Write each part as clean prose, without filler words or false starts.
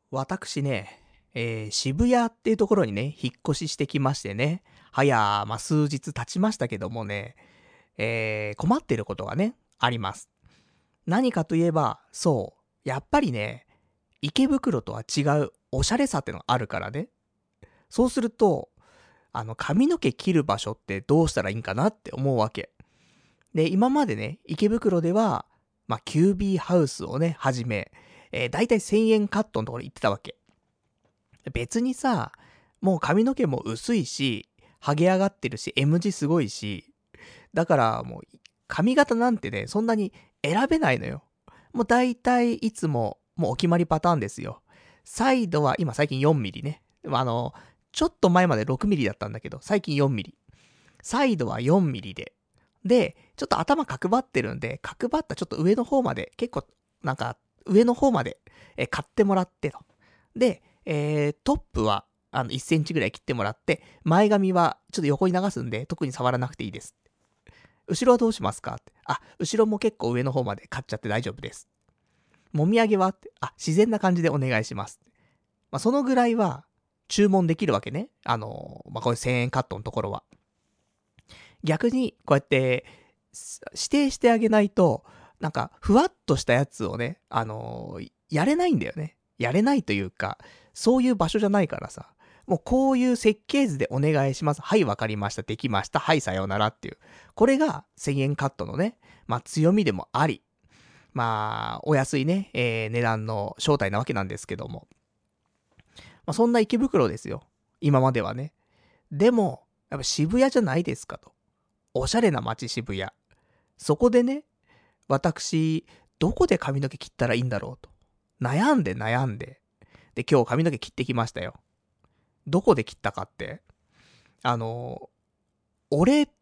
私ね、渋谷っていうところにね、引っ越ししてきましてね、数日経ちましたけどもね、困っていることがね、あります。何かといえば、そう、やっぱりね、池袋とは違うおしゃれさってのがあるからね。そうすると、髪の毛切る場所ってどうしたらいいんかなって思うわけ。で、今までね、池袋では、キュービーハウスをね、はじめ、だいたい1000円カットのところ行ってたわけ。別にさ、もう髪の毛も薄いし、ハゲ上がってるし、M 字すごいし、だからもう、髪型なんてね、そんなに選べないのよ。もう大体いつも、もうお決まりパターンですよ。サイドは今最近4ミリね。でもちょっと前まで6ミリだったんだけど、最近4ミリ。サイドは4ミリで。で、ちょっと頭角張ってるんで、角張ったちょっと上の方まで、結構、なんか、上の方まで、買ってもらってと。で、トップは、1センチぐらい切ってもらって、前髪はちょっと横に流すんで、特に触らなくていいです。後ろはどうしますかって。あ、後ろも結構上の方まで買っちゃって大丈夫です。もみあげはって。あ、自然な感じでお願いします。そのぐらいは、注文できるわけね。こういう1000円カットのところは。逆に、こうやって、指定してあげないと、なんか、ふわっとしたやつをね、やれないんだよね。やれないというか、そういう場所じゃないからさ。もうこういう設計図でお願いします。はい、わかりました。できました。はい、さようならっていう。これが1000円カットのね、強みでもあり、お安いね、値段の正体なわけなんですけども。そんな池袋ですよ。今まではね。でも、やっぱ渋谷じゃないですかと。おしゃれな街渋谷。そこでね、私、どこで髪の毛切ったらいいんだろうと。悩んで悩んで。で、今日髪の毛切ってきましたよ。どこで切ったかって。あの、俺って、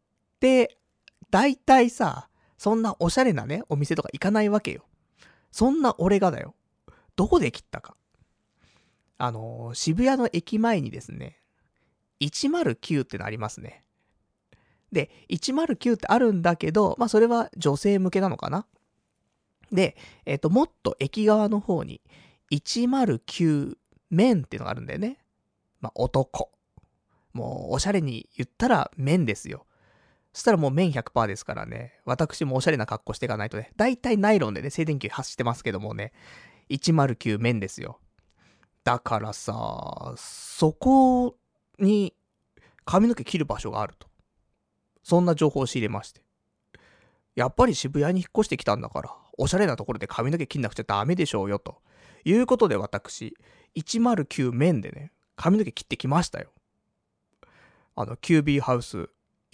大体さ、そんなおしゃれなね、お店とか行かないわけよ。そんな俺がだよ。どこで切ったか。渋谷の駅前にですね、109ってのありますね。で、109ってあるんだけど、それは女性向けなのかな。で、もっと駅側の方に、109面っていうのがあるんだよね。男。もう、おしゃれに言ったら面ですよ。そしたらもう面100%ですからね。私もおしゃれな格好していかないとね。だいたいナイロンでね、静電気発してますけどもね。109面ですよ。だからさ、そこに髪の毛切る場所があると。そんな情報を仕入れまして。やっぱり渋谷に引っ越してきたんだから、おしゃれなところで髪の毛切んなくちゃダメでしょうよ、ということで私、109面でね、髪の毛切ってきましたよ。キュービーハウス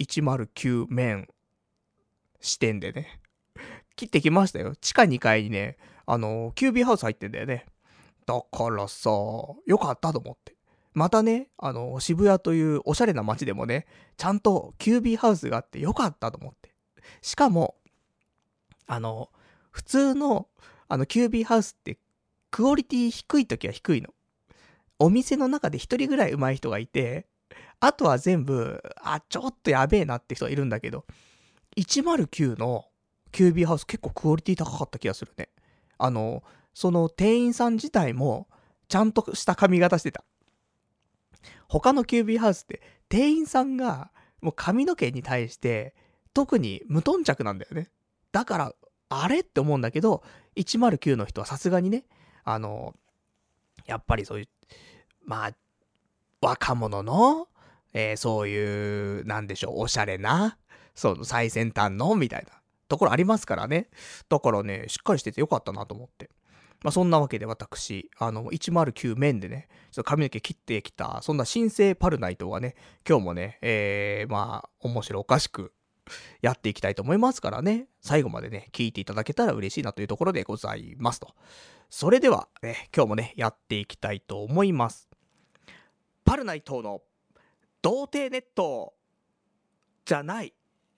109面支店でね、切ってきましたよ。地下2階にね、キュービーハウス入ってんだよね。だからさ、よかったと思って。またね、渋谷というおしゃれな街でもね、ちゃんとキュービーハウスがあってよかったと思って。しかも、あの、普通の、キュービーハウスって、クオリティ低い時は低いの。お店の中で一人ぐらい上手い人がいて、あとは全部、ちょっとやべえなって人がいるんだけど、109のキュービーハウス結構クオリティ高かった気がするね。あの、その店員さん自体も、ちゃんとした髪型してた。他のキュービーハウスって、店員さんが、もう髪の毛に対して、特に無頓着なんだよね。だから、あれって思うんだけど、109の人はさすがにね、あの、やっぱりそういう、まあ、若者の、そういう、なんでしょう、おしゃれな、その最先端の、みたいなところありますからね。だからね、しっかりしててよかったなと思って。そんなわけで私、109面でね、ちょっと髪の毛切ってきた、そんな新生パルナイトがね、今日もね、面白おかしくやっていきたいと思いますからね、最後までね、聞いていただけたら嬉しいなというところでございますと。それでは、ね、今日もね、やっていきたいと思います。パルナイトの童貞ネットじゃない。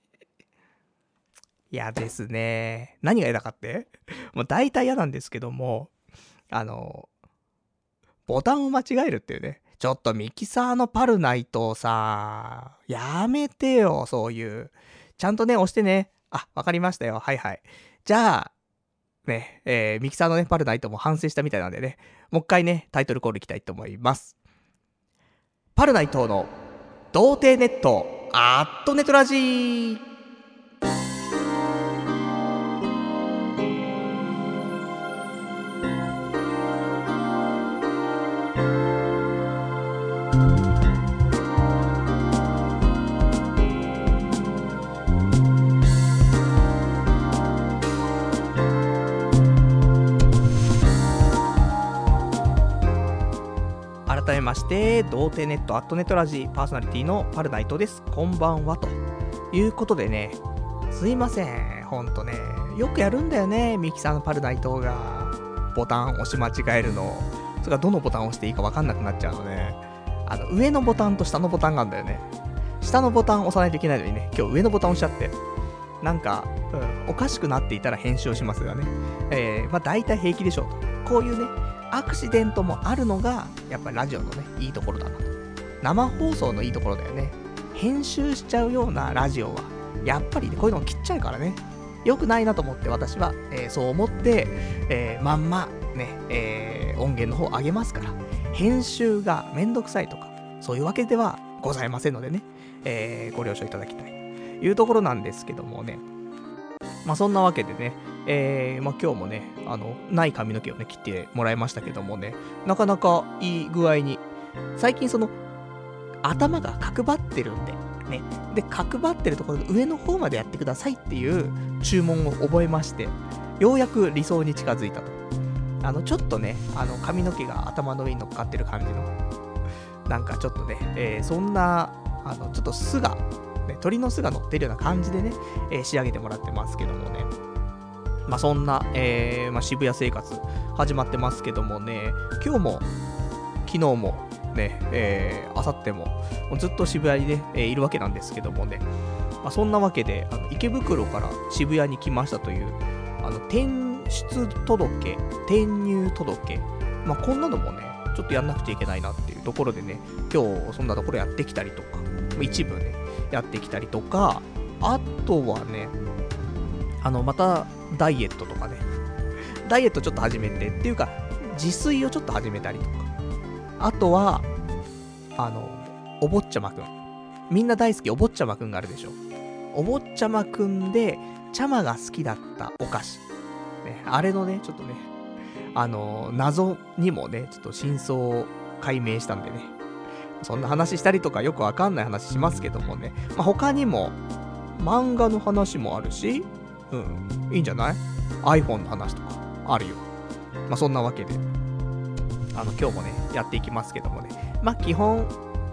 いやですね。何が嫌だかってもう大体嫌なんですけども、あの、ボタンを間違えるっていうね。ちょっとミキサーのパルナイトをさ、やめてよ、そういう。ちゃんとね、押してね。あ、わかりましたよ。はいはい。じゃあ、 ね、ミキサーのね、パルナイトも反省したみたいなんでね、もう一回ね、タイトルコールいきたいと思います。パルナイトの童貞ネット、アットネトラジー。改めまして、童貞ネットアットネトラジーパーソナリティのパルナイトです。こんばんはということでね、すいません、ほんとね、よくやるんだよね、ミキサーのパルナイトがボタン押し間違えるの。それからどのボタンを押していいか分かんなくなっちゃうのね。上のボタンと下のボタンがあるんだよね。下のボタン押さないといけないのにね、今日上のボタン押しちゃって、なんか、おかしくなっていたら編集をしますがね。まあ大体平気でしょうと。こういうね、アクシデントもあるのがやっぱりラジオのねいいところだなと。生放送のいいところだよね。編集しちゃうようなラジオはやっぱりね、こういうのを切っちゃうからね、良くないなと思って私は、そう思って、まんまね、音源の方上げますから、編集がめんどくさいとかそういうわけではございませんのでね、ご了承いただきたいというところなんですけどもね。まあそんなわけでね、まあ今日もね、ない髪の毛をね、切ってもらいましたけどもね、なかなかいい具合に、最近その、頭が角張ってるんで、ね、で、角張ってるところの上の方までやってくださいっていう注文を覚えまして、ようやく理想に近づいたと。ちょっとね、髪の毛が頭の上に乗っかってる感じの、なんかちょっとね、そんな、ちょっと巣が、ね、鳥の巣が乗ってるような感じでね、仕上げてもらってますけどもね。まあそんな、まあ、渋谷生活始まってますけどもね、今日も昨日もね、あさってもずっと渋谷にね、いるわけなんですけどもね、まあ、そんなわけで池袋から渋谷に来ましたという転出届、転入届、まあこんなのもねちょっとやんなくちゃいけないなっていうところでね、今日そんなところやってきたりとか、一部ねやってきたりとか、あとはね、またダイエットとかね、ダイエットちょっと始めてっていうか自炊をちょっと始めたりとか、あとはお坊ちゃまくん、みんな大好きお坊ちゃまくんがあるでしょ。お坊ちゃまくんで茶葉が好きだったお菓子、ね、あれのねちょっとね謎にもねちょっと真相を解明したんでね、そんな話したりとかよくわかんない話しますけどもね、まあ、他にも漫画の話もあるし、いいんじゃない？ iPhone の話とかあるよ。まあそんなわけで今日もねやっていきますけどもね、まあ基本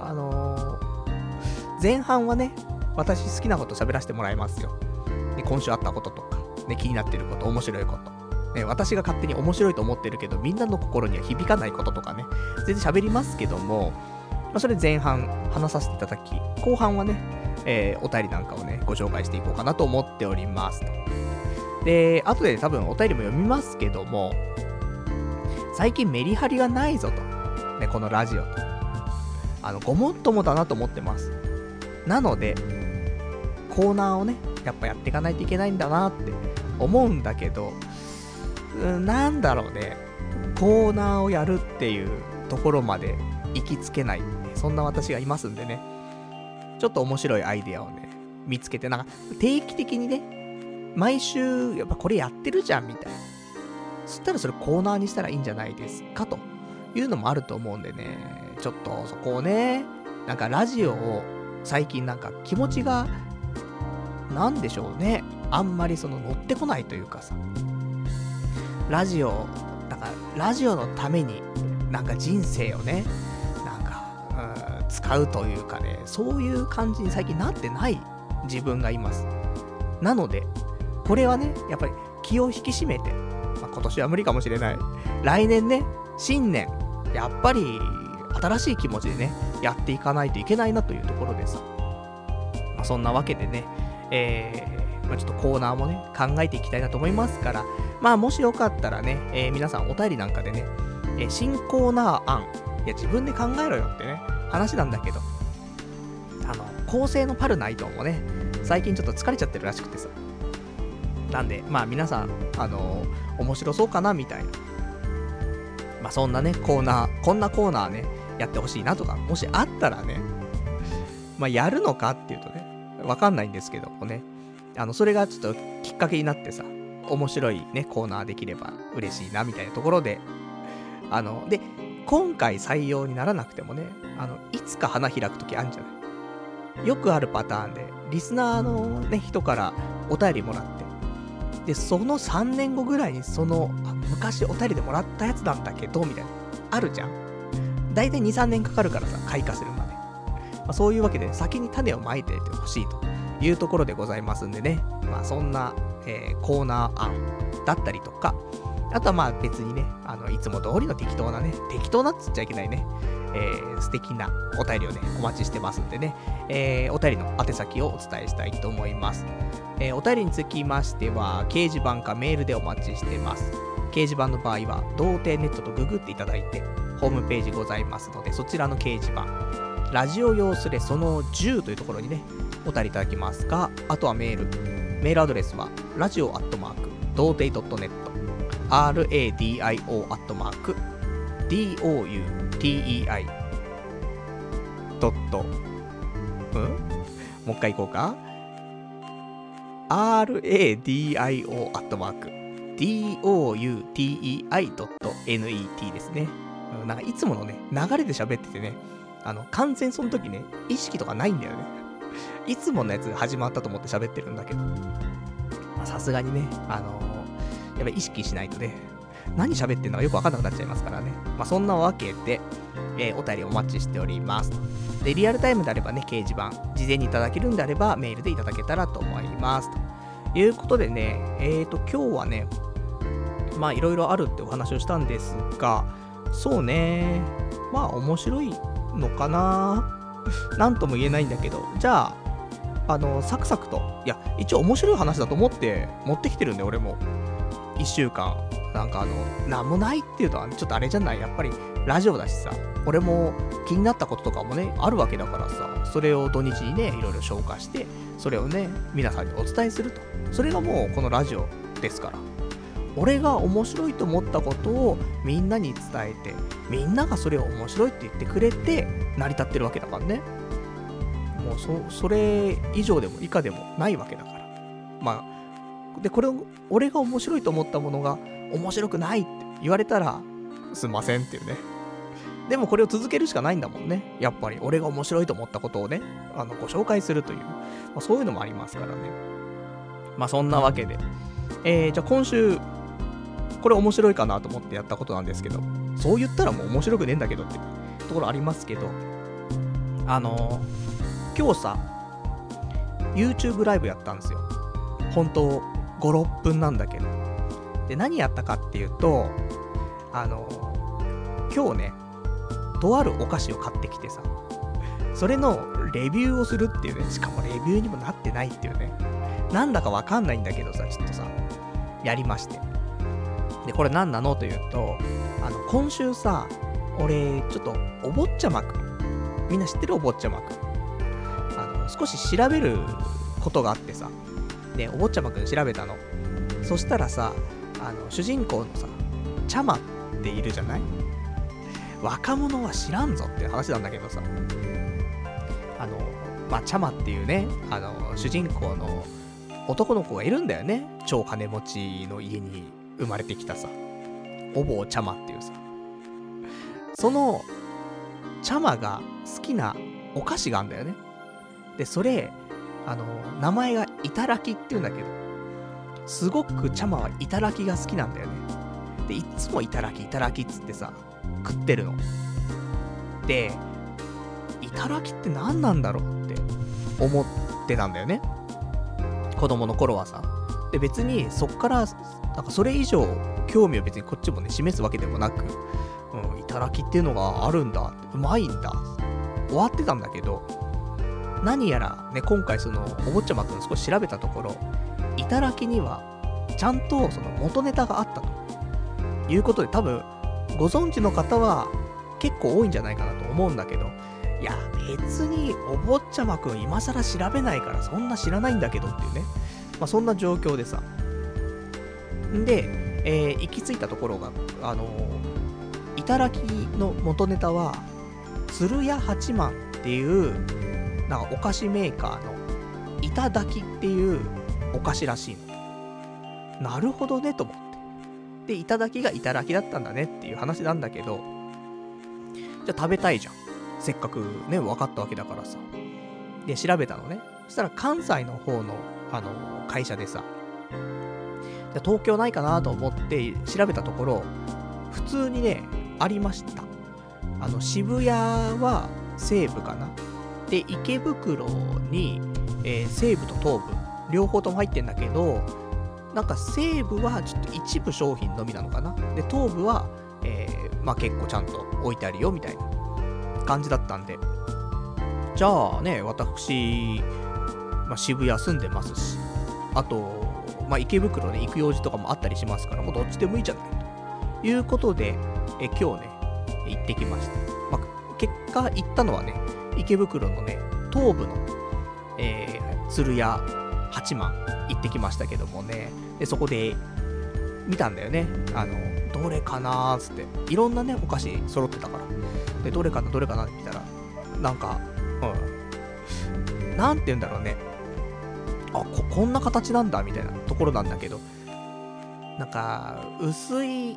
前半はね私好きなこと喋らせてもらいますよ。で今週あったこととかね、気になってること、面白いことね、私が勝手に面白いと思ってるけどみんなの心には響かないこととかね、全然喋りますけども、まあ、それ前半話させていただき、後半はね、お便りなんかをねご紹介していこうかなと思っておりますと。で後で多分お便りも読みますけども、最近メリハリがないぞと、ね、このラジオとごもっともだなと思ってます。なのでコーナーをねやっぱやっていかないといけないんだなって思うんだけど、なんだろうね、コーナーをやるっていうところまで行きつけない、そんな私がいますんでね、ちょっと面白いアイデアをね見つけて、なんか定期的にね毎週やっぱこれやってるじゃんみたいな、そしたらそれコーナーにしたらいいんじゃないですかというのもあると思うんでね、ちょっとそこをね、なんかラジオを最近なんか気持ちがなんでしょうね、あんまりその乗ってこないというかさ、ラジオだからラジオのためになんか人生をねなんか使うというかね、そういう感じに最近なってない自分がいます。なのでこれはねやっぱり気を引き締めて、まあ、今年は無理かもしれない、来年ね、新年やっぱり新しい気持ちでねやっていかないといけないなというところでさ、まあ、そんなわけでね、まあ、ちょっとコーナーもね考えていきたいなと思いますから、まあもしよかったらね、皆さんお便りなんかでね、新コーナー案、いや自分で考えろよってね話なんだけど、構成のパルナイトもね最近ちょっと疲れちゃってるらしくてさ、 なんで、まあ皆さん、面白そうかなみたいな。まあそんなね、コーナー、こんなコーナーね、やってほしいなとか、もしあったらね、まあやるのかっていうとね、わかんないんですけどもね、それがちょっときっかけになってさ、面白いね、コーナーできれば嬉しいなみたいなところで、で、今回採用にならなくてもね、いつか花開くときあるんじゃない？よくあるパターンで、リスナーのね、人からお便りもらって、で、その3年後ぐらいに昔お便りでもらったやつなんだけど、みたいな、あるじゃん。だいたい2、3年かかるからさ、開花するまで。まあ、そういうわけで、先に種をまいていてほしいというところでございますんでね。まあ、そんな、コーナー案だったりとか、あとはまあ別にね、いつも通りの適当なね、適当なっつっちゃいけないね、素敵なお便りをね、お待ちしてますんでね、お便りの宛先をお伝えしたいと思います。お便りにつきましては、掲示板かメールでお待ちしてます。掲示板の場合は、童貞ネットとググっていただいて、ホームページございますので、そちらの掲示板、ラジオ用スレその10というところにね、お便りいただきますが、あとはメールアドレスは、radio@童貞 .net、radio@doutei.、もう一回行こうか。radio@doutei.net ですね。なんかいつものね、流れで喋っててね、完全その時ね、意識とかないんだよね。いつものやつ始まったと思って喋ってるんだけど、さすがにね、やっぱり意識しないとね、何喋ってんのかよくわかんなくなっちゃいますからね。まあそんなわけで、お便りお待ちしております。で、リアルタイムであればね、掲示板、事前にいただけるんであれば、メールでいただけたらと思います。ということでね、今日はね、まあいろいろあるってお話をしたんですが、そうね、まあ面白いのかななんとも言えないんだけど、じゃあ、サクサクと、いや、一応面白い話だと思って持ってきてるんで、俺も。1週間。なんかなんもないっていうとは、ちょっとあれじゃない？やっぱり、ラジオだしさ、俺も気になったこととかもね、あるわけだからさ、それを土日にね、いろいろ消化して、それをね、皆さんにお伝えすると。それがもう、このラジオですから。俺が面白いと思ったことをみんなに伝えて、みんながそれを面白いって言ってくれて、成り立ってるわけだからね。もうそれ以上でも以下でもないわけだから。まあ、で、これを、俺が面白いと思ったものが面白くないって言われたら、すんませんっていうね。でもこれを続けるしかないんだもんね。やっぱり、俺が面白いと思ったことをね、ご紹介するという、まあ、そういうのもありますからね。まあそんなわけで。じゃあ今週、これ面白いかなと思ってやったことなんですけど、そう言ったらもう面白くねえんだけどってところありますけど、今日さ、YouTube ライブやったんですよ。本当5、6分なんだけど。で、何やったかっていうと、今日ね、とあるお菓子を買ってきてさ、それのレビューをするっていうね、しかもレビューにもなってないっていうね、なんだかわかんないんだけどさ、ちょっとさ、やりまして。で、これ何なのというと、今週さ、俺、ちょっと、お坊ちゃまくん。みんな知ってるお坊ちゃまくん。少し調べることがあってさ。で、お坊ちゃまくん調べたの。そしたらさ、主人公のさ、ちゃまっているじゃない？若者は知らんぞって話なんだけどさ。まあ、ちゃまっていうね、主人公の男の子がいるんだよね。超金持ちの家に生まれてきたさ、お坊ちゃまっていうさ、そのちゃまが好きなお菓子があるんだよね。で、それ名前がいたらきっていうんだけど、すごくちゃまはいたらきが好きなんだよね。で、いつもいたらきっつってさ食ってるの。で、いたらきって何なんだろうって思ってたんだよね、子供の頃はさ。で、別にそっからなんかそれ以上興味を別にこっちもね示すわけでもなく、いたらきっていうのがあるんだ、うまいんだ、終わってたんだけど、何やらね、今回そのお坊ちゃまくん少し調べたところ、いたらきにはちゃんとその元ネタがあったということで、多分ご存知の方は結構多いんじゃないかなと思うんだけど、いや別にお坊ちゃまくん今更調べないからそんな知らないんだけどっていうね、まあそんな状況でさ、 で、行き着いたところが、いただきの元ネタは、鶴屋八幡っていう、なんかお菓子メーカーの、いただきっていうお菓子らしいの。なるほどね、と思って。で、いただきがいただきだったんだねっていう話なんだけど、じゃあ食べたいじゃん。せっかくね、分かったわけだからさ。で、調べたのね。そしたら関西の方の、会社でさ、じゃあ東京ないかなと思って調べたところ、普通にね、ありました。渋谷は西部かな。で、池袋に、西部と東部、両方とも入ってんだけど、なんか西部はちょっと一部商品のみなのかな。で、東部は、まあ結構ちゃんと置いてあるよみたいな感じだったんで、じゃあね、私、まあ、渋谷住んでますし、あと、まあ、池袋ね、行く用事とかもあったりしますから、もうどっちでもいいじゃないということで、今日ね、行ってきました。まあ、結果行ったのはね、池袋のね、東部の、鶴屋八幡行ってきましたけどもね、でそこで見たんだよね。どれかなーつって、いろんなね、お菓子揃ってたから。で、どれかなって見たら、なんか、なんて言うんだろうね。こんな形なんだみたいなところなんだけど、なんか薄い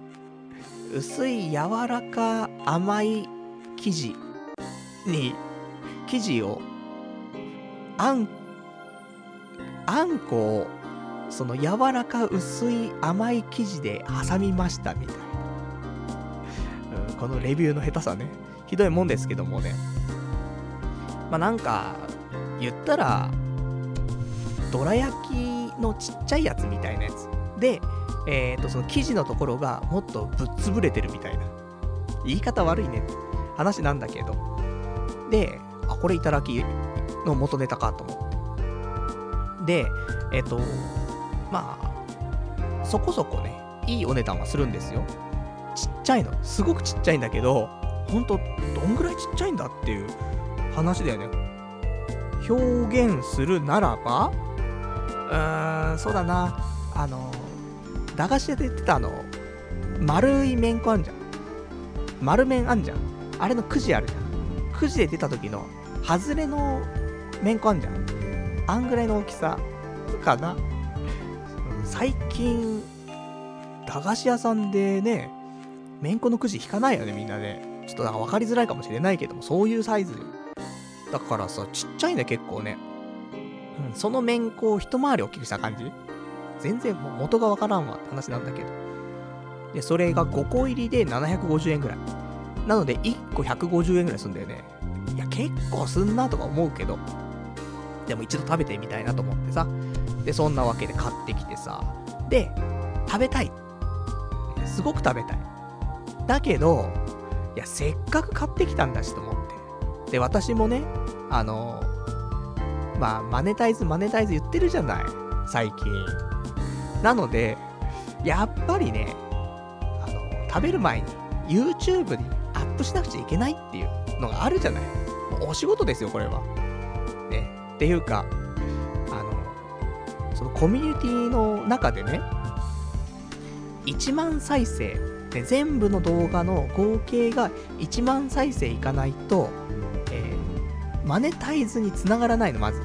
柔らか甘い生地に生地をあんこをその柔らか薄い甘い生地で挟みましたみたいな、このレビューの下手さね、ひどいもんですけどもね。まあなんか言ったらどら焼きのちっちゃいやつみたいなやつで、その生地のところがもっとぶっ潰れてるみたいな、言い方悪いねって話なんだけど、で、これいただきの元ネタかと思って、で、まあそこそこね、いいお値段はするんですよ。ちっちゃいの、すごくちっちゃいんだけど、ほんとどんぐらいちっちゃいんだっていう話だよね。表現するならば、そうだな、駄菓子屋で売ってた丸い麺粉あんじゃん。丸麺あんじゃん。あれのくじあるじゃん。くじで出た時の外れの麺粉あんじゃん。あんぐらいの大きさかな。最近駄菓子屋さんでね、麺粉のくじ引かないよね、みんなね。ちょっとなんか分かりづらいかもしれないけども、そういうサイズだからさ、ちっちゃいね、結構ね。その麺粉を一回り大きくした感じ。全然もう元がわからんわって話なんだけど。で、それが5個入りで750円ぐらい。なので、1個150円ぐらいすんだよね。いや、結構すんなとか思うけど。でも一度食べてみたいなと思ってさ。で、そんなわけで買ってきてさ。で、食べたい。すごく食べたい。だけど、いや、せっかく買ってきたんだしと思って。で、私もね、まあ、マネタイズ言ってるじゃない。最近。なので、やっぱりね、食べる前に YouTube にアップしなくちゃいけないっていうのがあるじゃない。もうお仕事ですよ、これは。ね。っていうか、そのコミュニティの中でね、1万再生、で全部の動画の合計が1万再生いかないと、マネタイズにつながらないの、まず。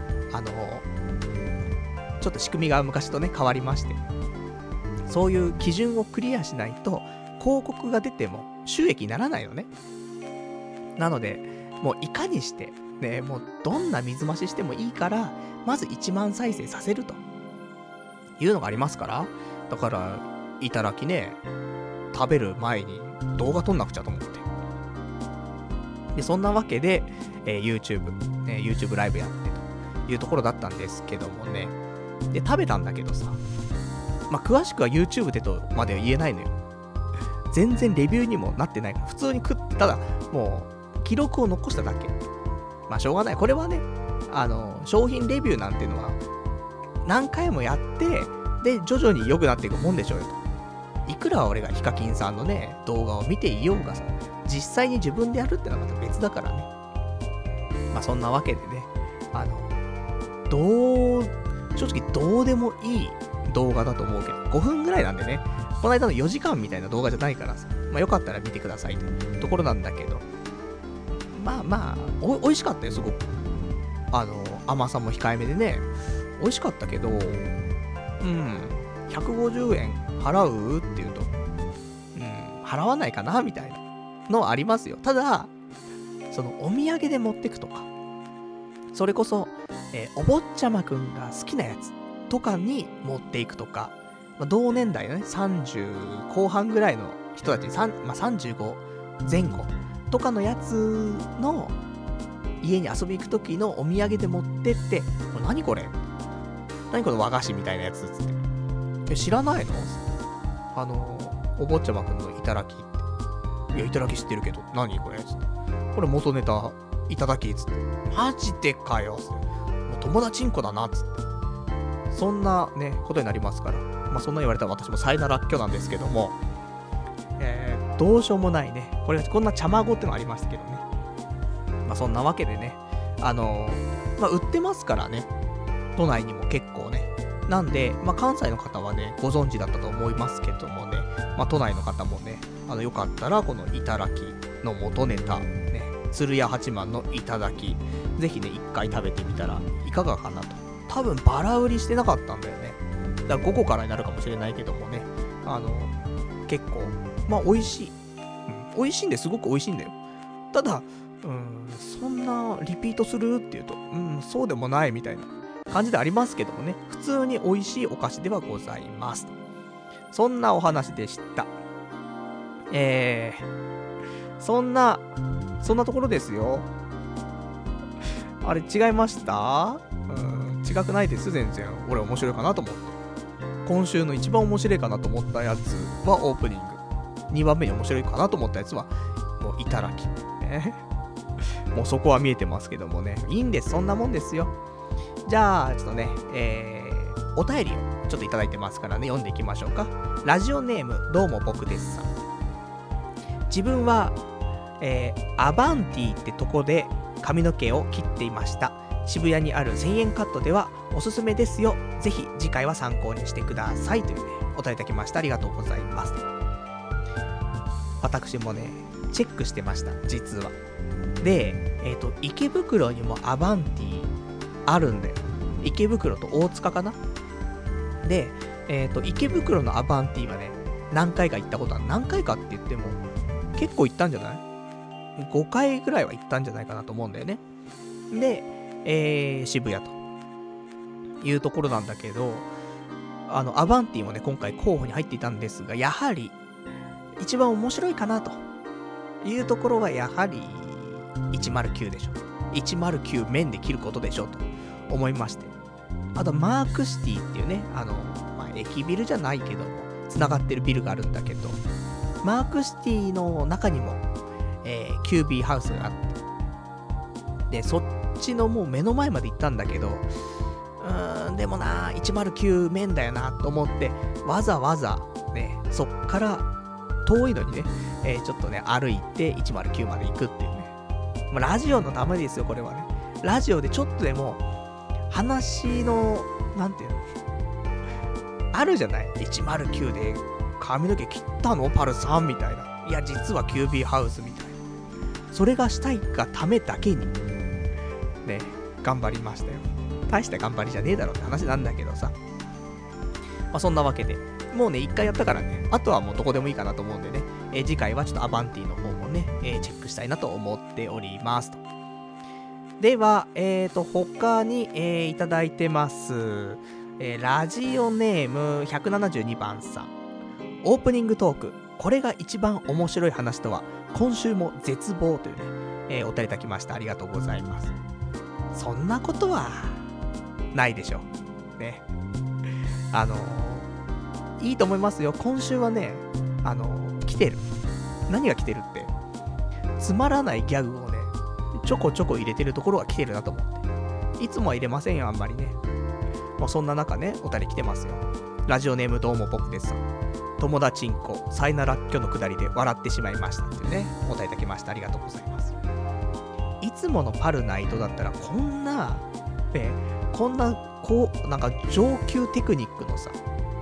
ちょっと仕組みが昔とね、変わりまして。そういう基準をクリアしないと、広告が出ても収益にならないのね。なので、もういかにして、ね、もうどんな水増ししてもいいから、まず1万再生させるというのがありますから、だから、いただきね、食べる前に動画撮んなくちゃと思って。で、そんなわけで、YouTube ライブやってというところだったんですけどもね。で、食べたんだけどさ、まあ、詳しくは YouTube でとまでは言えないのよ。全然レビューにもなってないから、普通に食って、ただ、もう、記録を残しただけ。まあ、しょうがない。これはね、商品レビューなんていうのは、何回もやって、で、徐々に良くなっていくもんでしょうよと。いくら俺がヒカキンさんのね、動画を見ていようがさ、実際に自分でやるってのはまた別だからね。まあ、そんなわけでね、正直どうでもいい動画だと思うけど、5分ぐらいなんでね、この間の4時間みたいな動画じゃないからさ、よかったら見てくださいというところなんだけど、美味しかったよ、すごく。甘さも控えめでね、美味しかったけど、150円払うっていうと、払わないかなみたいなのはありますよ。ただ、そのお土産で持ってくとか、それこそ、お坊ちゃまくんが好きなやつとかに持っていくとか、同年代のね、30後半ぐらいの人たち、35前後とかのやつの家に遊び行く時のお土産で持ってって、何これ何この和菓子みたいなやつつって。知らないのお坊ちゃまくんのいただきって。いや、いただき知ってるけど、何これつって。これ元ネタ、いただきつって。マジでかよつって。もう友達んこだなつって。そんなね、ことになりますから。そんな言われたら私もサイナラッキョなんですけども、どうしようもないね。こんな茶孫ってのありましたけどね。そんなわけでね、売ってますからね。都内にも結構ね。なんで、関西の方はね、ご存知だったと思いますけどもね、都内の方もね、よかったら、このいただきの元ネタ、ね、鶴屋八幡のいただき、ぜひね、一回食べてみたらいかがかなと。多分、バラ売りしてなかったんだよね。だから5個からになるかもしれないけどもね、結構、美味しい。美味しいんですごく美味しいんだよ。ただ、そんなリピートするっていうと、そうでもないみたいな感じでありますけどもね、普通に美味しいお菓子ではございます。そんなお話でした。そんなところですよ。あれ違いました？違くないです全然。俺面白いかなと思って。今週の一番面白いかなと思ったやつはオープニング。2番目に面白いかなと思ったやつは、もういただき。もうそこは見えてますけどもね。いいんです。そんなもんですよ。じゃあ、ちょっとね、お便りをちょっといただいてますからね、読んでいきましょうか。ラジオネーム、どうも僕ですさん。自分は、アバンティってとこで髪の毛を切っていました。渋谷にある1000円カットではおすすめですよ。ぜひ次回は参考にしてください。というね、お便りいただきました。ありがとうございます。私もね、チェックしてました、実は。で、池袋にもアバンティあるんだよ。池袋と大塚かな。で、池袋のアバンティはね、何回か行ったことある。何回かって言っても、結構行ったんじゃない ?5 回ぐらいは行ったんじゃないかなと思うんだよね。で、渋谷というところなんだけど、アバンティもね、今回候補に入っていたんですが、やはり、一番面白いかなというところは、やはり、109でしょ。109面で切ることでしょと思いまして。あと、マークシティっていうね、駅ビルじゃないけども、繋がってるビルがあるんだけど、マークシティの中にも、キュービーハウスがあって、で、そっちのもう目の前まで行ったんだけど、でもな、109面だよなと思って、わざわざ、ね、そっから遠いのにね、ちょっとね、歩いて109まで行くっていうね。ラジオのためですよ、これはね。ラジオでちょっとでも、話の、なんていうのあるじゃない ?109 で髪の毛切ったのパルさんみたいな。いや、実はキュービーハウスみたいな。それがしたいがためだけに、ね、頑張りましたよ。大した頑張りじゃねえだろって話なんだけどさ。そんなわけで、もうね、一回やったからね、あとはもうどこでもいいかなと思うんでね、次回はちょっとアバンティの方もね、チェックしたいなと思っておりますと。では、他に、いただいてます。ラジオネーム172番さん。オープニングトーク、これが一番面白い話とは、今週も絶望というね、お便りいただきました。ありがとうございます。そんなことは、ないでしょ。ね。いいと思いますよ。今週はね、来てる。何が来てるって、つまらないギャグをね、ちょこちょこ入れてるところが来てるなと思って。いつもは入れませんよ、あんまりね。そんな中ね、お便り来てますよ。ラジオネームどうも僕です。友達んこ、サイナラッキョのくだりで笑ってしまいましたっていうね、お便りいただきました。ありがとうございます。いつものパルナイトだったら、こんな、なんか上級テクニックのさ、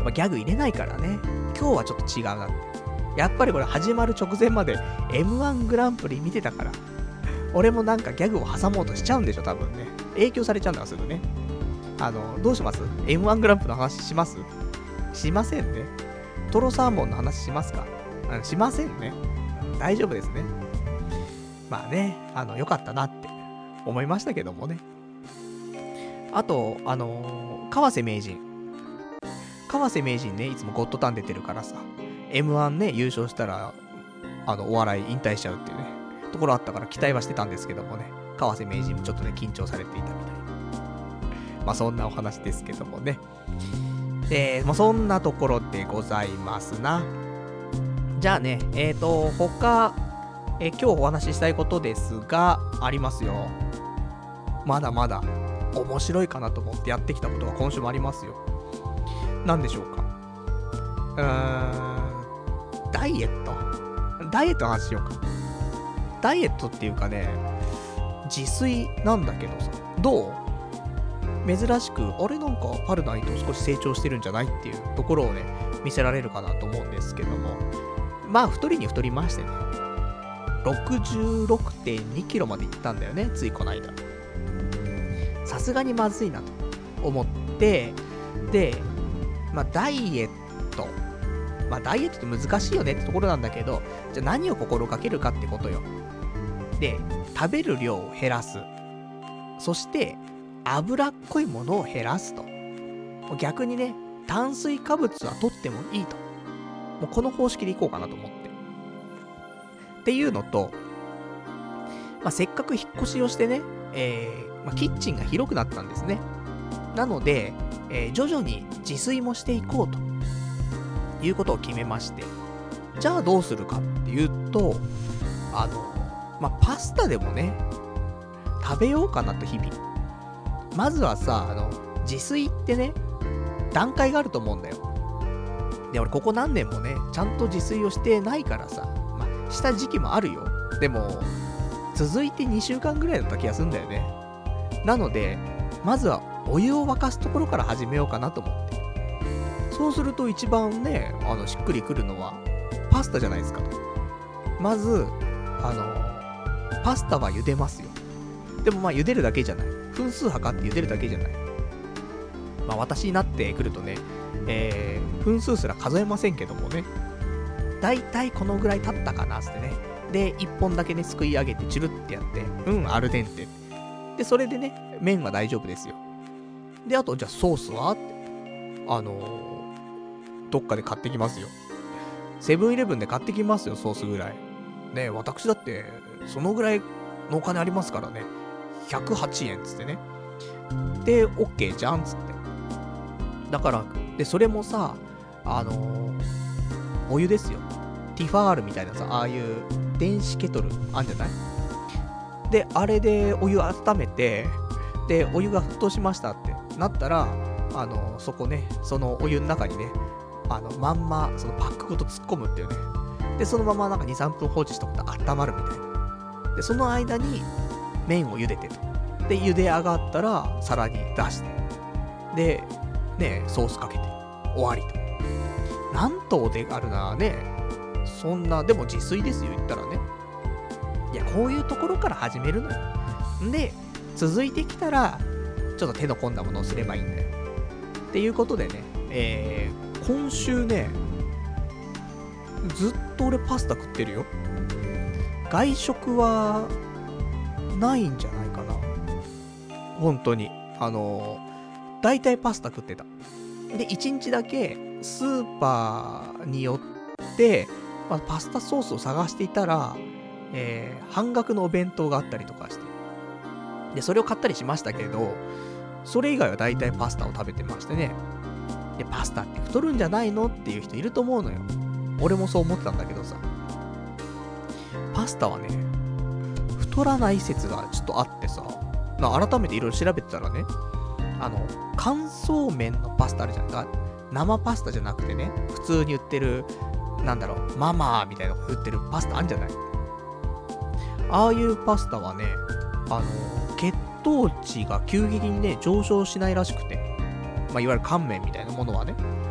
まあ、ギャグ入れないからね。今日はちょっと違うなって。やっぱりこれ始まる直前まで M1 グランプリ見てたから、俺もなんかギャグを挟もうとしちゃうんでしょ、多分ね。影響されちゃうんだからすぐね。どうします？ M1 グランプリの話します？しませんね。トロサーモンの話しますか？しませんね。大丈夫ですね。まあね、良かったなって思いましたけどもね。あと、川瀬名人。川瀬名人ね、いつもゴッドタン出てるからさ、M1 ね、優勝したら、お笑い引退しちゃうっていうね、ところあったから期待はしてたんですけどもね、川瀬名人もちょっとね、緊張されていたみたいな。まあそんなお話ですけどもね。まあそんなところでございますな。じゃあね、他、今日お話ししたいことですが、ありますよ。まだまだ面白いかなと思ってやってきたことが今週もありますよ。なんでしょうか。ダイエットの話しようか。ダイエットっていうかね、自炊なんだけどさ、どう？珍しく、あれなんかパルナイト少し成長してるんじゃないっていうところをね、見せられるかなと思うんですけども、まあ太りに太りましてね、66.2 キロまでいったんだよね、ついこの間。さすがにまずいなと思って、で、まあダイエットって難しいよねってところなんだけど、じゃあ何を心がけるかってことよ。で、食べる量を減らす。そして、脂っこいものを減らすと。逆にね、炭水化物は取ってもいいと。もうこの方式でいこうかなと思って。っていうのと、まあ、せっかく引っ越しをしてね、まあ、キッチンが広くなったんですね。なので、徐々に自炊もしていこうということを決めまして、じゃあどうするかっていうと、まあ、パスタでもね、食べようかなと日々。まずはさ、自炊ってね、段階があると思うんだよ。で、俺ここ何年もね、ちゃんと自炊をしてないからさ、まあ、した時期もあるよ。でも、続いて2週間ぐらいだった気がするんだよね。なので、まずはお湯を沸かすところから始めようかなと思って。そうすると一番ね、しっくりくるのは、パスタじゃないですかと。まず、パスタは茹でますよ。でもまあ茹でるだけじゃない。分数測って茹でるだけじゃない。まあ私になってくるとね、分数すら数えませんけどもね。だいたいこのぐらい経ったかなってね。で、1本だけね、すくい上げてチュルってやって、アルデンテ。で、それでね、麺は大丈夫ですよ。で、あと、じゃあソースはどっかで買ってきますよ。セブンイレブンで買ってきますよ、ソースぐらい。ね、私だって、そのぐらいのお金ありますからね。108円つってね。で、OK じゃんつって。だから、で、それもさ、お湯ですよ。ティファールみたいなさ、ああいう電子ケトルあんじゃない？で、あれでお湯温めて、で、お湯が沸騰しましたってなったら、そこね、そのお湯の中にね、まんま、そのパックごと突っ込むっていうね。で、そのままなんか2、3分放置しとくと温まるみたいな。で、その間に麺を茹でてと。で、茹で上がったら皿に出して。で、ね、ソースかけて終わりと。なんとお手軽なね、そんな、でも自炊ですよ、言ったらね。いや、こういうところから始めるのよ。んで、続いてきたら、ちょっと手の込んだものをすればいいんだよ。っていうことでね、今週ね、ずっと俺パスタ食ってるよ。外食は、ないんじゃないかな。本当に。大体パスタ食ってた。で、1日だけ、スーパーによって、まあ、パスタソースを探していたら、半額のお弁当があったりとかして。で、それを買ったりしましたけど、それ以外は大体パスタを食べてましてね。で、パスタって太るんじゃないのっていう人いると思うのよ。俺もそう思ってたんだけどさ。パスタはね、太らない説がちょっとあってさ、改めていろいろ調べてたらね、乾燥麺のパスタあるじゃんか。生パスタじゃなくてね、普通に売ってる、ママーみたいなのが売ってるパスタあるんじゃない？ああいうパスタはね、血糖値が急激にね、上昇しないらしくて、まあ、いわゆる乾麺みたいなものはね。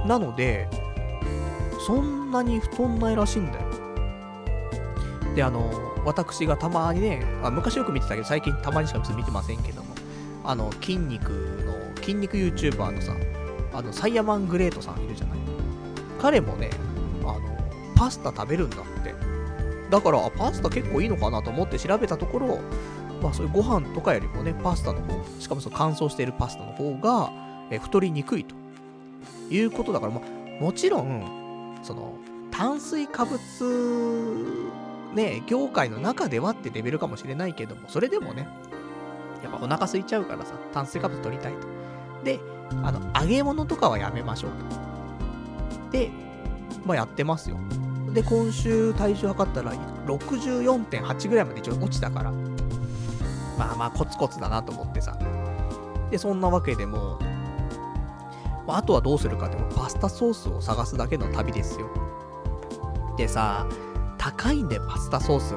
なので、そんなに太んないらしいんだよ。で、私がたまにね、昔よく見てたけど、最近たまにしか見てませんけども、筋肉 YouTuber のさ、サイヤマングレートさんいるじゃない。彼もね、パスタ食べるんだって。だから、パスタ結構いいのかなと思って調べたところ、まあそういうご飯とかよりもね、パスタの方、しかもその乾燥しているパスタの方が、太りにくいということだから、まあ、もちろん、その、炭水化物、ね、業界の中ではってレベルかもしれないけども、それでもね、やっぱお腹空いちゃうからさ、炭水化物取りたいと。で、揚げ物とかはやめましょうと。で、まあやってますよ。で、今週体重測ったら 64.8 ぐらいまで一応落ちたから、まあまあコツコツだなと思ってさ。で、そんなわけでも、まあ、あとはどうするかってもパスタソースを探すだけの旅ですよ。でさ、高いんでパスタソース。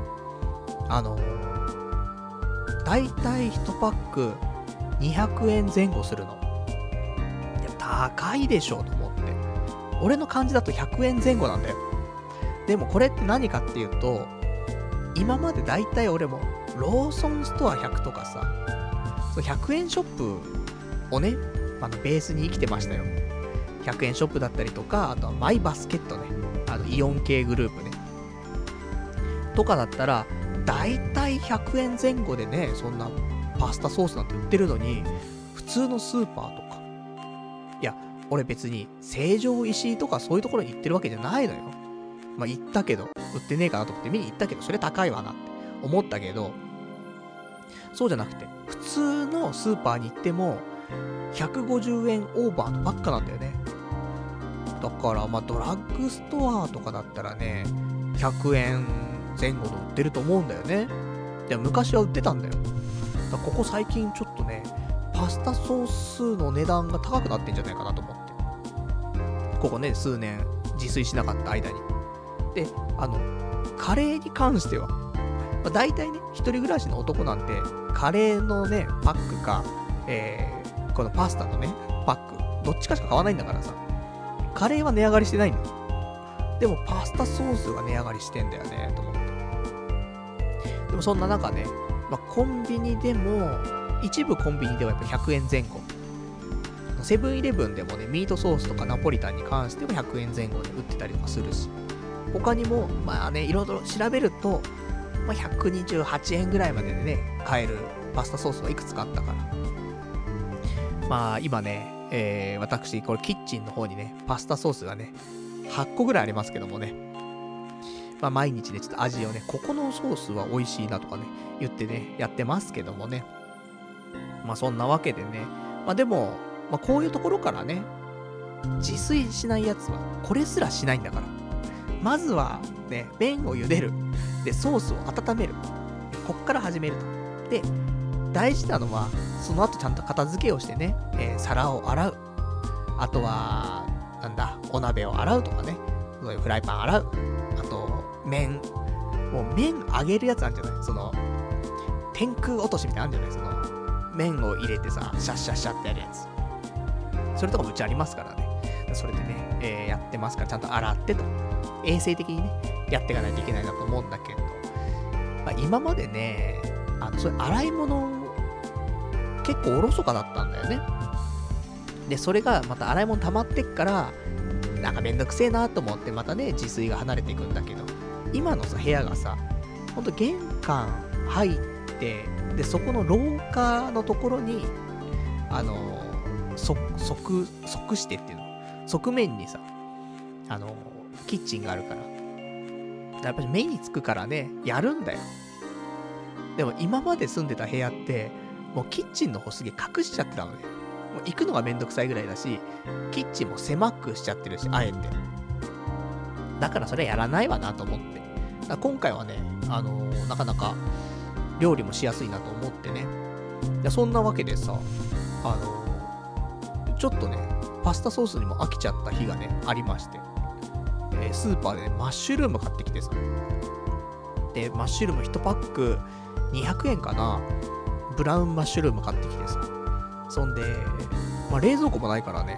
だいたい1パック200円前後するの。いや、高いでしょと思って。俺の感じだと100円前後なんだよ。でもこれって何かっていうと、今までだいたい俺もローソンストア100とかさ、100円ショップをね、ベースに生きてましたよ。100円ショップだったりとか、あとはマイバスケットね。イオン系グループね。とかだったら、だいたい100円前後でね、そんなパスタソースなんて売ってるのに、普通のスーパーとか。いや、俺別に成城石井とかそういうところに行ってるわけじゃないのよ。まあ行ったけど、売ってねえかなと思って見に行ったけど、それ高いわなって思ったけど、そうじゃなくて、普通のスーパーに行っても、150円オーバーとばっかなんだよね。だから、まあドラッグストアとかだったらね、100円前後で売ってると思うんだよね。で、昔は売ってたんだよ。だからここ最近ちょっとね、パスタソースの値段が高くなってんじゃないかなと思って。ここね、数年自炊しなかった間に。で、カレーに関しては、まあ、大体ね、一人暮らしの男なんて、カレーのね、パックか、このパスタのね、パック、どっちかしか買わないんだからさ、カレーは値上がりしてないんだよ。でもパスタソースが値上がりしてんだよね、と思って。でもそんな中ね、まあ、コンビニでも、一部コンビニではやっぱ100円前後。セブンイレブンでもね、ミートソースとかナポリタンに関しても100円前後で売ってたりとかするし、他にも、まあね、いろいろ調べると、まあ、128円ぐらいまででね、買えるパスタソースがいくつかあったから。まあ今ね、私、これキッチンの方にね、パスタソースがね、8個ぐらいありますけどもね。まあ毎日ね、ちょっと味をね、ここのソースは美味しいなとかね、言ってね、やってますけどもね。まあそんなわけでね。まあでも、まあこういうところからね、自炊しないやつは、これすらしないんだから。まずは、ね、麺を茹でる。で、ソースを温める。こっから始めると。で、大事なのは、その後ちゃんと片付けをしてね、皿を洗う。あとは、なんだ、お鍋を洗うとかね。そういうフライパン洗う。あと、麺。もう麺揚げるやつあるんじゃない？その、天空落としみたいなのあるんじゃない？その、麺を入れてさ、シャッシャッシャッってやるやつ。それとかもうちありますからね。それでね、やってますから、ちゃんと洗ってと。衛生的にね、やっていかないといけないなと思うんだけど、まあ、今までね、そういう洗い物、結構おろそかだったんだよね。で、それがまた洗い物溜まってっから、なんかめんどくせえなと思って、またね、自炊が離れていくんだけど、今のさ、部屋がさ、ほんと玄関入って、で、そこの廊下のところに、側してっていうの、側面にさ、キッチンがあるから。やっぱり目につくからね、やるんだよ。でも今まで住んでた部屋って、もうキッチンの方すげえ隠しちゃってたのね。もう行くのがめんどくさいぐらいだし、キッチンも狭くしちゃってるし、あえて。だからそれやらないわなと思って。だ今回はね、なかなか料理もしやすいなと思ってね。そんなわけでさ、ちょっとね、パスタソースにも飽きちゃった日がね、ありまして。スーパーでね、マッシュルーム買ってきてさ。で、マッシュルーム1パック200円かな。ブラウンマッシュルーム買ってきてさ。そんで、まあ、冷蔵庫もないからね、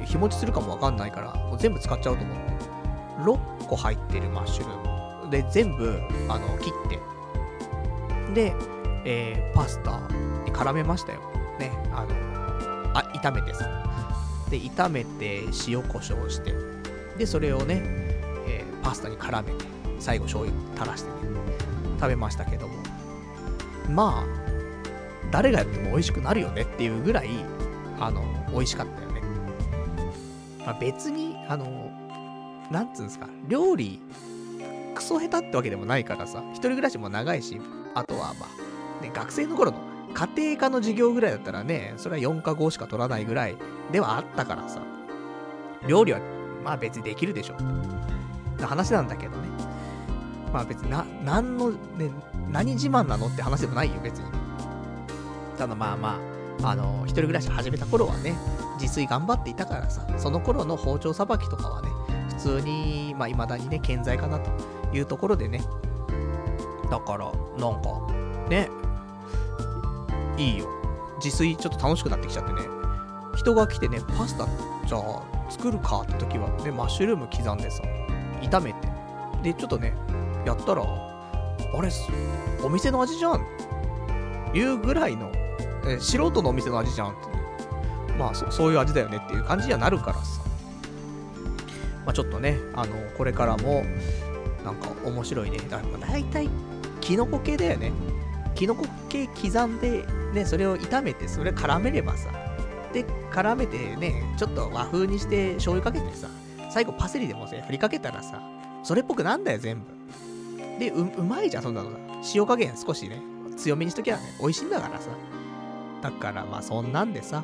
日持ちするかもわかんないから、もう全部使っちゃおうと思って。6個入ってるマッシュルーム。で、全部、切って。で、パスタに絡めましたよ。ね、炒めてさ。で、炒めて、塩コショウして。で、それをね、パスタに絡めて、最後醤油垂らしてね、食べましたけども。まあ、誰がやっても美味しくなるよねっていうぐらい、美味しかったよね。まあ、別に、なんつうんですか、料理、クソ下手ってわけでもないからさ、一人暮らしも長いし、あとはまあ、ね、学生の頃の家庭科の授業ぐらいだったらね、それは4か5しか取らないぐらいではあったからさ、料理は、まあ別にできるでしょ。な話なんだけどね。まあ別になんの、ね、何自慢なのって話でもないよ、別に。ただまあまあ、一人暮らし始めた頃はね、自炊頑張っていたからさ、その頃の包丁さばきとかはね、普通に、まあ未だにね、健在かなというところでね。だから、なんか、ね、いいよ。自炊ちょっと楽しくなってきちゃってね。人が来てね、パスタ、じゃあ、作るかって時は、ね、マッシュルーム刻んでさ、炒めて。で、ちょっとね、やったら、あれ、お店の味じゃんいうぐらいの、素人のお店の味じゃんって、ね。まあそういう味だよねっていう感じにはなるからさ。まあちょっとね、これからも、なんか面白いね。だいたい、キノコ系だよね。キノコ系刻んで、ね、それを炒めて、それ絡めればさ。で、絡めてね、ちょっと和風にして醤油かけてさ、最後パセリでもさ、振りかけたらさ、それっぽくなんだよ、全部。で、うまいじゃん、そんなのさ。塩加減少しね、強めにしときゃね、美味しいんだからさ。だからまあそんなんでさ、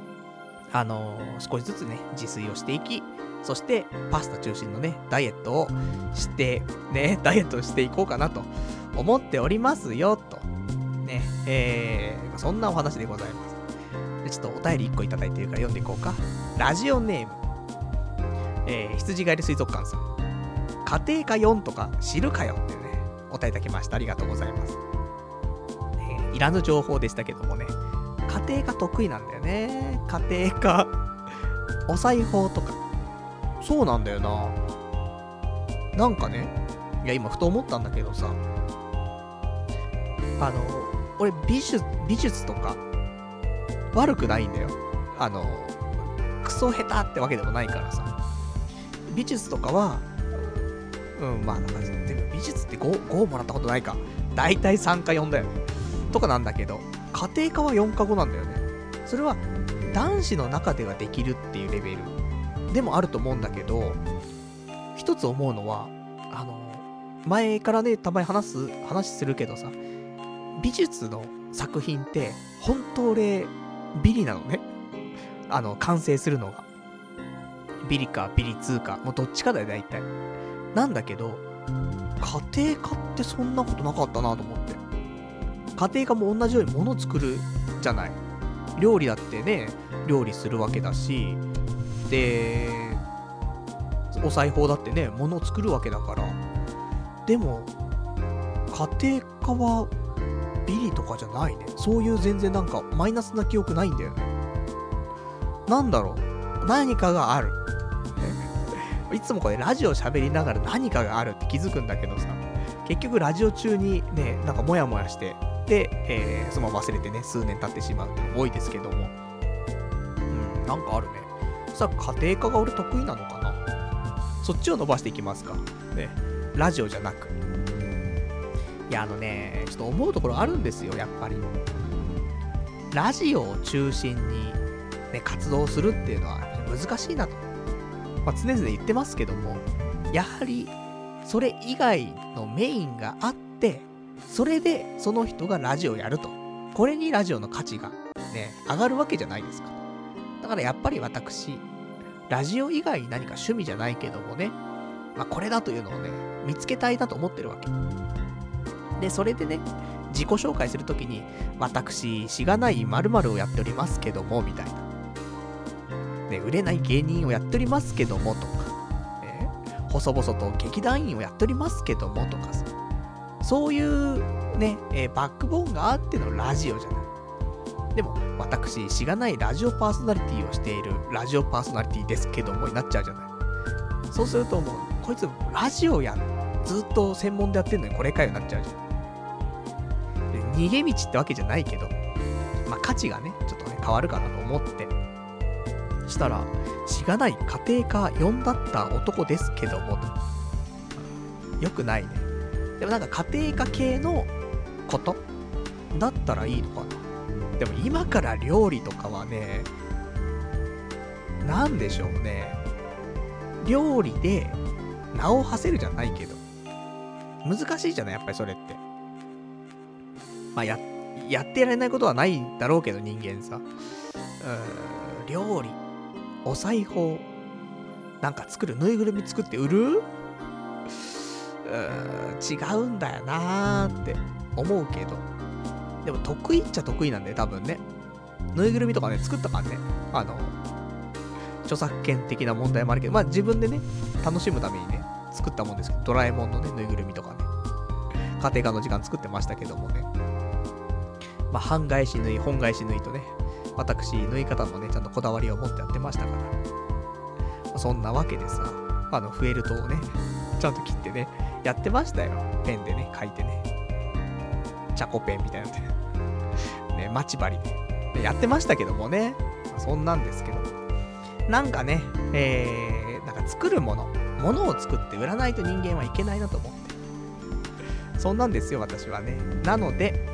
少しずつね、自炊をしていき、そしてパスタ中心のね、ダイエットをして、ね、ダイエットをしていこうかなと思っておりますよ、と。ね、そんなお話でございます。でちょっとお便り1個いただいてるから読んでいこうか。ラジオネーム、羊狩り水族館さん。家庭科4とか知るかよってね、お便りいただきました。ありがとうございます。いらぬ情報でしたけどもね、家庭科得意なんだよね。家庭科。お裁縫とか。そうなんだよな。なんかね、いや今ふと思ったんだけどさ、俺美術とか悪くないんだよ。クソ下手ってわけでもないからさ。美術とかは、まあなんか、でも美術って 5もらったことないか。だいたい3か4だよね。とかなんだけど、家庭科は4か5なんだよね。それは男子の中ではできるっていうレベルでもあると思うんだけど、一つ思うのは、前からね、たまに話するけどさ、美術の作品って、本当俺、ビリなのね。完成するのが。ビリかビリ2か、もうどっちかだよ、大体。なんだけど、家庭科ってそんなことなかったなと思って。家庭科も同じように物作るじゃない。料理だってね、料理するわけだし、で、お裁縫だってね、物を作るわけだから。でも、家庭科はビリとかじゃないね。そういう全然なんかマイナスな記憶ないんだよね。なんだろう。何かがある。いつもこれラジオ喋りながら何かがあるって気づくんだけどさ、結局ラジオ中にね、なんかモヤモヤして、で、そのまま忘れてね、数年経ってしまうっていうのも多いですけども。なんかあるね。さあ、家庭科が俺得意なのかな。そっちを伸ばしていきますか。ね。ラジオじゃなく。いや、ちょっと思うところあるんですよ、やっぱり。ラジオを中心に、ね、活動するっていうのは難しいなと。まあ、常々言ってますけども、やはり、それ以外のメインがあって、それでその人がラジオをやると。これにラジオの価値がね、上がるわけじゃないですか。だからやっぱり私、ラジオ以外に何か趣味じゃないけどもね、まあこれだというのをね、見つけたいなと思ってるわけ。で、それでね、自己紹介するときに、私、しがない〇〇をやっておりますけども、みたいな。ね、売れない芸人をやっておりますけども、とか、細々と劇団員をやっておりますけども、とかさ。そういうね、バックボーンがあってのラジオじゃない。 でも、私、しがないラジオパーソナリティをしているラジオパーソナリティですけども、になっちゃうじゃない。そうするともう、こいつ、ラジオずっと専門でやってんのにこれかよになっちゃうじゃん。で逃げ道ってわけじゃないけど、まあ、価値がね、ちょっとね、変わるかなと思って。そしたら、しがない家庭科4だった男ですけども、よくないね。でもなんか家庭科系のことだったらいいのかな。でも今から料理とかはね、なんでしょうね。料理で名を馳せるじゃないけど、難しいじゃない、やっぱりそれって。まあやってられないことはないだろうけど、人間さ。料理、お裁縫、なんか作る、ぬいぐるみ作って売る？違うんだよなーって思うけど。でも得意っちゃ得意なんだよ、多分ね。ぬいぐるみとかね、作ったからね。著作権的な問題もあるけど、まあ自分でね、楽しむためにね、作ったもんですけど、ドラえもんのね、ぬいぐるみとかね。家庭科の時間作ってましたけどもね。まあ半返し縫い、本返し縫いとね、私、縫い方もね、ちゃんとこだわりを持ってやってましたから。まあ、そんなわけでさ、フェルトをね、ちゃんと切ってね、やってましたよ。ペンでね、書いてね。チャコペンみたいなので。ね、待ち針で。やってましたけどもね。まあ、そんなんですけど。なんかね、なんか作るものを作って売らないと人間はいけないなと思って。そんなんですよ、私はね。なので、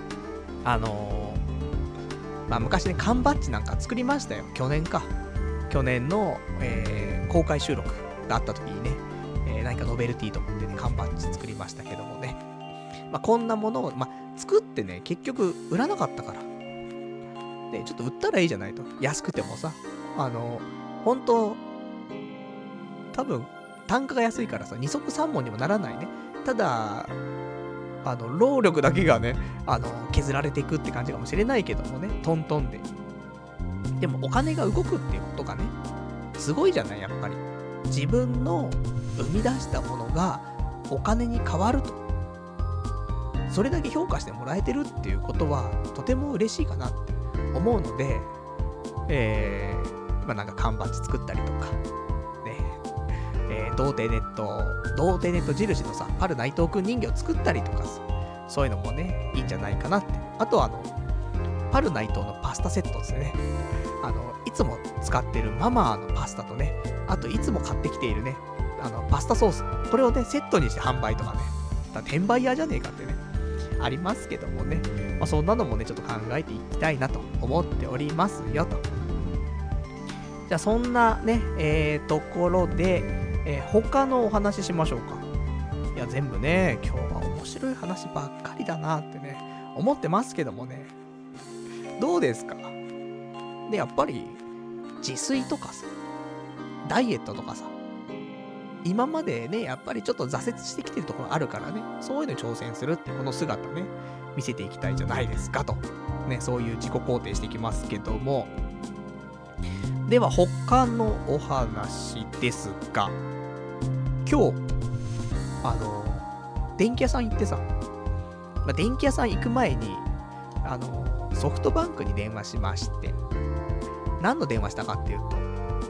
まあ昔ね、缶バッジなんか作りましたよ。去年の、公開収録があった時にね、何かノベルティと思ってね、缶バッジ作りましたけどもね。まあこんなものを、まあ作ってね、結局売らなかったから。で、ちょっと売ったらいいじゃないと。安くてもさ。本当多分、単価が安いからさ、二足三文にもならないね。ただ、労力だけがね、削られていくって感じかもしれないけどもね、トントンで。でもお金が動くっていうことがね、すごいじゃない、やっぱり。自分の生み出したものがお金に変わると。それだけ評価してもらえてるっていうことは、とても嬉しいかなって思うので、まあなんか缶バッジ作ったりとか、ね、童貞ネット印のさ、パル内藤くん人形作ったりとかさ、そういうのもね、いいんじゃないかなって。あとパル内藤のパスタセットですね。いつも使ってるママのパスタとね、あといつも買ってきているね、パスタソース、これをね、セットにして販売とかね、転売屋じゃねえかってね、ありますけどもね、まあ、そんなのもね、ちょっと考えていきたいなと思っておりますよと。じゃあそんなね、ところで、他のお話しましょうか。いや全部ね、今日は面白い話ばっかりだなってね、思ってますけどもね。どうですか？で、やっぱり自炊とかさ、ダイエットとかさ、今までね、やっぱりちょっと挫折してきてるところあるからね、そういうのに挑戦するってこの姿ね、見せていきたいじゃないですかと。ね、そういう自己肯定していきますけども。では他のお話ですが、今日電気屋さん行ってさ、まあ、電気屋さん行く前にソフトバンクに電話しまして、何の電話したかっていうと、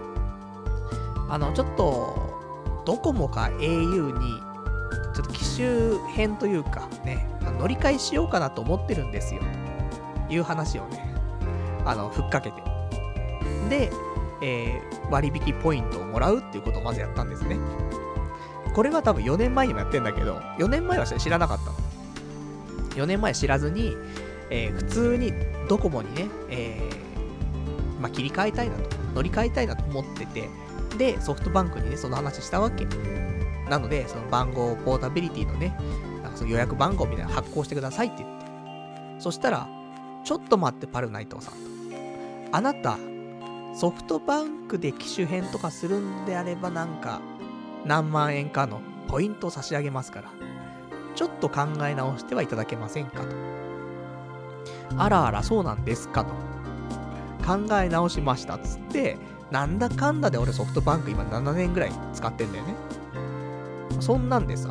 ちょっとドコモか au にちょっと機種変というかね、乗り換えしようかなと思ってるんですよという話をね、ふっかけて、で、割引ポイントをもらうっていうことをまずやったんですね。これは多分4年前にもやってんだけど、4年前は知らなかったの。4年前知らずに、普通にドコモにね、まあ、切り替えたいなと、乗り換えたいなと思ってて、で、ソフトバンクにね、その話したわけ。なので、その番号、ポータビリティのね、なんかその予約番号みたいなの発行してくださいって言って。そしたら、ちょっと待って、パルナイトさんと。あなた、ソフトバンクで機種変とかするんであればなんか、何万円かのポイントを差し上げますから、ちょっと考え直してはいただけませんかと。あらあら、そうなんですかと。考え直しましたっつって、なんだかんだで俺ソフトバンク今7年ぐらい使ってんだよね。そんなんでさ、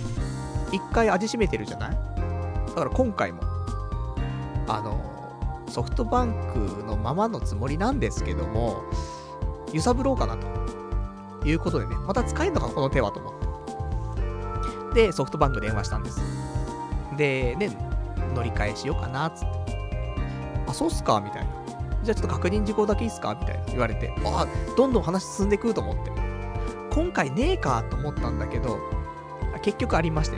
一回味しめてるじゃない？だから今回も、 ソフトバンクのままのつもりなんですけども、揺さぶろうかなということでね、また使えるのかこの手はと思って。で、ソフトバンク電話したんです。で、ね、乗り換えしようかな、つって。あ、そうっすかみたいな。じゃあちょっと確認事項だけいいっすかみたいな言われて、あ、どんどん話進んでくると思って。今回ねえかと思ったんだけど、結局ありましてね。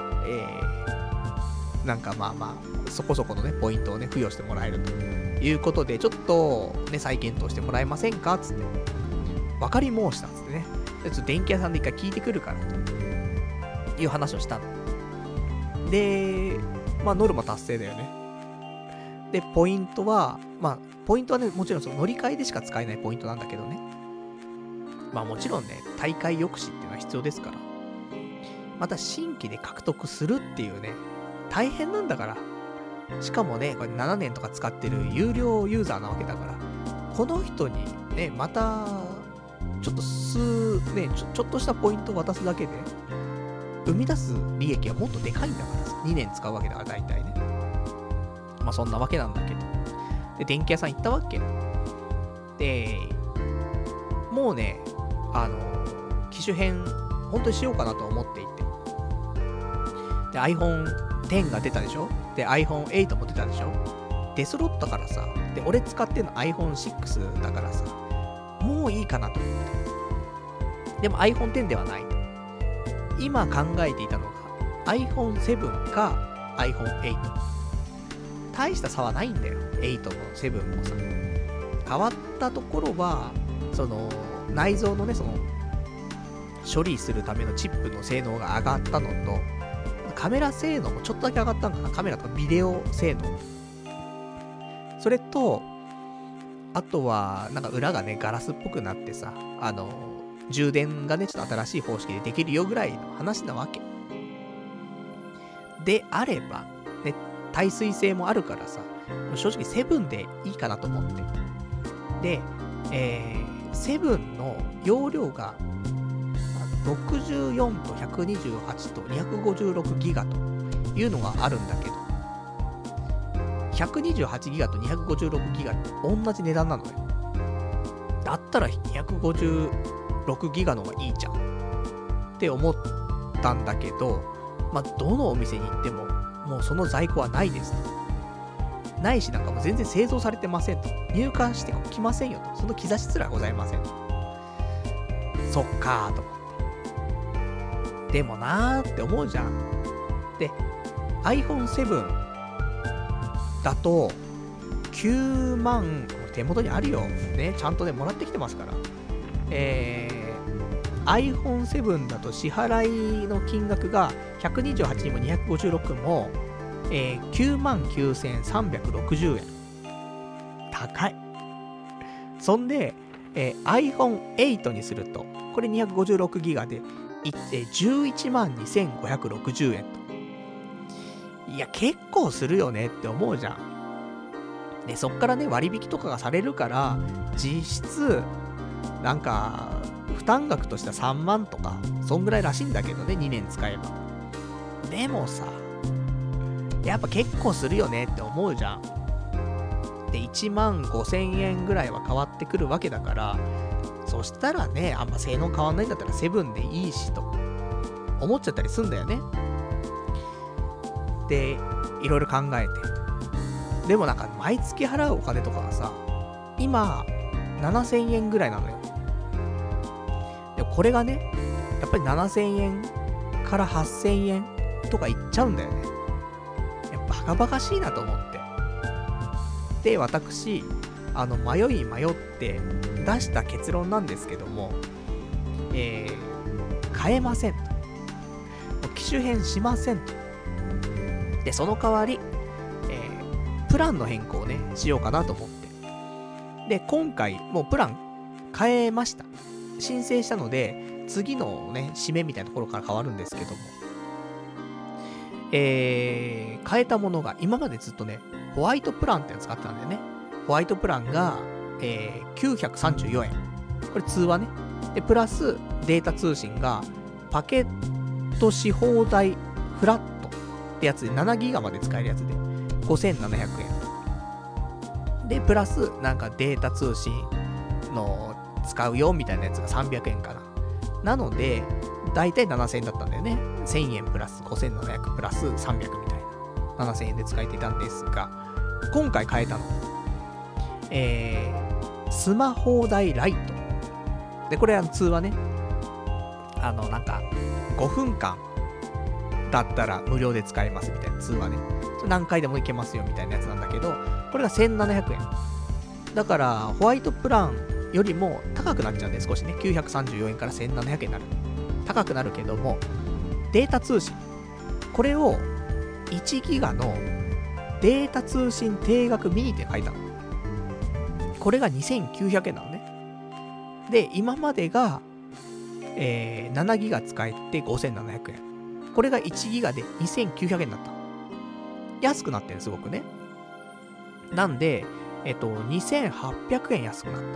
なんかまあまあ、そこそこのね、ポイントをね、付与してもらえるということで、ちょっとね、再検討してもらえませんかつって。わかり申したっつってね。ちょっと電気屋さんで一回聞いてくるからという話をしたの。で、まあノルマ達成だよね。で、ポイントはね、もちろんその乗り換えでしか使えないポイントなんだけどね。まあもちろんね、大会抑止っていうのは必要ですから。また新規で獲得するっていうね、大変なんだから。しかもね、これ7年とか使ってる有料ユーザーなわけだから、この人にね、また、ちょっとちょっとしたポイントを渡すだけで、生み出す利益はもっとでかいんだからさ。2年使うわけだから大体ね。まあそんなわけなんだけど。で、電気屋さん行ったわけ。で、もうね、機種変、本当にしようかなと思っていて。で、iPhone X が出たでしょ？で、iPhone 8も出たでしょ？出揃ったからさ。で、俺使ってんの iPhone 6だからさ。もういいかなと思って。でも iPhone X ではない。今考えていたのが iPhone 7か iPhone 8。大した差はないんだよ。8も7もさ。変わったところは、その、内蔵のね、その、処理するためのチップの性能が上がったのと、カメラ性能もちょっとだけ上がったのかな。カメラとかビデオ性能。それと、あとは、なんか裏がね、ガラスっぽくなってさ、充電がね、ちょっと新しい方式でできるよぐらいの話なわけ。であれば、ね、耐水性もあるからさ、正直7でいいかなと思って。で、7の容量が、64と128と256ギガというのがあるんだけど、128ギガと256ギガって同じ値段なのよ。だったら256ギガの方がいいじゃんって思ったんだけど、まあ、どのお店に行ってももうその在庫はないですと。ないし、なんかもう全然製造されてませんと。入荷してきませんよと。その兆しすらございませんと。そっかーと思って。でもなーって思うじゃん。で、iPhone 7だと9万、手元にあるよ。ね、ちゃんとね、もらってきてますから。iPhone 7だと支払いの金額が128にも256も、99,360円。高い。そんで、iPhone 8にすると、これ256ギガで、112,560円と。いや、結構するよねって思うじゃん。で、そっからね、割引とかがされるから、実質、なんか、負担額としては3万とか、そんぐらいらしいんだけどね、2年使えば。でもさ、やっぱ結構するよねって思うじゃん。で、15,000円ぐらいは変わってくるわけだから、そしたらね、あんま性能変わんないんだったら7でいいしと、思っちゃったりすんだよね。で、いろいろ考えて。でもなんか、毎月払うお金とかがさ、今、7,000円ぐらいなのよ。でもこれがね、やっぱり7,000円から8,000円とかいっちゃうんだよね。バカバカしいなと思って。で、私、迷って出した結論なんですけども、変えませんと。機種変しませんと。で、その代わり、プランの変更をね、しようかなと思って。で、今回、もうプラン変えました。申請したので、次のね、締めみたいなところから変わるんですけども。変えたものが、今までずっとね、ホワイトプランってやつ使ってたんだよね。ホワイトプランが、934円。これ通話ね。で、プラスデータ通信が、パケットし放題フラットってやつで7ギガまで使えるやつで、5,700円。 で、プラス、なんかデータ通信の使うよみたいなやつが300円かな。なので、だいたい7000円だったんだよね。1000円プラス5700プラス300みたいな。7000円で使えていたんですが、今回変えたの。スマホ代ライト。で、これ通話ね。なんか、5分間だったら無料で使えますみたいな通話ね。何回でもいけますよみたいなやつなんだけど、これが1700円。だから、ホワイトプランよりも高くなっちゃうんで、少しね。934円から1700円になる。高くなるけども、データ通信。これを1ギガのデータ通信定額ミニって書いたの。これが2900円なのね。で、今までが、7ギガ使えて5700円。これが1ギガで2900円になった。安くなってるすごくね。なんで、2800円安くなった。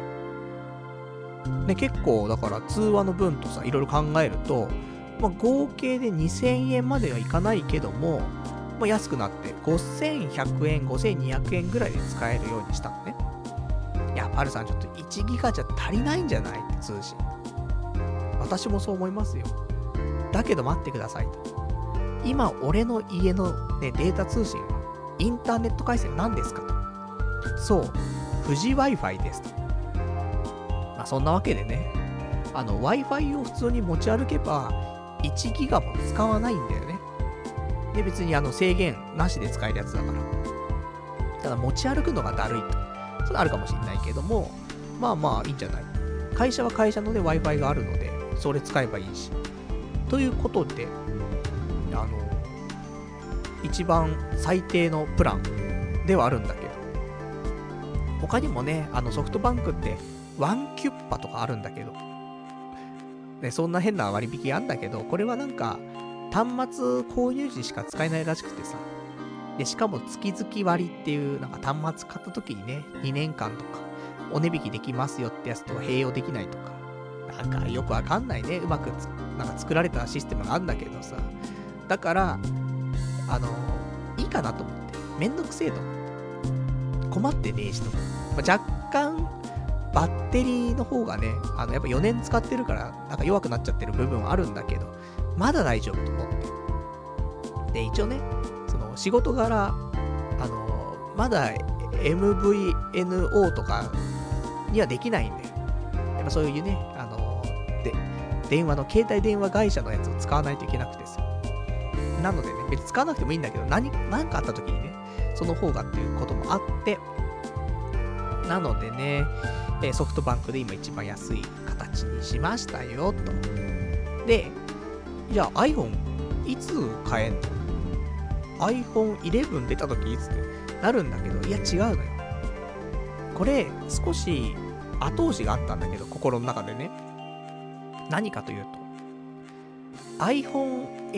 で、結構、だから通話の分とさ、いろいろ考えると、合計で2000円まではいかないけども、安くなって5100円、5200円ぐらいで使えるようにしたのね。いや、パルさんちょっと1ギガじゃ足りないんじゃないって通信。私もそう思いますよ。だけど待ってくださいと。今、俺の家の、ね、データ通信は、インターネット回線何ですかと。そう、富士 Wi-Fi ですと。そんなわけでね、Wi-Fi を普通に持ち歩けば、1ギガも使わないんだよね。で、別に制限なしで使えるやつだから。ただ持ち歩くのがだるいと。それあるかもしれないけども、まあいいんじゃない。会社は会社ので Wi-Fi があるので、それ使えばいいし。ということで、一番最低のプランではあるんだけど、他にもね、ソフトバンクってワンキュッパとかあるんだけど、ね、そんな変な割引あんだけど、これはなんか端末購入時しか使えないらしくてさ、でしかも月々割っていうなんか端末買った時にね、2年間とかお値引きできますよってやつと併用できないとか、なんかよくわかんないね、うまくなんか作られたシステムがあるんだけどさ、だからいいかなと思って、めんどくせえと思って、困ってねえしと、若干バッテリーの方がね、やっぱ4年使ってるからなんか弱くなっちゃってる部分はあるんだけど、まだ大丈夫と思って。で、一応ね、その仕事柄まだ MVNO とかにはできないんで、やっぱそういうね、電話の携帯電話会社のやつを使わないといけなくてさ。なのでね、別に使わなくてもいいんだけど、何かあった時にね、その方がっていうこともあって、なのでね、ソフトバンクで今一番安い形にしましたよ、と。で、じゃあ iPhone いつ買えんの？ iPhone 11出た時いつってなるんだけど、いや違うのよ。これ、少し後押しがあったんだけど、心の中でね。何かというと、iPhone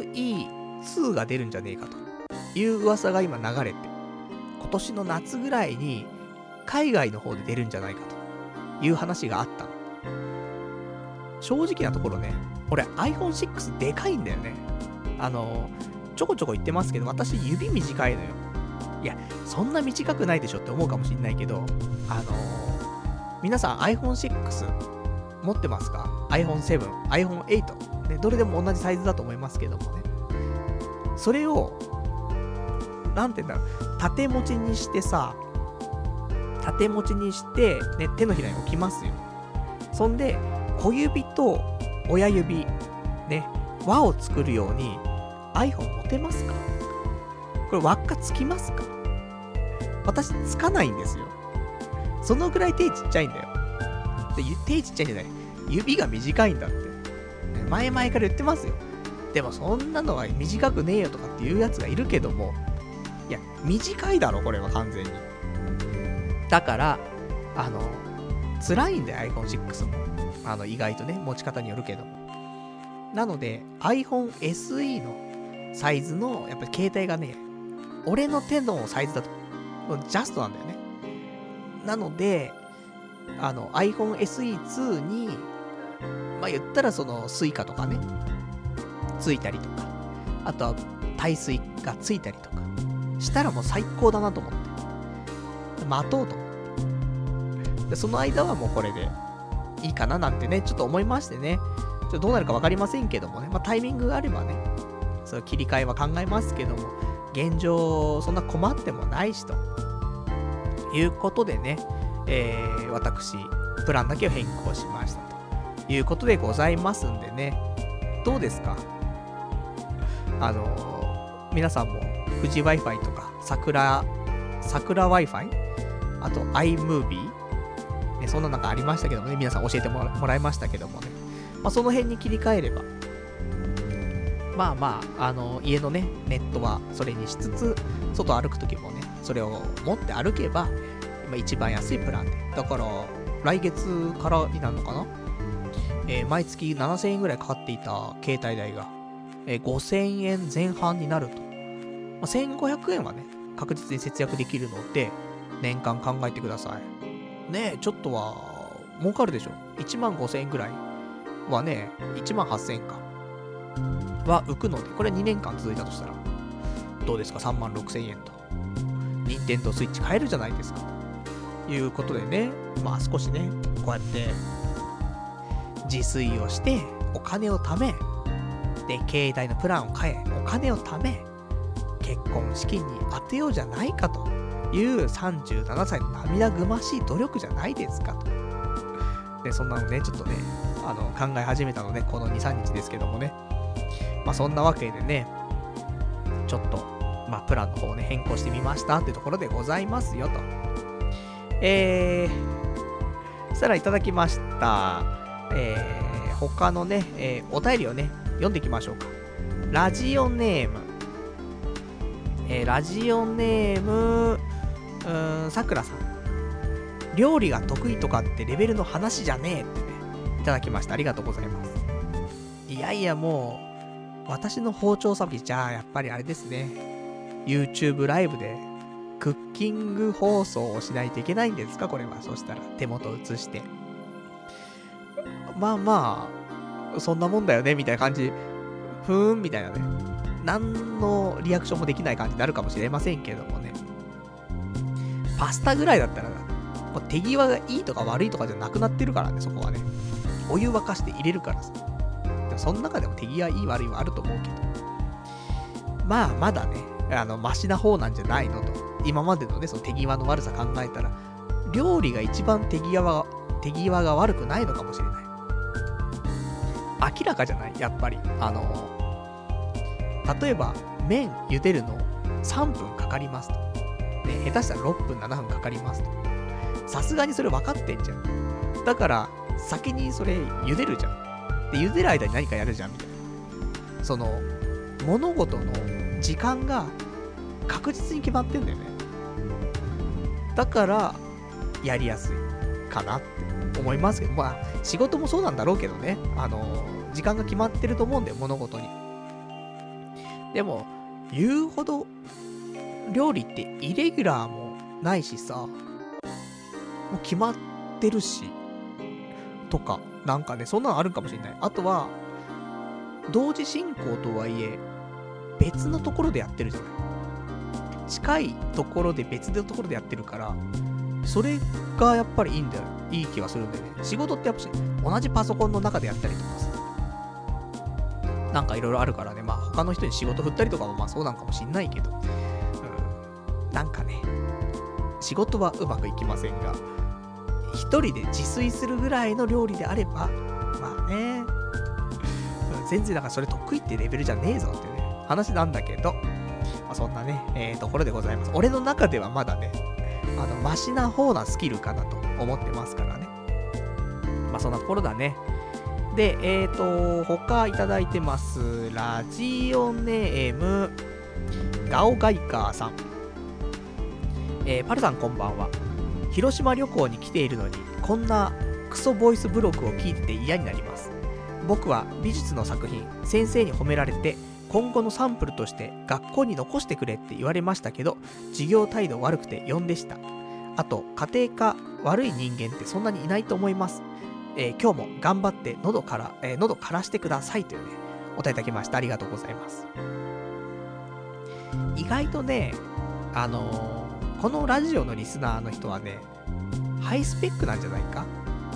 SE2 が出るんじゃねえかという噂が今流れて、今年の夏ぐらいに海外の方で出るんじゃないかという話があったの。正直なところね、俺 iPhone6 でかいんだよね。ちょこちょこ言ってますけど、私指短いのよ。いや、そんな短くないでしょって思うかもしんないけど、皆さん iPhone6 持ってますか？ iPhone7、iPhone8 ね、どれでも同じサイズだと思いますけどもね。それをなんて言うんだろう、縦持ちにしてさ、ね、手のひらに置きますよ。そんで小指と親指ね、輪を作るように iPhone 持てますか？これ輪っかつきますか？私つかないんですよ。そのぐらい手ちっちゃいんだよ。で、手ちっちゃいんじゃない、指が短いんだって。前々から言ってますよ。でもそんなのは短くねえよとかっていうやつがいるけども、いや、短いだろ、これは完全に。だから、辛いんだよ、iPhone6 も。意外とね、持ち方によるけども。なので、iPhone SE のサイズの、やっぱり携帯がね、俺の手のサイズだと、ジャストなんだよね。なので、iPhone SE2 に、言ったらその、スイカとかね、ついたりとか、あとは、耐水がついたりとか、したらもう最高だなと思って。 待とうと思って。で、その間はもうこれでいいかななんてね、ちょっと思いましてね。ちょっとどうなるか分かりませんけどもね。まあタイミングがあればね、そういう切り替えは考えますけども、現状そんな困ってもないしということでね、私プランだけを変更しましたということでございますんでね。どうですか？皆さんも富士 Wi-Fi とか桜 Wi-Fi、 あと iMovie、ね、そんななんかありましたけどもね、皆さん教えてもらいましたけどもね、まあ、その辺に切り替えれば、まあまあ、家のね、ネットはそれにしつつ、外歩くときもね、それを持って歩けば、今一番安いプランで。だから、来月からになるのかな、毎月7000円ぐらいかかっていた携帯代が、5000円前半になると。まあ、1500円はね、確実に節約できるので、年間考えてください。ねえ、ちょっとは、儲かるでしょ。1万5000円ぐらいはね、1万8000円か。は浮くので、これ2年間続いたとしたら、どうですか？ 3 万6000円と。任天堂スイッチ買えるじゃないですか。ということでね、まあ少しね、こうやって、自炊をして、お金を貯め、で、携帯のプランを変え、お金を貯め、結婚資金に当てようじゃないかという37歳の涙ぐましい努力じゃないですかと。で、そんなのね、ちょっとね、考え始めたのね、この2、3日ですけどもね。まあそんなわけでね、ちょっと、まあプランの方をね、変更してみましたってところでございますよと。そしたらいただきました。他のね、お便りをね、読んでいきましょうか。ラジオネーム、さくらさん。料理が得意とかってレベルの話じゃねえってね、いただきました。ありがとうございます。いやいや、もう、私の包丁さばきじゃあ、やっぱりあれですね。YouTube ライブで、クッキング放送をしないといけないんですかこれは。そしたら、手元映して。まあまあ、そんなもんだよね、みたいな感じ。ふーん、みたいなね。何のリアクションもできない感じになるかもしれませんけどもね。パスタぐらいだったら、もう手際がいいとか悪いとかじゃなくなってるからね、そこはね。お湯沸かして入れるからさ。でもその中でも手際いい悪いはあると思うけど。まあ、まだね、マシな方なんじゃないのと。今までのね、その手際の悪さ考えたら、料理が一番手際が悪くないのかもしれない。明らかじゃないやっぱり。例えば、麺茹でるの3分かかりますと。ね、下手したら6分、7分かかりますと。さすがにそれ分かってんじゃん。だから、先にそれ茹でるじゃん。で、茹でる間に何かやるじゃん、みたいな。その、物事の時間が確実に決まってんだよね。だから、やりやすいかなって思いますけど、まあ、仕事もそうなんだろうけどね。時間が決まってると思うんだよ、物事に。でも、言うほど、料理ってイレギュラーもないしさ、もう決まってるし、とか、なんかね、そんなのあるかもしれない。あとは、同時進行とはいえ、別のところでやってるじゃない。近いところで別のところでやってるから、それがやっぱりいいんだよ。いい気がするんだよね。仕事ってやっぱ同じパソコンの中でやったりとかさ。なんかいろいろあるからね。まあ他の人に仕事振ったりとかもまあそうなんかもしんないけど。なんかね、仕事はうまくいきませんが、一人で自炊するぐらいの料理であれば、まあね、全然だからそれ得意ってレベルじゃねえぞってね、話なんだけど、まあ、そんなね、ところでございます。俺の中ではまだね、マシな方なスキルかなと思ってますからね。まあそんなところだね。で、他いただいてます。ラジオネーム、ガオガイカーさん。パルさんこんばんは。広島旅行に来ているのに、こんなクソボイスブログを聞いてて嫌になります。僕は美術の作品、先生に褒められて、今後のサンプルとして学校に残してくれって言われましたけど、授業態度悪くて4でした。あと、家庭科悪い人間ってそんなにいないと思います。今日も頑張って喉枯らしてくださいというね、お答えいただきました。ありがとうございます。意外とね、 このラジオのリスナーの人はね、ハイスペックなんじゃないか。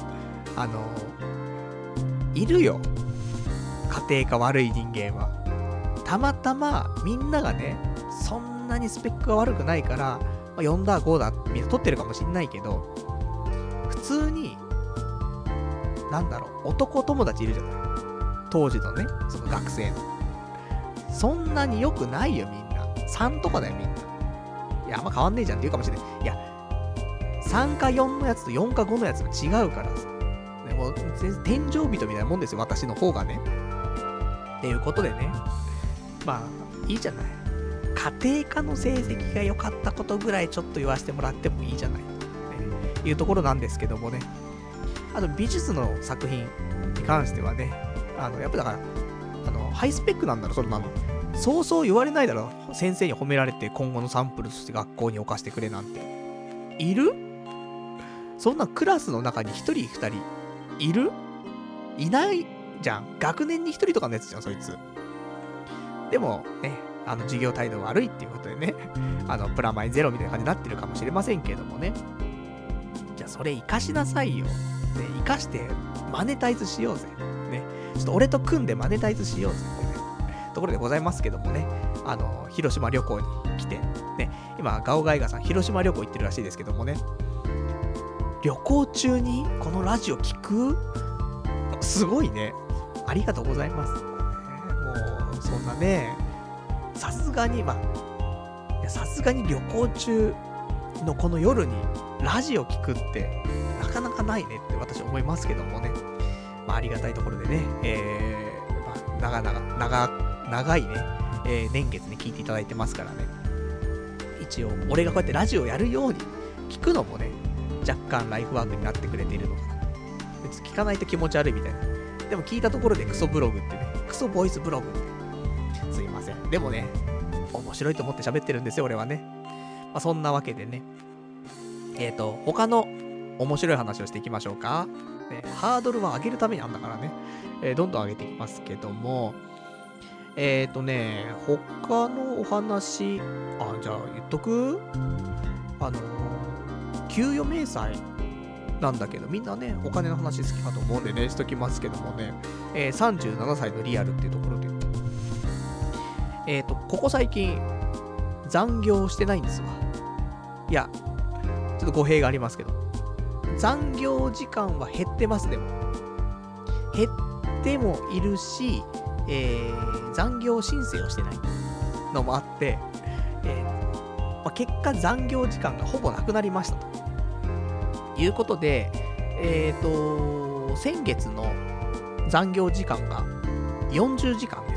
いるよ。家庭科悪い人間は。たまたまみんながね、そんなにスペックが悪くないから、まあ、4だ5だみんな取ってるかもしんないけど、普通になんだろう、男友達いるじゃない。当時のね、その学生の。そんなに良くないよみんな。3とかだよみんな。いや、あんま変わんねえじゃんって言うかもしれない。いや、3か4のやつと4か5のやつは違うからさ。ね、もう天井人みたいなもんですよ、私の方がね。っていうことでね。まあ、いいじゃない。家庭科の成績が良かったことぐらいちょっと言わせてもらってもいいじゃない。ね、いうところなんですけどもね。あと美術の作品に関してはね、やっぱだから、ハイスペックなんだろ、それなの。そうそう言われないだろ。先生に褒められて今後のサンプルとして学校に置かせてくれなんて。いる？そんなクラスの中に1人2人いる？いないじゃん。学年に1人とかのやつじゃん、そいつ。でもね、授業態度悪いっていうことでね、プラマイゼロみたいな感じになってるかもしれませんけどもね。じゃあそれ活かしなさいよ。ね、活かしてマネタイズしようぜ。ね、ちょっと俺と組んでマネタイズしようぜってね、ところでございますけどもね、広島旅行に来て、ね、今、ガオガイガさん、広島旅行行ってるらしいですけどもね、旅行中にこのラジオ聞く？すごいね。ありがとうございます。もう、そんなね、さすがに、さすがに旅行中のこの夜にラジオ聞くって、なかなかないねって私は思いますけどもね。まあ、ありがたいところでね、長いね、年月に聞いていただいてますからね。一応、俺がこうやってラジオやるように聞くのもね、若干ライフワークになってくれているのかな。別に聞かないと気持ち悪いみたいな。でも聞いたところでクソブログってね、クソボイスブログって。すいません。でもね、面白いと思って喋ってるんですよ、俺はね。まあ、そんなわけでね。他の面白い話をしていきましょうか。ね、ハードルは上げるためにあんだからね。どんどん上げていきますけども。他のお話、じゃあ言っとく？給与明細なんだけど、みんなね、お金の話好きかと思うんでね、しときますけどもね。37歳のリアルっていうところで。ここ最近、残業してないんですわ。いや、ちょっと語弊がありますけど。残業時間は減ってます、でも。減ってもいるし、残業申請をしてないのもあって、結果残業時間がほぼなくなりましたということで、先月の残業時間が40時間です。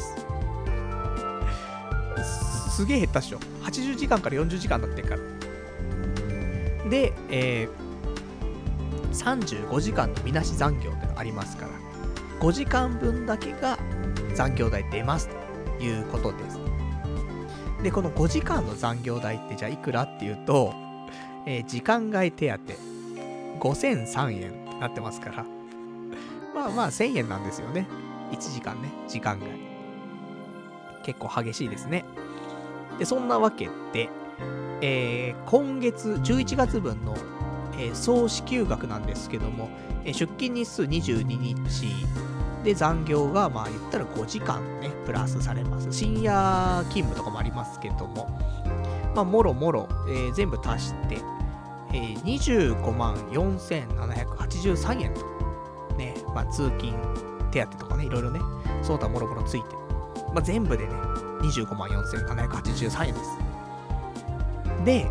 すげえ減ったっしょ。80時間から40時間になってるから。で、35時間のみなし残業ってのがありますから、5時間分だけが残業代出ますということです。で、この5時間の残業代ってじゃあいくらっていうと、時間外手当5003円ってなってますから、まあ1000円なんですよね。1時間ね、時間外。結構激しいですね。で、そんなわけで、今月11月分の、総支給額なんですけども、出勤日数22日で残業が言ったら5時間ねプラスされます。深夜勤務とかもありますけども、もろもろ、全部足して、25万4783円とね、通勤手当とかね、いろいろね、その他もろもろついて、全部でね25万4783円です。で、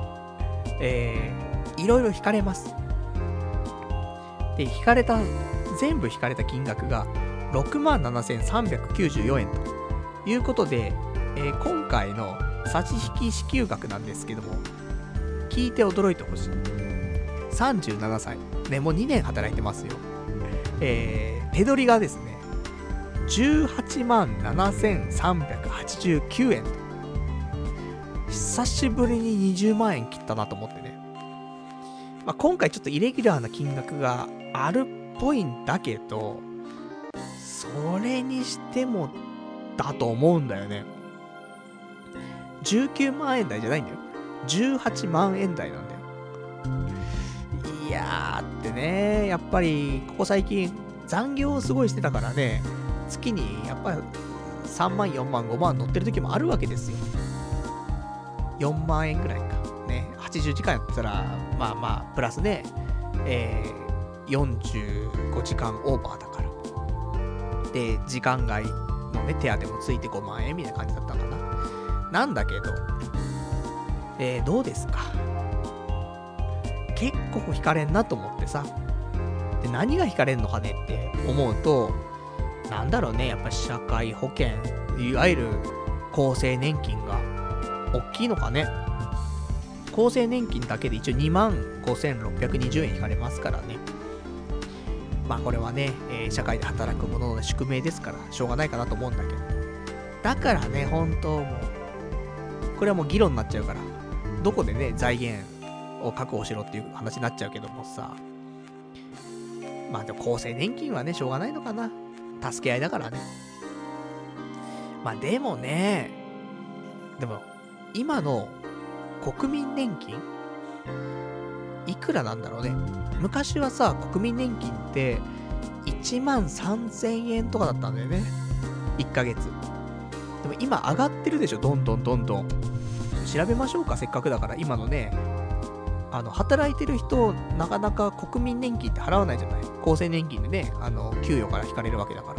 いろいろ引かれます。で、全部引かれた金額が67,394円ということで、今回の差し引き支給額なんですけども、聞いて驚いてほしい。37歳。ね、もう2年働いてますよ。手取りがですね、187,389円。久しぶりに20万円切ったなと思ってね。今回ちょっとイレギュラーな金額があるっぽいんだけど、それにしてもだと思うんだよね。19万円台じゃないんだよ。 18万円台なんだよ。いやーってね、やっぱりここ最近残業をすごいしてたからね、月にやっぱり3万、4万、5万乗ってる時もあるわけですよ。4万円くらいか。ね、80時間やったら、まあまあ、プラスね、45時間オーバーだから。で、時間外のね、手当もついて5万円みたいな感じだったかな。なんだけど、どうですか？結構惹かれんなと思ってさ。で、何が惹かれんのかねって思うと、なんだろうね、やっぱ社会保険、いわゆる厚生年金が大きいのかね。厚生年金だけで一応25,620円引かれますからね。まあこれはね、社会で働く者の宿命ですからしょうがないかなと思うんだけど、だからね、本当もうこれはもう議論になっちゃうから、どこでね財源を確保しろっていう話になっちゃうけどもさ、まあでも厚生年金はねしょうがないのかな、助け合いだからね。まあでもね、でも今の国民年金いくらなんだろうね。昔はさ、国民年金って13,000円とかだったんだよね、1ヶ月。でも今上がってるでしょ、どんどんどんどん。調べましょうか、せっかくだから。今のね、働いてる人なかなか国民年金って払わないじゃない。厚生年金でね、給与から引かれるわけだから。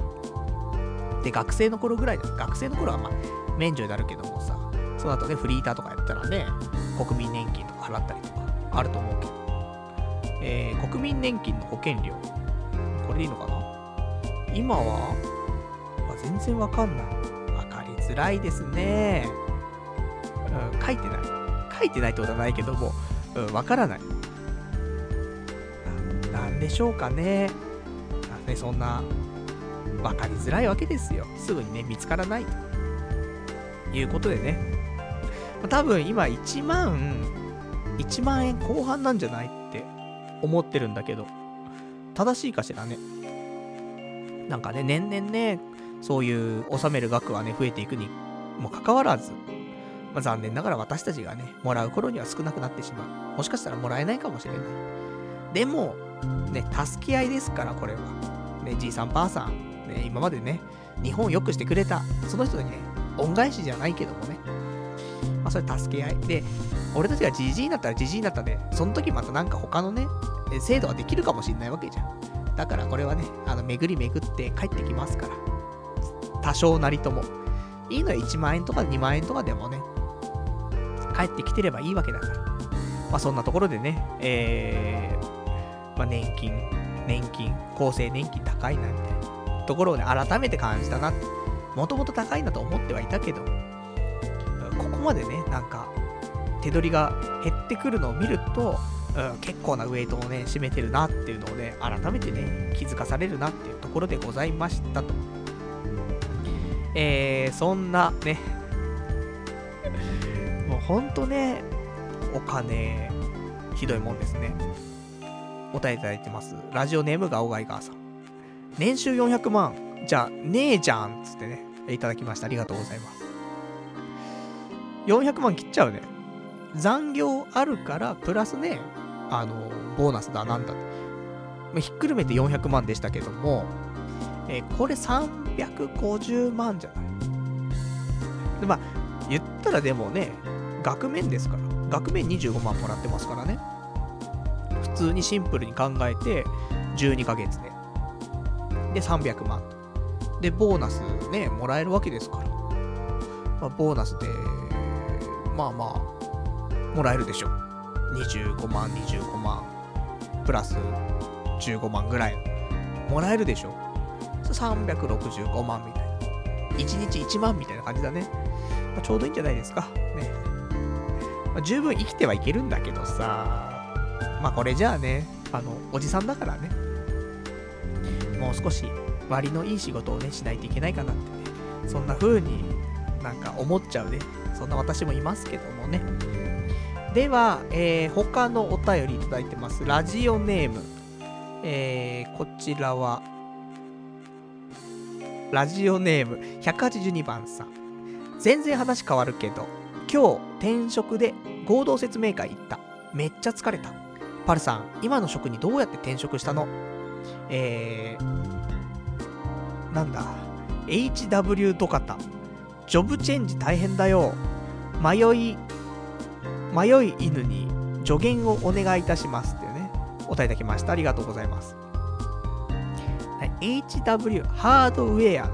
で、学生の頃ぐらいだ。学生の頃はまあ免除になるけどもさ、その後ねフリーターとかやったらね、国民年金とか払ったりとかあると思うけど、国民年金の保険料、これでいいのかな。今は、全然わかんない。わかりづらいですね。書いてない。書いてないってことはないけども、わからない。なんでしょうかね。なんでそんな、わかりづらいわけですよ。すぐにね、見つからないということでね。多分今1万円後半なんじゃないって思ってるんだけど、正しいかしらね。なんかね、年々ね、そういう納める額はね、増えていくにもかかわらず、残念ながら私たちがね、もらう頃には少なくなってしまう。もしかしたらもらえないかもしれない。でも、ね、助け合いですから、これは。ね、じいさんばあさん、ね、今までね、日本を良くしてくれた、その人にね、恩返しじゃないけどもね、それ助け合い。で、俺たちがじじいになったらじじいになったで、その時またなんか他のね、制度ができるかもしれないわけじゃん。だからこれはね、巡り巡って帰ってきますから。多少なりとも。いいのは1万円とか2万円とかでもね、帰ってきてればいいわけだから。そんなところでね、年金、厚生年金高いなみたいなところをね、改めて感じたな。もともと高いなと思ってはいたけど、ここまでね、なんか、手取りが減ってくるのを見ると、結構なウェイトをね、占めてるなっていうのをね、改めてね、気づかされるなっていうところでございましたと。そんなね、もうほんとね、お金、ひどいもんですね。お便りいただいてます。ラジオネームがおがいがーさん。年収400万、じゃねえじゃんつってね、いただきました。ありがとうございます。400万切っちゃうね。残業あるから、プラスね、ボーナスだなんだって。ひっくるめて400万でしたけども、これ350万じゃない。で、言ったらでもね、額面ですから。額面25万もらってますからね。普通にシンプルに考えて、12ヶ月で。で、300万。で、ボーナスね、もらえるわけですから。ボーナスで、もらえるでしょ。25万、25万、プラス15万ぐらい。もらえるでしょ。365万みたいな。1日1万みたいな感じだね。ちょうどいいんじゃないですか。ね。十分生きてはいけるんだけどさ。これじゃあね、おじさんだからね。もう少し割のいい仕事をね、しないといけないかなってね。そんな風になんか思っちゃうね。そんな私もいますけどもね。では、他のお便りいただいてます。ラジオネーム。こちらは、ラジオネーム182番さん。全然話変わるけど、今日転職で合同説明会行った。めっちゃ疲れた。パルさん、今の職にどうやって転職したの？なんだ。HW ドカタ。ジョブチェンジ大変だよ。迷い犬に助言をお願いいたしますっていうね、お答えいただきました。ありがとうございます。HW、ハードウェア。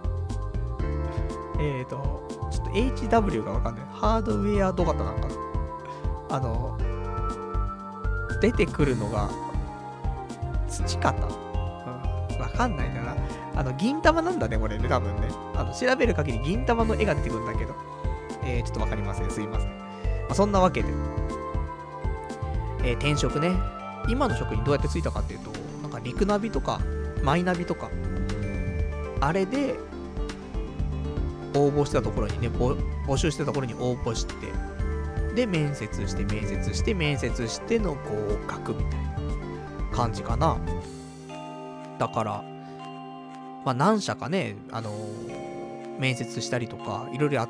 ちょっと HW がわかんない。ハードウェアド型なんかな。出てくるのが、土方、わかんないんだな。銀玉なんだね、これね、多分ね。調べる限り銀玉の絵が出てくるんだけど。ちょっとわかりません。すいません。そんなわけで。転職ね。今の職にどうやってついたかっていうと、なんかリクナビとか、マイナビとか、あれで、応募してたところにね、募集してたところに応募して、で、面接しての合格みたいな感じかな。だから、まあ何社かね、面接したりとか、いろいろやって、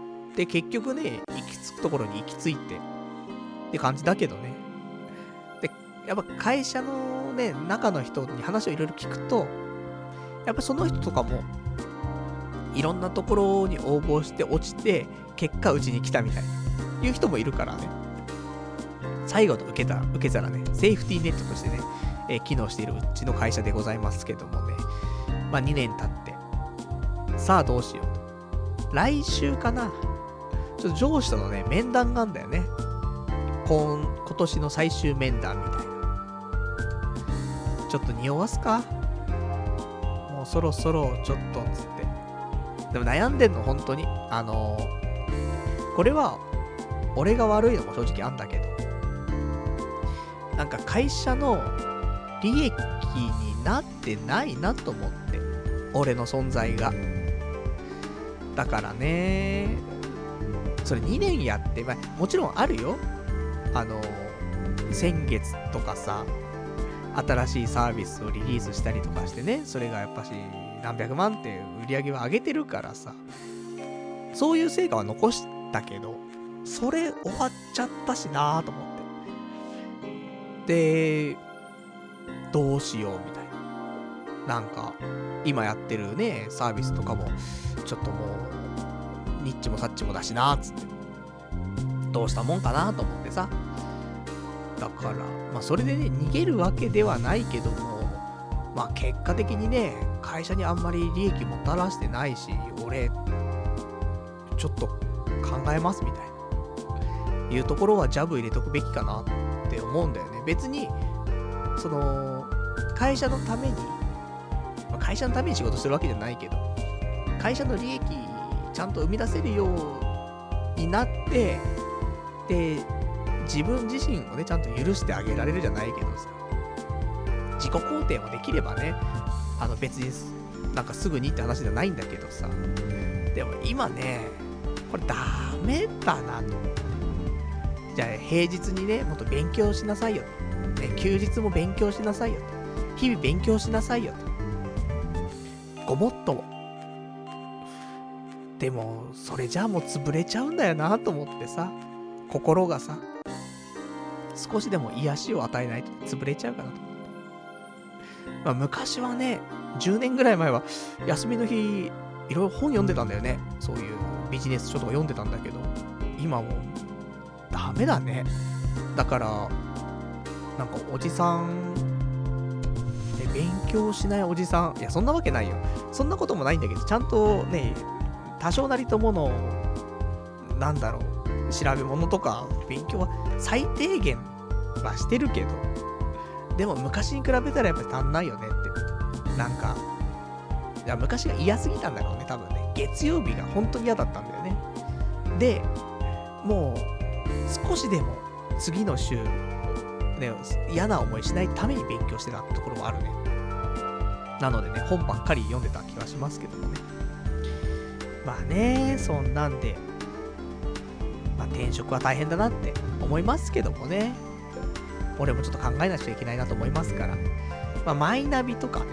結局ね、行き着くところに行き着いて、って感じだけどね。で、やっぱ会社のね、中の人に話をいろいろ聞くと、やっぱその人とかも、いろんなところに応募して落ちて、結果うちに来たみたいな、いう人もいるからね。最後の受け皿ね、セーフティーネットとしてね、機能しているうちの会社でございますけどもね。まあ2年経って、さあどうしようと。来週かな。ちょっと上司とのね、面談があんだよね。今年の最終面談みたいな。ちょっと匂わすか？もうそろそろちょっとつって。でも悩んでんの本当に。これは俺が悪いのも正直あんだけど、なんか会社の利益になってないなと思って、俺の存在が。だからね、それ2年やって、まあ、もちろんあるよ。先月とかさ、新しいサービスをリリースしたりとかしてね、それがやっぱし何百万って売り上げは上げてるからさ、そういう成果は残したけど、それ終わっちゃったしなーと思って。で、どうしようみたいな。なんか、今やってるね、サービスとかも、ちょっともう、ニッチもサッチもだしなーつって。どうしたもんかなと思ってさ。だから、まあそれでね、逃げるわけではないけども、まあ結果的にね、会社にあんまり利益もたらしてないし、俺、ちょっと考えますみたいな。いうところはジャブ入れとくべきかなって思うんだよね。別に、会社のために、まあ、会社のために仕事するわけじゃないけど、会社の利益ちゃんと生み出せるようになって、で、自分自身をね、ちゃんと許してあげられるじゃないけどさ、自己肯定もできればね、別になんかすぐにって話じゃないんだけどさ、でも今ね、これダメだなと。じゃあ平日にね、もっと勉強しなさいよと。ね、休日も勉強しなさいよと。日々勉強しなさいよと。ごもっとも。でも、それじゃあもう潰れちゃうんだよなと思ってさ、心がさ、少しでも癒しを与えないと潰れちゃうかなと思って。まあ昔はね、10年ぐらい前は休みの日、いろいろ本読んでたんだよね。そういうビジネス書とか読んでたんだけど、今もうダメだね。だから、なんかおじさん、勉強しないおじさん、いやそんなわけないよ。そんなこともないんだけど、ちゃんとね、多少なりともの、なんだろう、調べ物とか勉強は最低限はしてるけど、でも昔に比べたらやっぱり足んないよねって。なんか、いや昔が嫌すぎたんだろうね、多分ね。月曜日が本当に嫌だったんだよね。で、もう少しでも次の週、ね、嫌な思いしないために勉強してたところもあるね。なのでね、本ばっかり読んでた気がしますけどもね。まあね、そんなんで、まあ転職は大変だなって思いますけどもね。俺もちょっと考えなきゃいけないなと思いますから。まあマイナビとかね、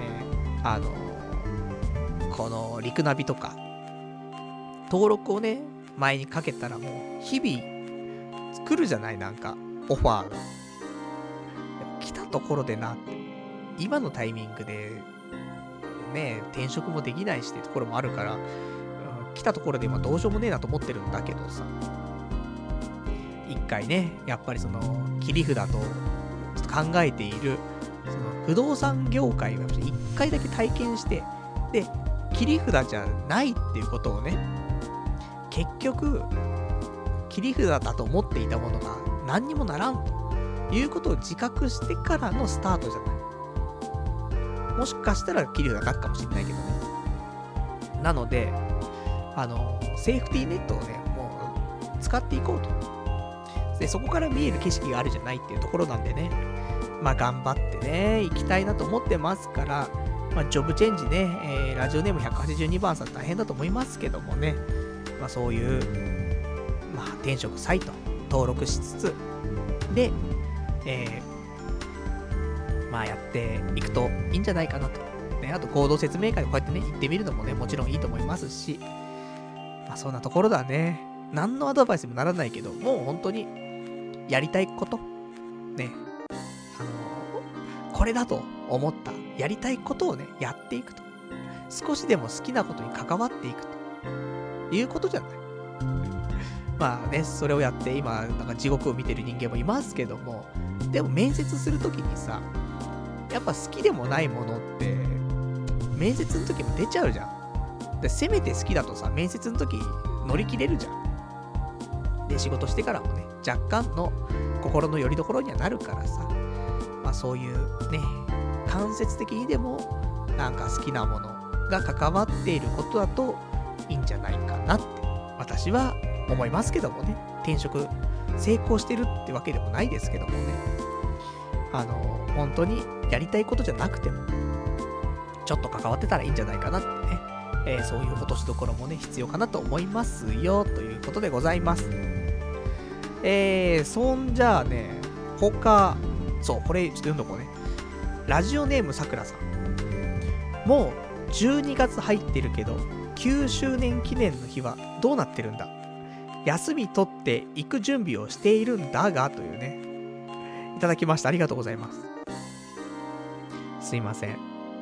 このリクナビとか、登録をね、前にかけたらもう日々、 来るじゃない、なんか、オファーが。でも来たところでなって、今のタイミングで、ね、転職もできないしってところもあるから、来たところで今どうしようもねえなと思ってるんだけどさ、一回ね、やっぱりその、切り札と考えている、その不動産業界を一回だけ体験して、で、切り札じゃないっていうことをね、結局、切り札だと思っていたものが何にもならんということを自覚してからのスタートじゃない。もしかしたら切り札になるかもしれないけどね。なので、セーフティーネットをね、もう使っていこうと。で、そこから見える景色があるじゃないっていうところなんでね、まあ頑張ってね、行きたいなと思ってますから、まあジョブチェンジね、ラジオネーム182番さん大変だと思いますけどもね、まあそういう、まあ転職サイト登録しつつ、で、まあやっていくといいんじゃないかなと。ね、あと行動説明会でこうやってね、行ってみるのもね、もちろんいいと思いますし、まあそんなところだね。何のアドバイスにもならないけど、もう本当に、やりたいこと、ね、これだと思った、やりたいことをね、やっていくと。少しでも好きなことに関わっていくということじゃない。まあね、それをやって今、なんか地獄を見てる人間もいますけども、でも面接するときにさ、やっぱ好きでもないものって、面接の時も出ちゃうじゃん。で、せめて好きだとさ、面接の時乗り切れるじゃん。で、仕事してからもね、若干の心の拠り所にはなるからさ、まあそういうね、間接的にでも、なんか好きなものが関わっていることだといいんじゃないかなって、私は思いますけどもね。転職成功してるってわけでもないですけどもね。本当にやりたいことじゃなくても、ちょっと関わってたらいいんじゃないかなってね。そういう落としどころもね、必要かなと思いますよ、ということでございます。そんじゃあね、他、そう、これちょっと読んどこうね。ラジオネームさくらさん。もう12月入ってるけど、9周年記念の日はどうなってるんだ？休み取って行く準備をしているんだが、というね。いただきました。ありがとうございます。すいません。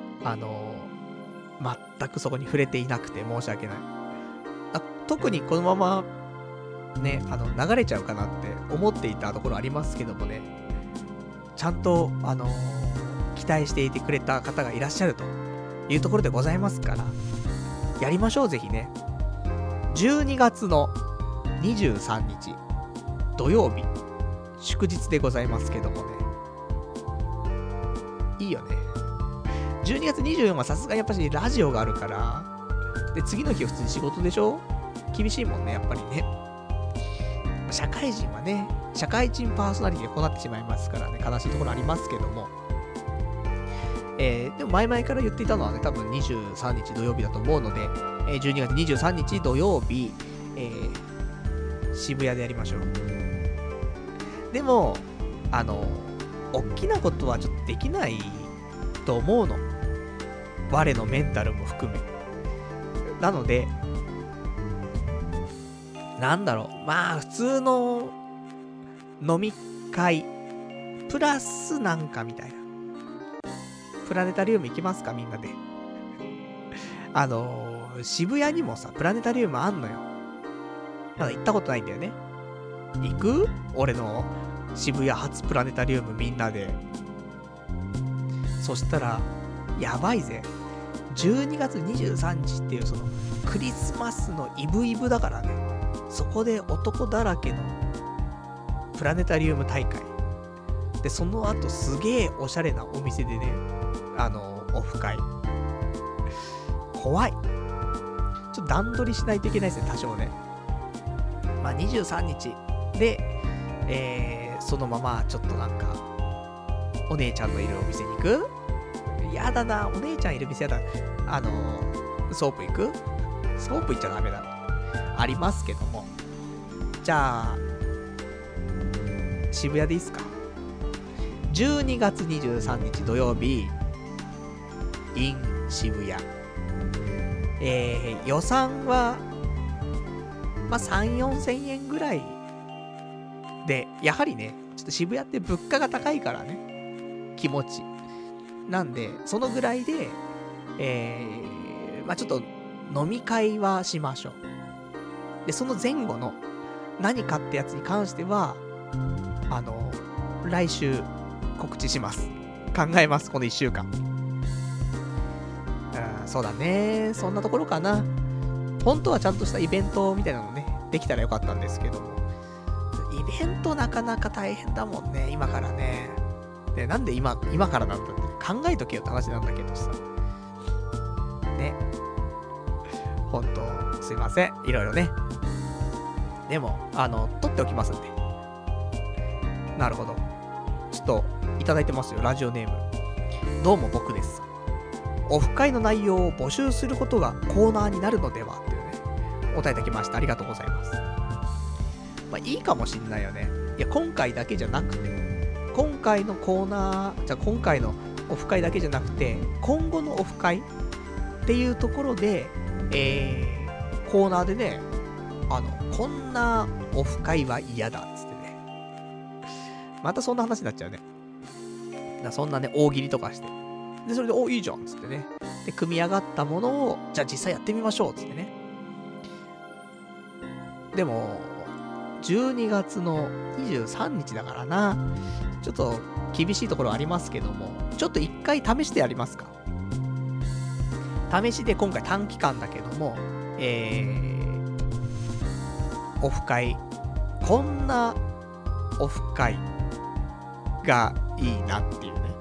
全くそこに触れていなくて申し訳ない。特にこのまま、ね、流れちゃうかなって思っていたところありますけどもね。ちゃんと、期待していてくれた方がいらっしゃるというところでございますから、やりましょう、ぜひね。12月の23日、土曜日、祝日でございますけどもね。いいよね。12月24はさすがにやっぱしラジオがあるから、で、次の日は普通に仕事でしょ？厳しいもんね、やっぱりね。社会人はね、社会人パーソナリティがこうなってしまいますからね、悲しいところありますけども。でも前々から言っていたのはね、多分23日土曜日だと思うので、12月23日土曜日、渋谷でやりましょう。でも、大きなことはちょっとできないと思うの。我のメンタルも含め。なので、なんだろう。まあ、普通の飲み会、プラスなんかみたいな。プラネタリウム行きますかみんなで。渋谷にもさ、プラネタリウムあんのよ。まだ行ったことないんだよね。行く？俺の渋谷初プラネタリウムみんなで。そしたら、やばいぜ。12月23日っていうそのクリスマスのイブイブだからね。そこで男だらけのプラネタリウム大会。で、その後すげえおしゃれなお店でね、オフ会。怖い。ちょっと段取りしないといけないですね、多少ね。まあ、23日で、そのままちょっとなんか、お姉ちゃんのいるお店に行く？やだな、お姉ちゃんいる店やだ。ソープ行く？ソープ行っちゃダメだ。ありますけども。じゃあ、渋谷でいいっすか。12月23日土曜日、in 渋谷。予算は、まあ、3、4千円ぐらいで、やはりね、ちょっと渋谷って物価が高いからね、気持ち。なんで、そのぐらいで、まあちょっと飲み会はしましょう。で、その前後の何かってやつに関しては、来週告知します。考えます、この1週間。そうだね。そんなところかな。本当はちゃんとしたイベントみたいなのね、できたらよかったんですけども。イベントなかなか大変だもんね、今からね。で、なんで今からなんだって考えとけよって話なんだけどさ。ね。ほんと、すいません。いろいろね。でも、撮っておきますんで。なるほど。ちょっと、いただいてますよ、ラジオネーム。どうも僕です。オフ会の内容を募集することがコーナーになるのではっていうね、お答えいただきました。ありがとうございます。まあいいかもしんないよね。いや、今回だけじゃなくて、今回のコーナー、じゃあ今回のオフ会だけじゃなくて、今後のオフ会っていうところで、コーナーでね、こんなオフ会は嫌だっつってね。またそんな話になっちゃうね。そんなね、大喜利とかして。で、それで、いいじゃんっつってね。で、組み上がったものを、じゃあ実際やってみましょうっつってね。でも、12月の23日だからな。ちょっと厳しいところありますけども、ちょっと一回試してやりますか。試しで今回短期間だけども、オフ会、こんなオフ会がいいなっていうね。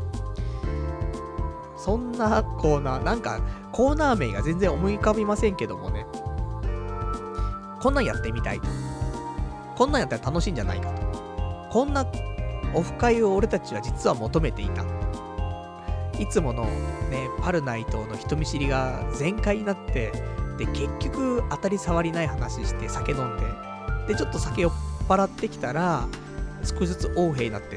そんなコーナー、なんかコーナー名が全然思い浮かびませんけどもね。こんなんやってみたいと。こんなんやったら楽しいんじゃないかと。こんなオフ会を俺たちは実は求めていた。いつものね、パルナイトの人見知りが全開になって、で、結局当たり障りない話して酒飲んで、で、ちょっと酒酔っ払ってきたら、少しずつ横柄になってって、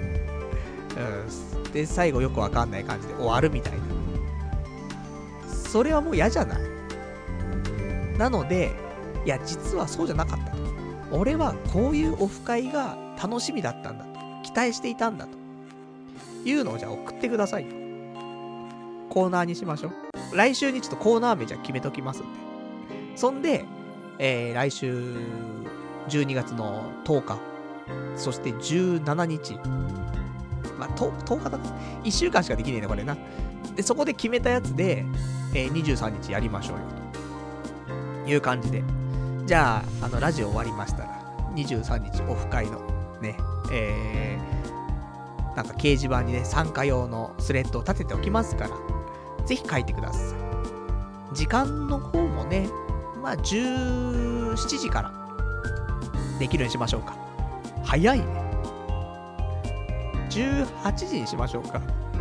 で、最後よくわかんない感じで終わるみたいな。それはもう嫌じゃない？なので、いや、実はそうじゃなかったと。俺はこういうオフ会が楽しみだったんだと。期待していたんだと。いうのをじゃあ送ってくださいと。コーナーにしましょう。来週にちょっとコーナー名じゃ決めときますんで。そんで、来週12月の10日、そして17日、まあ、10日だと1週間しかできねえね、これな。で、そこで決めたやつで、23日やりましょうよ、という感じで。じゃあ、ラジオ終わりましたら、23日オフ会の、ね、なんか掲示板にね、参加用のスレッドを立てておきますから、ぜひ書いてください。時間の方もね、まあ、17時からできるようにしましょうか。早いね。18時にしましょうか。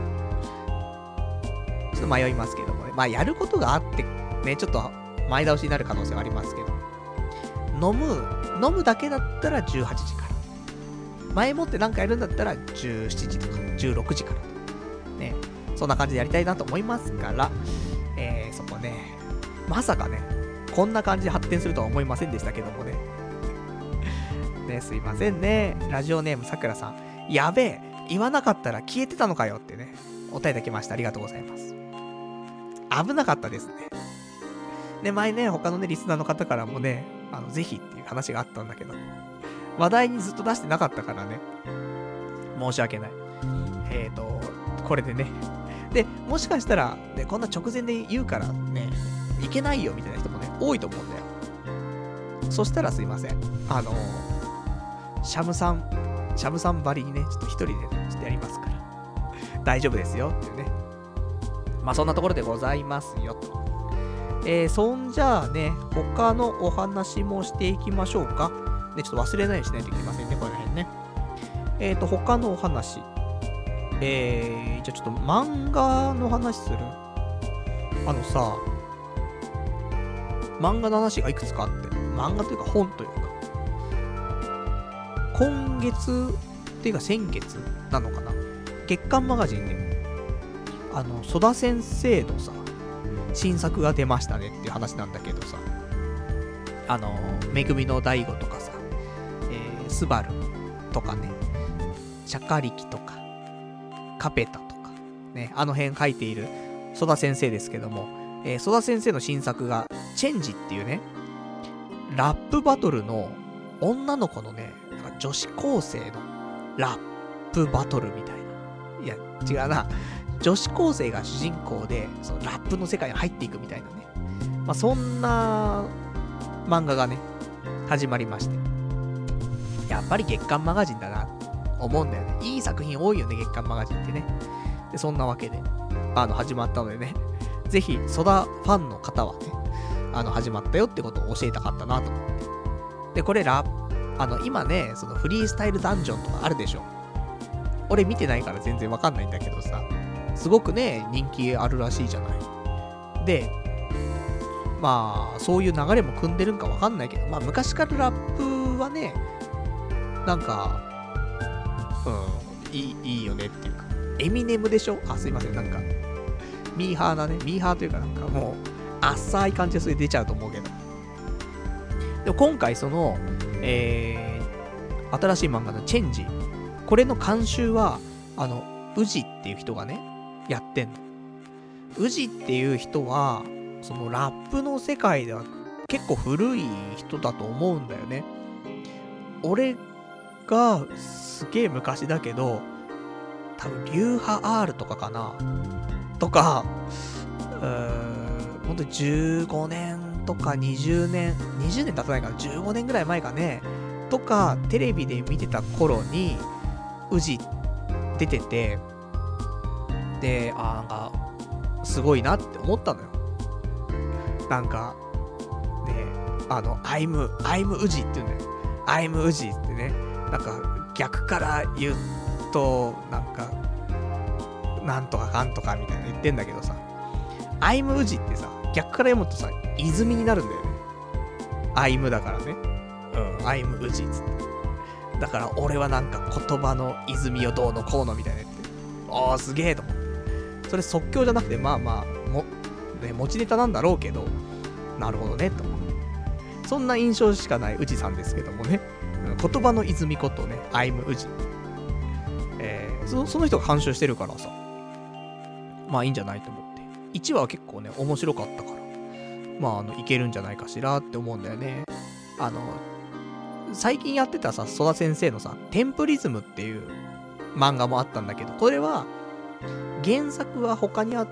ちょっと迷いますけどもね。まあ、やることがあって、ね、ちょっと前倒しになる可能性はありますけど。飲むだけだったら18時から。前もってなんかやるんだったら17時とか16時からと。ね。そんな感じでやりたいなと思いますから、そこね、まさかね、こんな感じで発展するとは思いませんでしたけどもね。ね、すいませんね。ラジオネームさくらさん。やべえ、言わなかったら消えてたのかよってね、お答えいただきました。ありがとうございます。危なかったですね。ね、前ね、他のね、リスナーの方からもね、ぜひっていう話があったんだけど、話題にずっと出してなかったからね、申し訳ない。これでね。で、もしかしたら、ね、こんな直前で言うからね、いけないよみたいな人もね、多いと思うんだよ。そしたらすいません。シャムさんばりにね、ちょっと一人で、ね、ちょっとやりますから。大丈夫ですよっていうね。まあそんなところでございますよと。そんじゃあね、他のお話もしていきましょうか。ね、ちょっと忘れないようにしないといけませんね、この辺ね。他のお話。じゃあちょっと漫画の話する。さ、漫画の話がいくつかあって、漫画というか本というか、今月っていうか先月なのかな、月刊マガジンで、曽田先生のさ、新作が出ましたねっていう話なんだけどさ、めぐみの大悟とかさ、 スバルとかね、シャカリキとか、カペタとか、ね、あの辺書いているソダ先生ですけども、ソダ先生の新作が、チェンジっていうね、ラップバトルの女の子のね、なんか女子高生のラップバトルみたいな。いや、違うな。女子高生が主人公で、そのラップの世界に入っていくみたいなね。まあ、そんな漫画がね、始まりまして。やっぱり月刊マガジンだな、思うんだよね。いい作品多いよね、月刊マガジンってね。で、そんなわけで、始まったのでね、ぜひ、ソダファンの方はね、始まったよってことを教えたかったなと思って。で、これ今ね、そのフリースタイルダンジョンとかあるでしょ。俺見てないから全然わかんないんだけどさ、すごくね、人気あるらしいじゃない。で、まあ、そういう流れも組んでるんかわかんないけど、まあ、昔からラップはね、なんか、いいよねっていうか、エミネムでしょ？すいません、なんか、ミーハーというかなんかもう、浅い感じでそれ出ちゃうと思うけど。でも今回その、新しい漫画のチェンジ。これの監修は、宇治っていう人がね、やってんの。宇治っていう人は、そのラップの世界では結構古い人だと思うんだよね。俺がすげえ昔だけど、多分流派 R とかかなとか、ほんと15年とか20年経たないから15年ぐらい前かね、とかテレビで見てた頃に宇治出てて、で、なんかすごいなって思ったのよ。なんかね、I'm 宇治って言うんだよ。I'm 宇治ってね、なんか逆から言うとなんかなんとかかんとかみたいな言ってんだけどさ、I'm 宇治ってさ、逆から読むとさ、泉になるんだよね。I'm だからね。I'm 宇治っつって。だから俺はなんか言葉の泉をどうのこうのみたいな言って、すげえと思って。それ即興じゃなくて、まあまあ、持ちネタなんだろうけど、なるほどね、と思って。そんな印象しかない宇治さんですけどもね。言葉の泉ことね、I'm 宇治。その人が監修してるからさ、まあいいんじゃないと思って。1話は結構ね、面白かったから、まあいけるんじゃないかしらって思うんだよね。最近やってたさ、ソダ先生のさ、テンプリズムっていう漫画もあったんだけど、これは、原作は他にあって、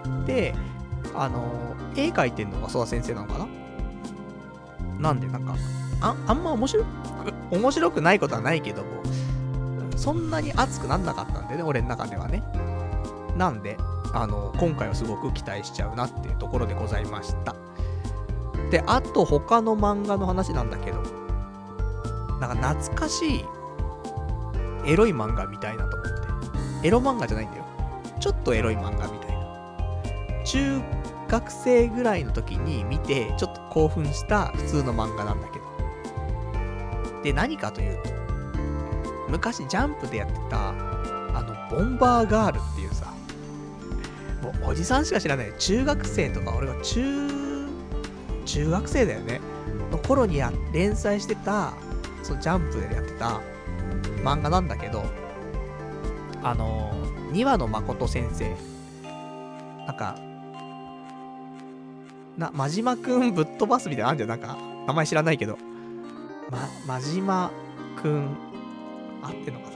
絵描いてんのがソダ先生なのかな？なんでなんか、あんま面白くないことはないけども、そんなに熱くなんなかったんでね、俺の中ではね。なんで、今回はすごく期待しちゃうなっていうところでございました。で、あと他の漫画の話なんだけど、なんか懐かしいエロい漫画みたいなと思って。エロ漫画じゃないんだよ。ちょっとエロい漫画みたいな。中学生ぐらいの時に見て、ちょっと興奮した普通の漫画なんだけど。で、何かというと、昔ジャンプでやってた、ボンバーガールっていうさ、もうおじさんしか知らない。中学生とか、俺が中学生だよね。の頃に連載してた、そのジャンプでやってた漫画なんだけど、庭野誠先生。なんか、真島くんぶっ飛ばすみたいなのあるんじゃん。なんか、名前知らないけど。真島くん、合ってんのかな？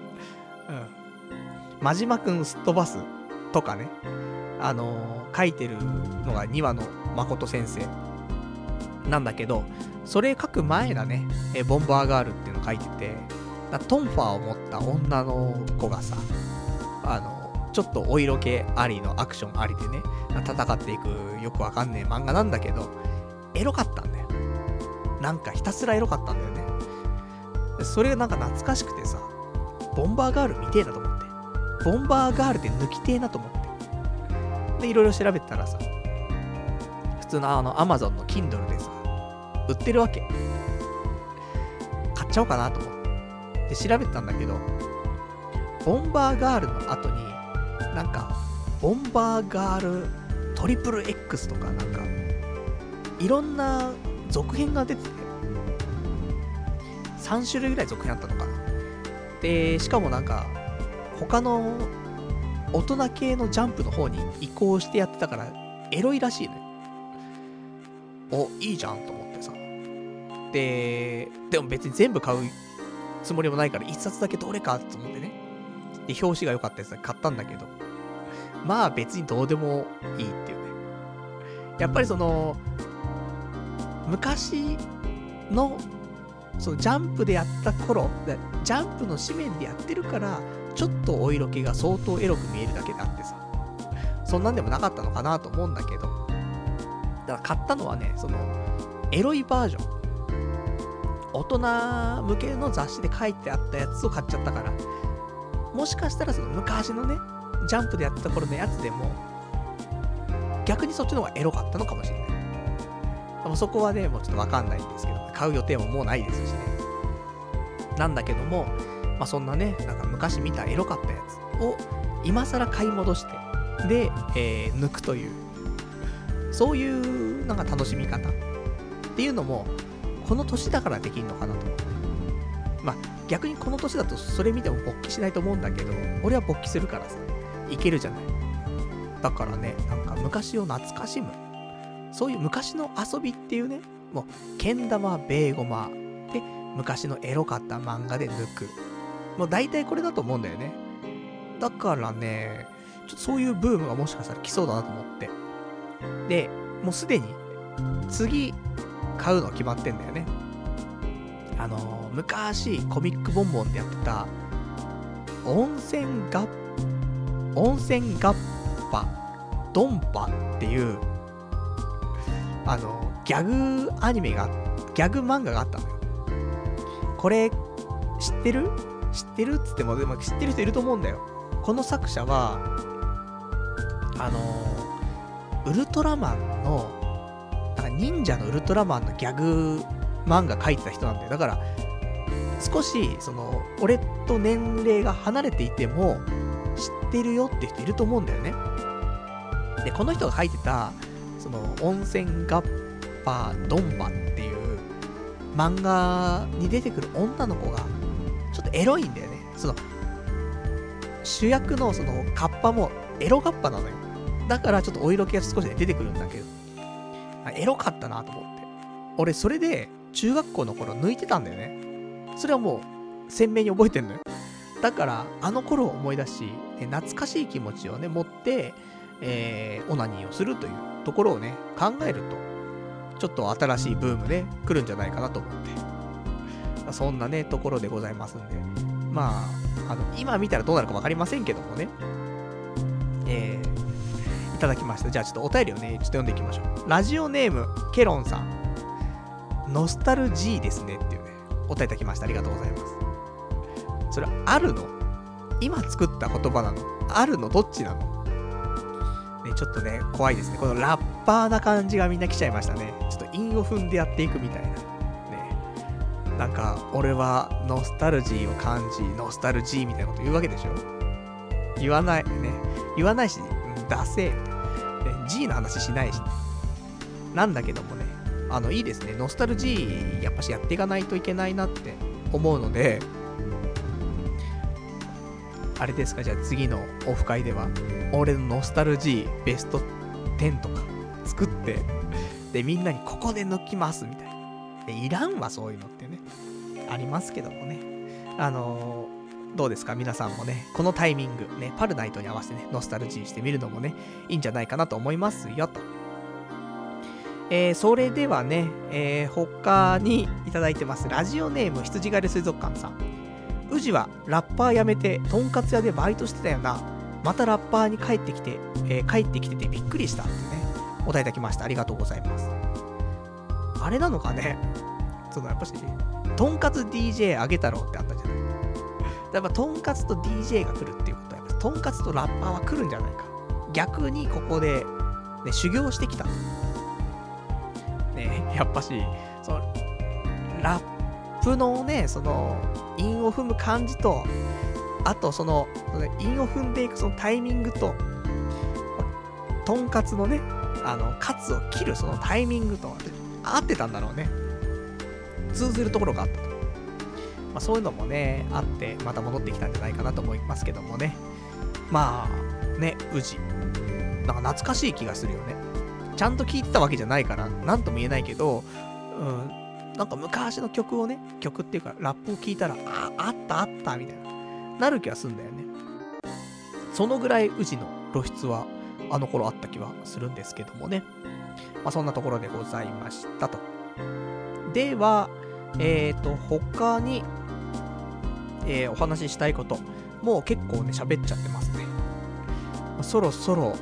真島くんすっ飛ばすとかね。書いてるのが庭野誠先生なんだけど、それ書く前だね、ボンバーガールっていうの書いてて、トンファーを持った女の子がさ、ちょっとお色気ありのアクションありでね、戦っていくよくわかんねえ漫画なんだけど、エロかったんだよ。なんかひたすらエロかったんだよね。それがなんか懐かしくてさ、ボンバーガール見てえなと思って。ボンバーガールで抜きてえなと思って。で、いろいろ調べたらさ、普通のAmazon の Kindle でさ、売ってるわけ。買っちゃおうかなと思って。で、調べてたんだけど、ボンバーガールの後に、なんか、ボンバーガールトリプル X とか、なんか、いろんな続編が出てて、 3種類ぐらい続編あったのかな。で、しかもなんか、他の大人系のジャンプの方に移行してやってたから、エロいらしいのよ。お、いいじゃんと思ってさ。でも別に全部買うつもりもないから、一冊だけどれかと思ってね。で、表紙が良かったやつ買ったんだけど、まあ別にどうでもいいっていうね。やっぱりその、昔の、そのジャンプでやった頃、ジャンプの紙面でやってるから、ちょっとお色気が相当エロく見えるだけであってさ、そんなんでもなかったのかなと思うんだけど、だから買ったのはね、その、エロいバージョン。大人向けの雑誌で書いてあったやつを買っちゃったから、もしかしたらその昔のね、ジャンプでやってた頃のやつでも、逆にそっちの方がエロかったのかもしれない。でもそこはね、もうちょっとわかんないんですけど、買う予定ももうないですしね。なんだけども、まあそんなね、なんか昔見たエロかったやつを今更買い戻して、で、抜くという、そういうなんか楽しみ方っていうのも、この年だからできんのかなと。まあ逆にこの年だとそれ見ても勃起しないと思うんだけど、俺は勃起するからさ、いけるじゃない。だからね、なんか昔を懐かしむ。そういう昔の遊びっていうね、もう、けん玉、ベーゴマで、昔のエロかった漫画で抜く。もう大体これだと思うんだよね。だからね、ちょっとそういうブームがもしかしたら来そうだなと思って。で、もうすでに、次、買うの決まってんだよね。昔、コミックボンボンでやってた、温泉ガッパ、ドンパっていう、ギャグアニメが、ギャグ漫画があったのよ。これ、知ってるっつっても、でも知ってる人いると思うんだよ。この作者は、ウルトラマンの、なんか忍者のウルトラマンのギャグ漫画描いてた人なんだよ。だから、少し、俺と年齢が離れていても、知ってるよって人いると思うんだよね。で、この人が描いてた、温泉ガッパードンバっていう漫画に出てくる女の子がちょっとエロいんだよね。主役のカッパもエロカッパなのよ。だからちょっとお色気が少し出てくるんだけど、エロかったなと思って。俺それで中学校の頃抜いてたんだよね。それはもう鮮明に覚えてんのよ。だからあの頃を思い出し、懐かしい気持ちをね持って、オナニーをするというところをね考えると、ちょっと新しいブームね来るんじゃないかなと思って、そんなねところでございますんで、まあ今見たらどうなるか分かりませんけどもね、いただきました。じゃあちょっとお便りをねちょっと読んでいきましょう。ラジオネームケロンさん、ノスタルジーですねっていうねお便りいただきました。ありがとうございます。それあるの？今作った言葉なの？あるの？どっちなの？ね、ちょっとね怖いですね。このラッパーな感じがみんな来ちゃいましたね。ちょっと韻を踏んでやっていくみたいなね。なんか俺はノスタルジーを感じ、ノスタルジーみたいなこと言うわけでしょ。言わないね。言わないし、ダセー。G の話しないし、ね、なんだけどもね、いいですね。ノスタルジーやっぱしやっていかないといけないなって思うので、あれですか、じゃあ次のオフ会では俺のノスタルジーベスト10とか作って、でみんなにここで抜きますみたいな。でいらんわそういうのってねありますけどもね、どうですか皆さんもね、このタイミングね、パルナイトに合わせてねノスタルジーしてみるのもねいいんじゃないかなと思いますよと。それではね、他にいただいてます。ラジオネーム羊狩り水族館さん。宇治はラッパー辞めてとんかつ屋でバイトしてたよな。またラッパーに帰ってきててびっくりしたってねお答えいただきました。ありがとうございます。あれなのかね、やっぱしとんかつ DJ あげ太郎ってあったじゃない。やっぱとんかつと DJ が来るっていうことはやっぱとんかつとラッパーは来るんじゃないか。逆にここで、ね、修行してきたね、やっぱしラップのね韻を踏む感じと、あと韻を踏んでいくタイミングと、とんかつのねカツを切るタイミングと合ってたんだろうね。通ずるところがあったと。 あ、そういうのもね、あって、また戻ってきたんじゃないかなと思いますけどもね。まあ、ね、宇治。なんか懐かしい気がするよね。ちゃんと聴いてたわけじゃないから、なんとも言えないけど、なんか昔の曲をね、曲っていうか、ラップを聴いたら、あったあった、みたいな、なる気がするんだよね。そのぐらい宇治の露出は、あの頃あった気はするんですけどもね。まあ、そんなところでございましたと。では、他に、お話ししたいこと、もう結構ね、喋っちゃってますね。そろそろ、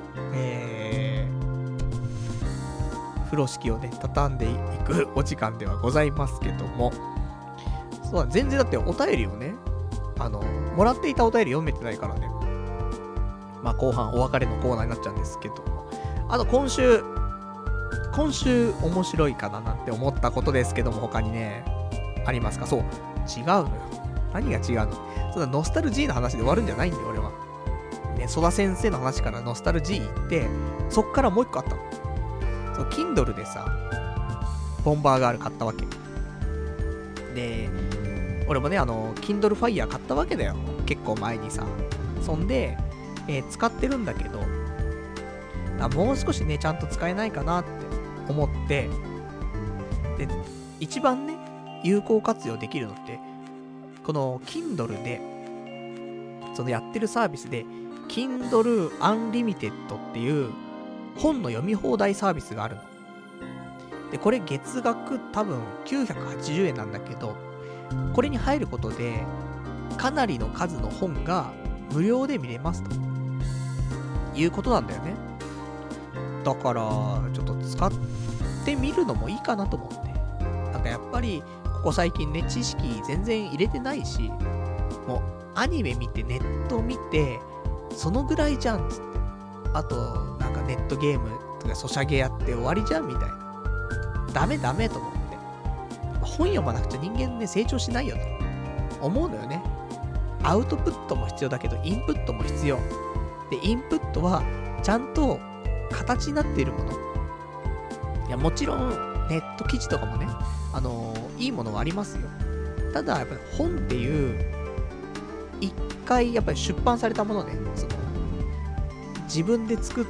風呂敷をね、畳んでいくお時間ではございますけども、そうだ、全然だってお便りをね、もらっていたお便り読めてないからね、まあ後半お別れのコーナーになっちゃうんですけども、今週面白いかななんて思ったことですけども、他にね、ありますか？そう、違うのよ。何が違うの？そんなノスタルジーの話で終わるんじゃないんだよ、俺は。ね、ソダ先生の話からノスタルジー行って、そっからもう一個あったの。その Kindle でさ、ボンバーガール買ったわけ。で、俺もね、Kindle Fire 買ったわけだよ。結構前にさ。そんで、使ってるんだけど、もう少しね、ちゃんと使えないかなって思って、で、一番ね、有効活用できるのって、この Kindle で、そのやってるサービスで、Kindle Unlimited っていう本の読み放題サービスがあるの。で、これ月額多分980円なんだけど、これに入ることで、かなりの数の本が無料で見れますということなんだよね。だから、ちょっと使ってみるのもいいかなと思って。なんかやっぱり、ここ最近ね、知識全然入れてないし、もうアニメ見て、ネット見て、そのぐらいじゃんつって。あと、なんかネットゲームとかソシャゲやって終わりじゃんみたいな。ダメと思って。本読まなくちゃ人間ね、成長しないよと思うのよね。アウトプットも必要だけど、インプットも必要。で、インプットは、ちゃんと形になっているもの。いや、もちろん、ネット記事とかもね、いいものはありますよ。ただ、やっぱり本っていう、一回やっぱり出版されたものね、自分で作って、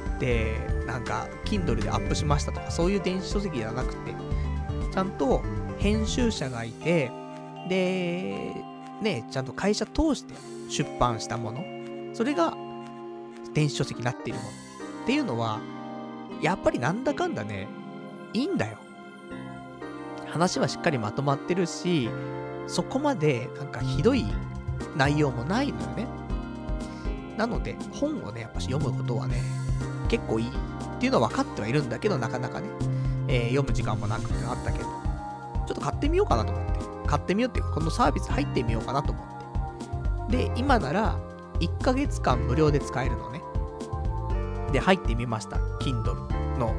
なんか、Kindle でアップしましたとか、そういう電子書籍ではなくて、ちゃんと編集者がいて、で、ね、ちゃんと会社通して出版したもの、それが電子書籍になっているものっていうのは、やっぱりなんだかんだね、いいんだよ。話はしっかりまとまってるし、そこまでなんかひどい内容もないのよね。なので、本をね、やっぱし読むことはね、結構いいっていうのは分かってはいるんだけど、なかなかね、読む時間もなくてあったけど、ちょっと買ってみようかなと思って。買ってみようっていうか、このサービス入ってみようかなと思って。で、今なら、1ヶ月間無料で使えるのね。で、入ってみました。Kindle の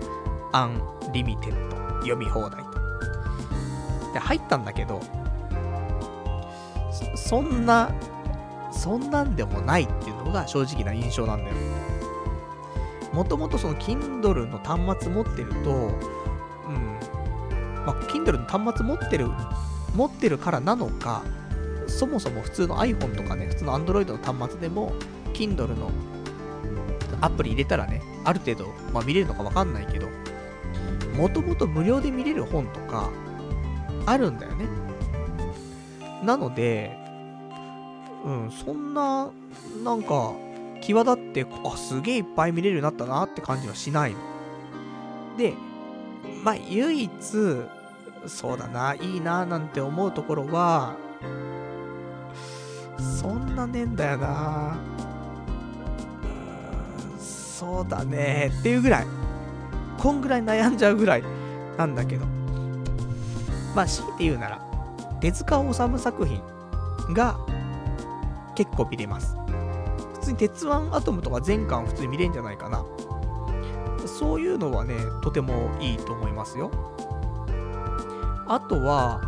Unlimited 読み放題と。で、入ったんだけど、そんなんでもないっていうのが正直な印象なんだよ。もともとその Kindle の端末持ってると、まあ、Kindle の端末持ってるからなのか、そもそも普通の iPhone とかね、普通の Android の端末でも Kindle のアプリ入れたらね、ある程度、まあ、見れるのかわかんないけど、もともと無料で見れる本とかあるんだよね。なので、そんな、なんか、際立って、すげえいっぱい見れるようになったなって感じはしないの。で、まあ、唯一、そうだな、いいななんて思うところは、そんなねえんだよな。そうだねっていうぐらい。こんぐらい悩んじゃうぐらいなんだけど。まあ、強いて言うなら、手塚治虫作品が結構見れます。普通に鉄腕アトムとか全巻普通に見れるんじゃないかな。そういうのはね、とてもいいと思いますよ。あとは、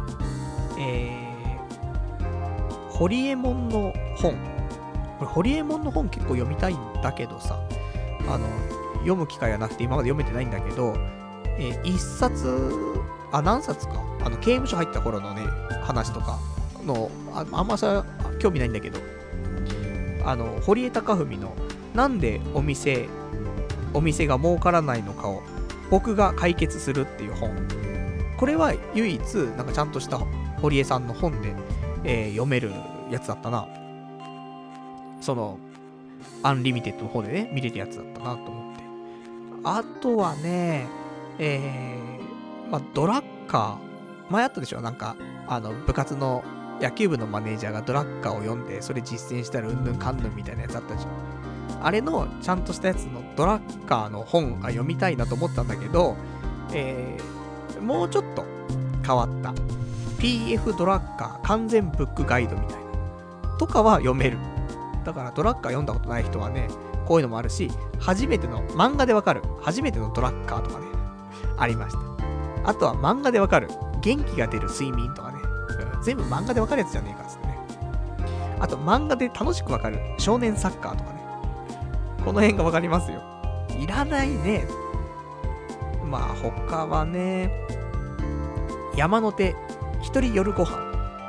ホリエモンの本。これホリエモンの本結構読みたいんだけどさ、読む機会はなくて今まで読めてないんだけど、一冊、何冊か、刑務所入った頃のね、話とか、 の、あんまさ、興味ないんだけど、堀江貴文の、なんでお店が儲からないのかを、僕が解決するっていう本。これは唯一、なんかちゃんとした堀江さんの本で、読めるやつだったな。その、アンリミテッドの方でね、見れるやつだったなと思って。あとはね、まあ、ドラッカー。前あったでしょ、なんか、部活の野球部のマネージャーがドラッカーを読んで、それ実践したらうんぬんかんぬんみたいなやつあったじゃん。あれの、ちゃんとしたやつのドラッカーの本が読みたいなと思ったんだけど、もうちょっと変わった。PF ドラッカー完全ブックガイドみたいな。とかは読める。だからドラッカー読んだことない人はね、こういうのもあるし、初めての、漫画でわかる、初めてのドラッカーとかね、ありました。あとは漫画でわかる、元気が出る睡眠とかね、全部漫画でわかるやつじゃねえかっつってね。あと漫画で楽しくわかる、少年サッカーとかね。この辺がわかりますよ。いらないね。まあ他はね、山手、一人夜ご飯。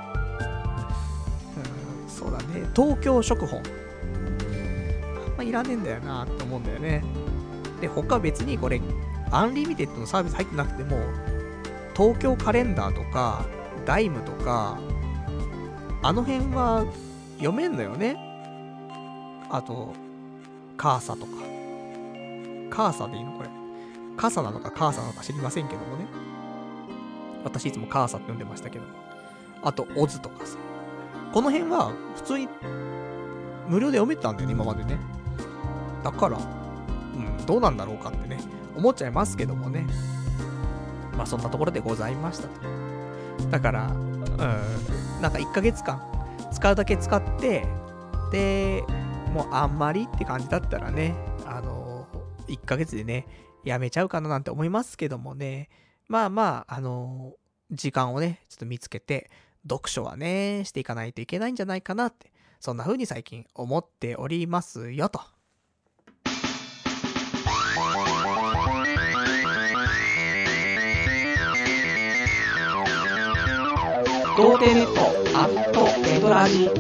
そうだね、東京食本。あんまいらねえんだよなって思うんだよね。で、他別にこれ、アンリミテッドのサービス入ってなくても、東京カレンダーとか、ダイムとか、あの辺は読めんのよね。あと、カーサとか。カーサでいいのこれ。カサなのかカーサなのか知りませんけどもね。私いつもカーサって読んでましたけど。あと、オズとかさ。この辺は普通に無料で読めてたんだよね、今までね。だから、どうなんだろうかってね、思っちゃいますけどもね。まあそんなところでございましたと。だから、なんか1ヶ月間使うだけ使って、で、もうあんまりって感じだったらね、1ヶ月でね、やめちゃうかななんて思いますけどもね。まあまあ、時間をね、ちょっと見つけて、読書はね、していかないといけないんじゃないかなって、そんな風に最近思っておりますよと。童貞ネットアットネトラジ。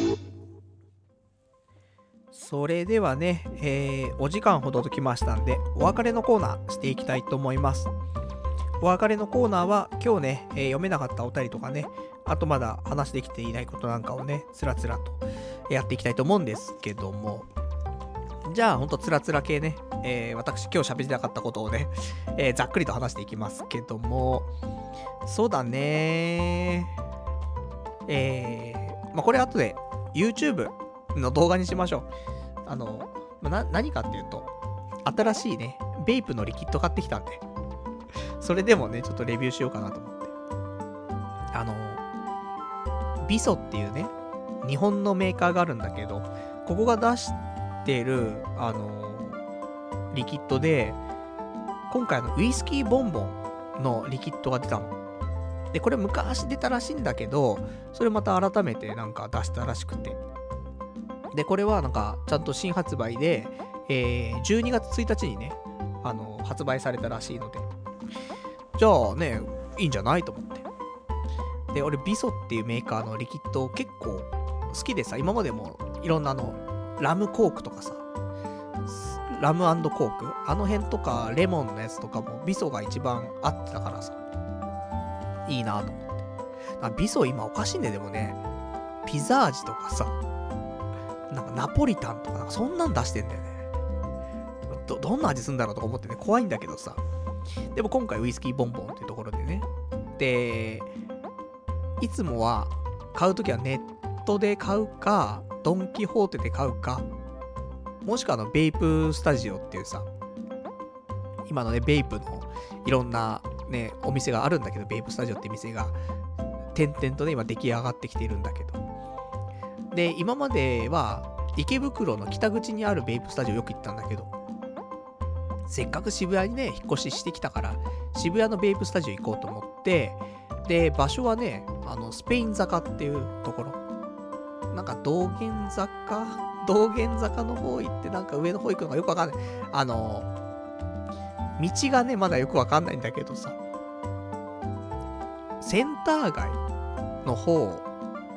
それではね、お時間ほどときましたんで、お別れのコーナーしていきたいと思います。お別れのコーナーは今日ね、読めなかったお便りとかね、あとまだ話できていないことなんかをね、つらつらとやっていきたいと思うんですけども、じゃあほんとつらつら系ね、私今日喋りたかったことをね、ざっくりと話していきますけども、そうだねまあ、これ後で YouTube の動画にしましょう。何かっていうと、新しいね、ベイプのリキッド買ってきたんで、それでもね、ちょっとレビューしようかなと思って。ビソっていうね、日本のメーカーがあるんだけど、ここが出してる、リキッドで、今回ウイスキーボンボンのリキッドが出たの。で、これ昔出たらしいんだけど、それまた改めてなんか出したらしくて。で、これはなんか、ちゃんと新発売で、12月1日にね、発売されたらしいので、じゃあね、いいんじゃないと思って。で、俺、ビソっていうメーカーのリキッド結構好きでさ、今までもいろんなラムコークとかさ、ラム&コークあの辺とか、レモンのやつとかも、ビソが一番合ってたからさ、いいなと思って。ビソ今おかしいんだよ、でもね。ピザ味とかさ、なんかナポリタンとか、なんかそんなん出してんだよね。どんな味すんだろうとか思ってね、怖いんだけどさ。でも今回ウイスキーボンボンっていうところでね。で、いつもは買うときはネットで買うか、ドンキホーテで買うか、もしくはベイプスタジオっていうさ、今のね、ベイプのいろんなね、お店があるんだけど、ベイプスタジオって店が、点々とね、今出来上がってきているんだけど。で、今までは、池袋の北口にあるベイプスタジオよく行ったんだけど、せっかく渋谷にね、引っ越ししてきたから、渋谷のベイプスタジオ行こうと思って、で、場所はね、スペイン坂っていうところ。なんか道玄坂の方行って、なんか上の方行くのがよくわかんない。道がね、まだよくわかんないんだけどさ、センター街の方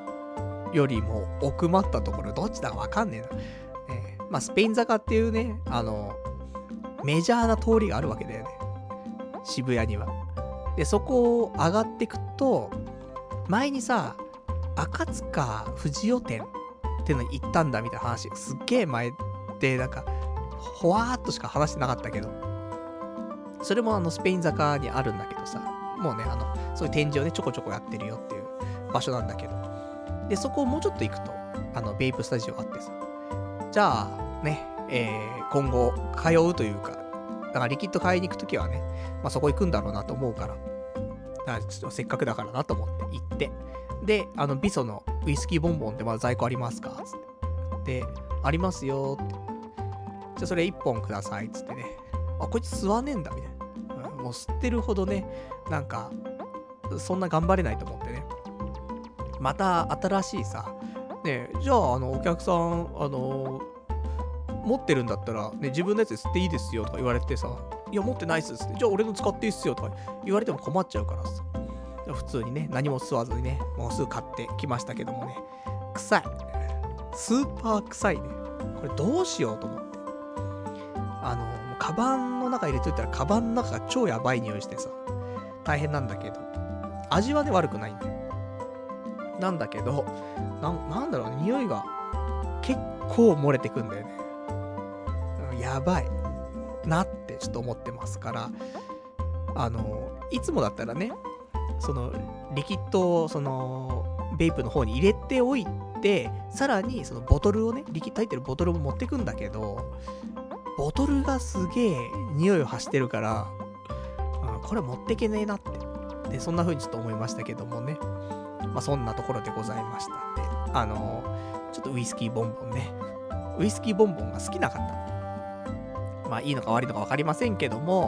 よりも奥まったところ、どっちだかわかんねえな。まあ、スペイン坂っていうね、メジャーな通りがあるわけだよね。渋谷には。で、そこを上がってくと、前にさ、赤塚不二雄店ってのに行ったんだみたいな話、すっげえ前で、なんか、ほわーっとしか話してなかったけど、それもスペイン坂にあるんだけどさ、もうね、そういう展示をね、ちょこちょこやってるよっていう場所なんだけど、で、そこをもうちょっと行くと、ベイプスタジオあってさ、じゃあ、ね、今後、通うというか、だからリキッド買いに行くときはね、まあそこ行くんだろうなと思うから、だからちょっとせっかくだからなと思って行って、で、ビソのウイスキーボンボンってまだ在庫ありますかつって。で、ありますよって。じゃあそれ1本くださいつってね。あ、こいつ吸わねえんだみたいな。もう吸ってるほどね、なんか、そんな頑張れないと思ってね。また新しいさ、ね、じゃあお客さん、持ってるんだったら、ね、自分のやつで吸っていいですよとか言われてさ、いや、持ってないっすって、じゃあ俺の使っていいっすよとか言われても困っちゃうからさ。普通にね、何も吸わずにね、もうすぐ買ってきましたけどもね、臭い。スーパー臭いね。これどうしようと思って。カバンの中入れといたら、カバンの中が超やばい匂いしてさ、大変なんだけど、味はね、悪くないんだよ。なんだけど、なんだろうね、匂いが結構漏れてくんだよね。やばいなってちょっと思ってますから、いつもだったらね、そのリキッドをそのベイプの方に入れておいて、さらにそのボトルをね、リキッド入ってるボトルも持ってくんだけど、ボトルがすげえ匂いを発してるから、これ持ってけねえなって。で、そんな風にちょっと思いましたけどもね。まあそんなところでございましたんで、ちょっとウイスキーボンボンね。ウイスキーボンボンが好きな方。まあいいのか悪いのか分かりませんけども、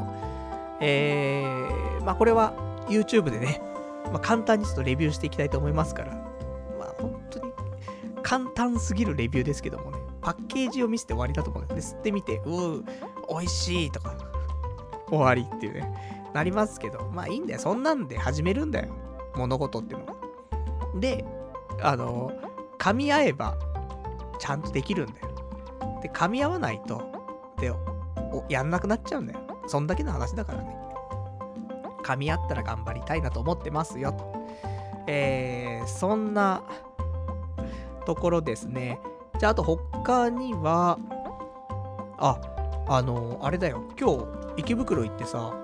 まあこれは YouTube でね、まあ簡単にちょっとレビューしていきたいと思いますから、まあ本当に簡単すぎるレビューですけどもね、パッケージを見せて終わりだと思うんで、吸ってみて、美味しいとか、終わりっていうね、なりますけど、まあいいんだよ。そんなんで始めるんだよ。物事っていうのは。で、噛み合えば、ちゃんとできるんだよ。で、噛み合わないと、やんなくなっちゃうんだよ。そんだけの話だからね。噛み合ったら頑張りたいなと思ってますよと。そんなところですね。じゃあ、あと他には、あれだよ。今日、池袋行ってさ、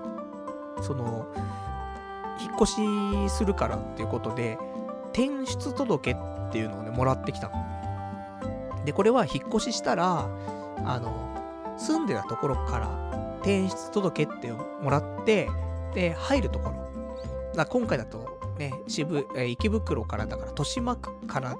引っ越しするからっていうことで、転出届っていうのをね、もらってきたの。で、これは引っ越ししたら、住んでたところから転出届ってもらって、で、入るところ。今回だとね、池袋からだから、豊島区から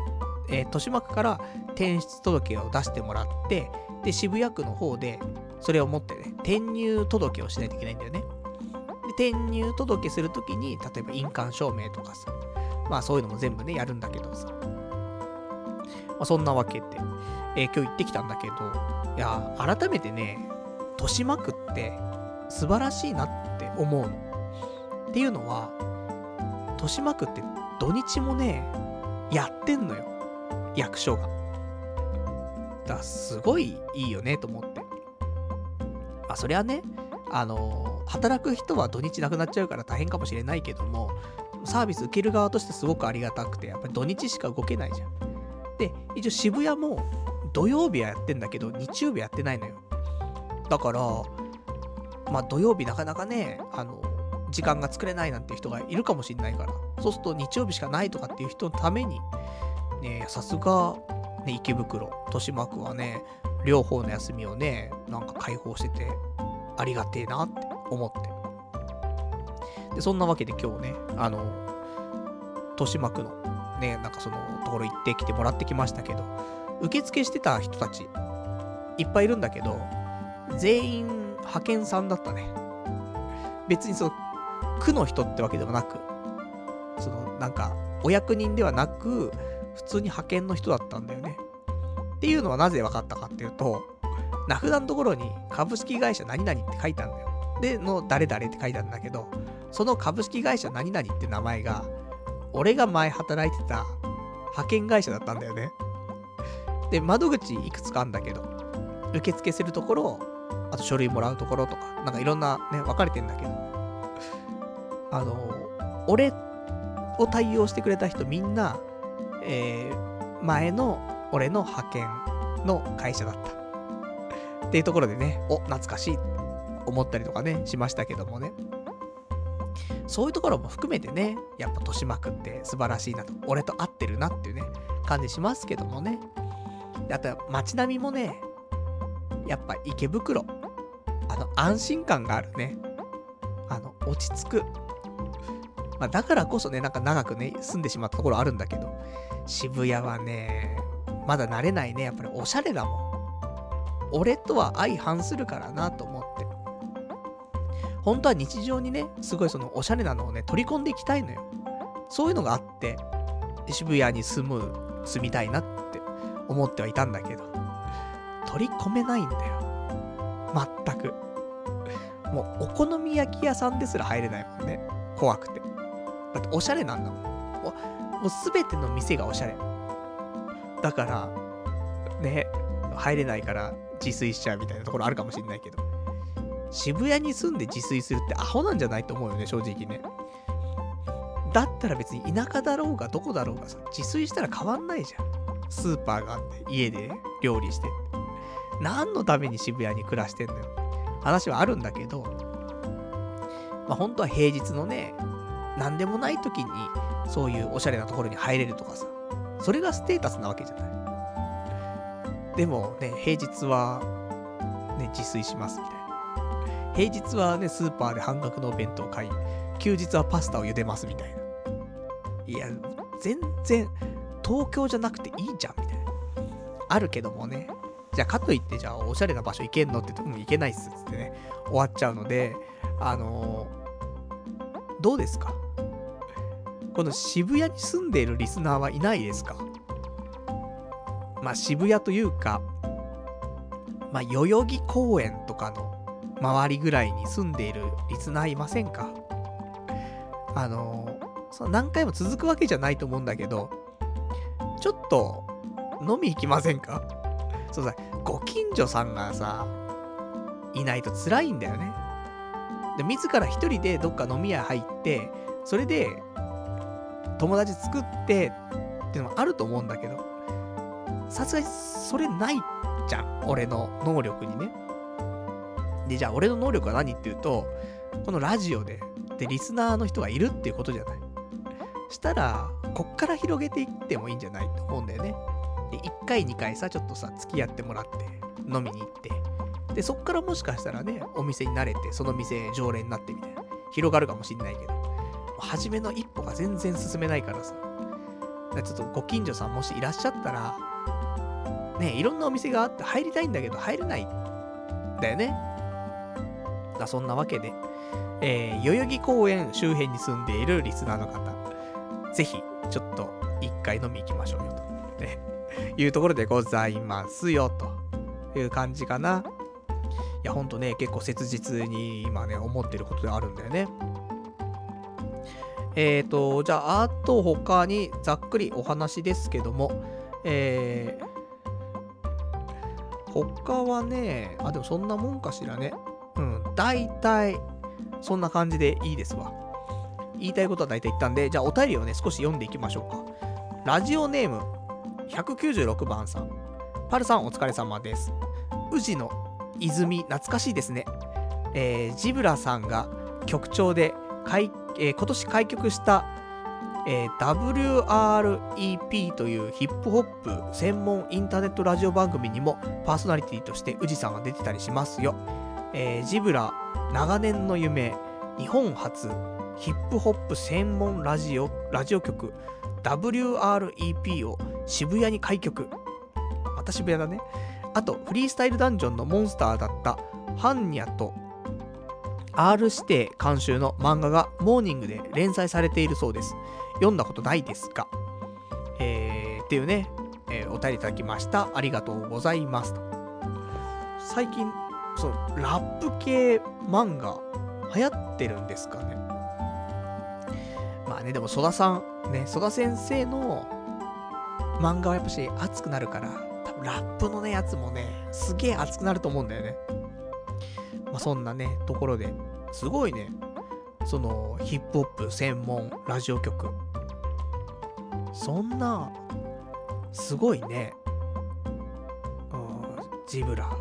転出届を出してもらって、で、渋谷区の方で、それを持ってね、転入届をしないといけないんだよね。で、転入届するときに、例えば印鑑証明とかさ、まあそういうのも全部ね、やるんだけどさ。まあそんなわけで、今日行ってきたんだけど、いや、改めてね、豊島区って素晴らしいなって思うの。っていうのは、豊島区って土日もね、やってんのよ。役所が。だからすごいいいよねと思って。まあそりゃね、働く人は土日なくなっちゃうから大変かもしれないけども、サービス受ける側としてすごくありがたくて、やっぱり土日しか動けないじゃん。で、一応渋谷も土曜日はやってんだけど、日曜日やってないのよ。だから、まあ土曜日なかなかね、時間が作れないなんていう人がいるかもしれないから、そうすると日曜日しかないとかっていう人のために、ね、さすが、ね、池袋、豊島区はね、両方の休みをね、なんか開放してて、ありがてえなって思って。で、そんなわけで今日ね、豊島区のね、なんかそのところ行ってきてもらってきましたけど、受付してた人たち、いっぱいいるんだけど、全員派遣さんだったね。別にその、区の人ってわけではなく、なんか、お役人ではなく、普通に派遣の人だったんだよね。っていうのはなぜ分かったかっていうと、名札のところに株式会社何々って書いてあるんだよ。で、誰々って書いてあるんだけど、その株式会社何々って名前が、俺が前働いてた派遣会社だったんだよね。で、窓口いくつかあんだけど、受付するところ、あと書類もらうところとか、なんかいろんなね、分かれてんだけど、俺を対応してくれた人みんな、前の俺の派遣の会社だった。っていうところでね、懐かしい思ったりとかね、しましたけどもね。そういうところも含めてね、やっぱ豊島区って素晴らしいなと、俺と合ってるなっていうね、感じしますけどもね。あと街並みもね、やっぱ池袋、安心感があるね。落ち着く。まあだからこそね、なんか長くね、住んでしまったところあるんだけど、渋谷はね、まだ慣れないね。やっぱりおしゃれだもん。俺とは相反するからなと思って。本当は日常にね、すごいそのおしゃれなのをね、取り込んでいきたいのよ。そういうのがあって、渋谷に住みたいなって思ってはいたんだけど、取り込めないんだよ。全く。もうお好み焼き屋さんですら入れないもんね。怖くて。だっておしゃれなんだもん。もうすべての店がおしゃれ。だから、ね、入れないから自炊しちゃうみたいなところあるかもしんないけど。渋谷に住んで自炊するってアホなんじゃないと思うよね、正直ね。だったら別に田舎だろうがどこだろうがさ、自炊したら変わんないじゃん。スーパーがあって家で料理して。何のために渋谷に暮らしてんのよ。話はあるんだけど、まあ本当は平日のね、なんでもない時にそういうおしゃれなところに入れるとかさ、それがステータスなわけじゃない。でもね、平日はね、自炊しますみたいな。平日はね、スーパーで半額のお弁当を買い、休日はパスタを茹でますみたいな。いや、全然東京じゃなくていいじゃんみたいな。あるけどもね。じゃあかといってじゃあおしゃれな場所行けんのって言っても行けないっすっつってね、終わっちゃうので、どうですか？この渋谷に住んでいるリスナーはいないですか？まあ渋谷というか、まあ代々木公園とかの周りぐらいに住んでいるリスナーいませんか？その何回も続くわけじゃないと思うんだけど、ちょっと飲み行きませんか？そうさ、ご近所さんがさ、いないと辛いんだよね。で、自ら一人でどっか飲み屋入って、それで友達作ってっていうのもあると思うんだけど、さすがにそれないじゃん、俺の能力にね。で、じゃあ俺の能力は何っていうと、このラジオでリスナーの人がいるっていうことじゃない。したら、こっから広げていってもいいんじゃないと思うんだよね。で、1回2回さ、ちょっとさ、付き合ってもらって、飲みに行って、で、そっからもしかしたらね、お店に慣れて、その店常連になってみたいな、広がるかもしんないけど、初めの一歩が全然進めないからさ、ちょっとご近所さんもしいらっしゃったら、ね、いろんなお店があって入りたいんだけど入れないんだよね。そんなわけで、代々木公園周辺に住んでいるリスナーの方、ぜひ、ちょっと一回飲み行きましょうよと、ね、いうところでございますよ、という感じかな。いや、ほんとね、結構切実に今ね、思ってることであるんだよね。じゃあ、あと他にざっくりお話ですけども、他はね、でもそんなもんかしらね。大体、そんな感じでいいですわ。言いたいことは大体言ったんで、じゃあお便りをね、少し読んでいきましょうか。ラジオネーム、196番さん。パルさんお疲れ様です。宇治の泉、懐かしいですね。ジブラさんが局長で、今年開局した、WREP というヒップホップ専門インターネットラジオ番組にもパーソナリティとして宇治さんが出てたりしますよ。ジブラ長年の夢、日本初ヒップホップ専門ラジオ局 WREP を渋谷に開局。また渋谷だね。あとフリースタイルダンジョンのモンスターだったハンニャと R 指定監修の漫画がモーニングで連載されているそうです。読んだことないですか？っていうね、お便りいただきました。ありがとうございます。最近そのラップ系漫画流行ってるんですかね。まあね、でも曽田さんね、曽田先生の漫画はやっぱし熱くなるから、多分ラップのね、やつもね、すげえ熱くなると思うんだよね。まあそんなね、ところで、すごいね、そのヒップホップ専門ラジオ局。そんな、すごいね。ジブラ。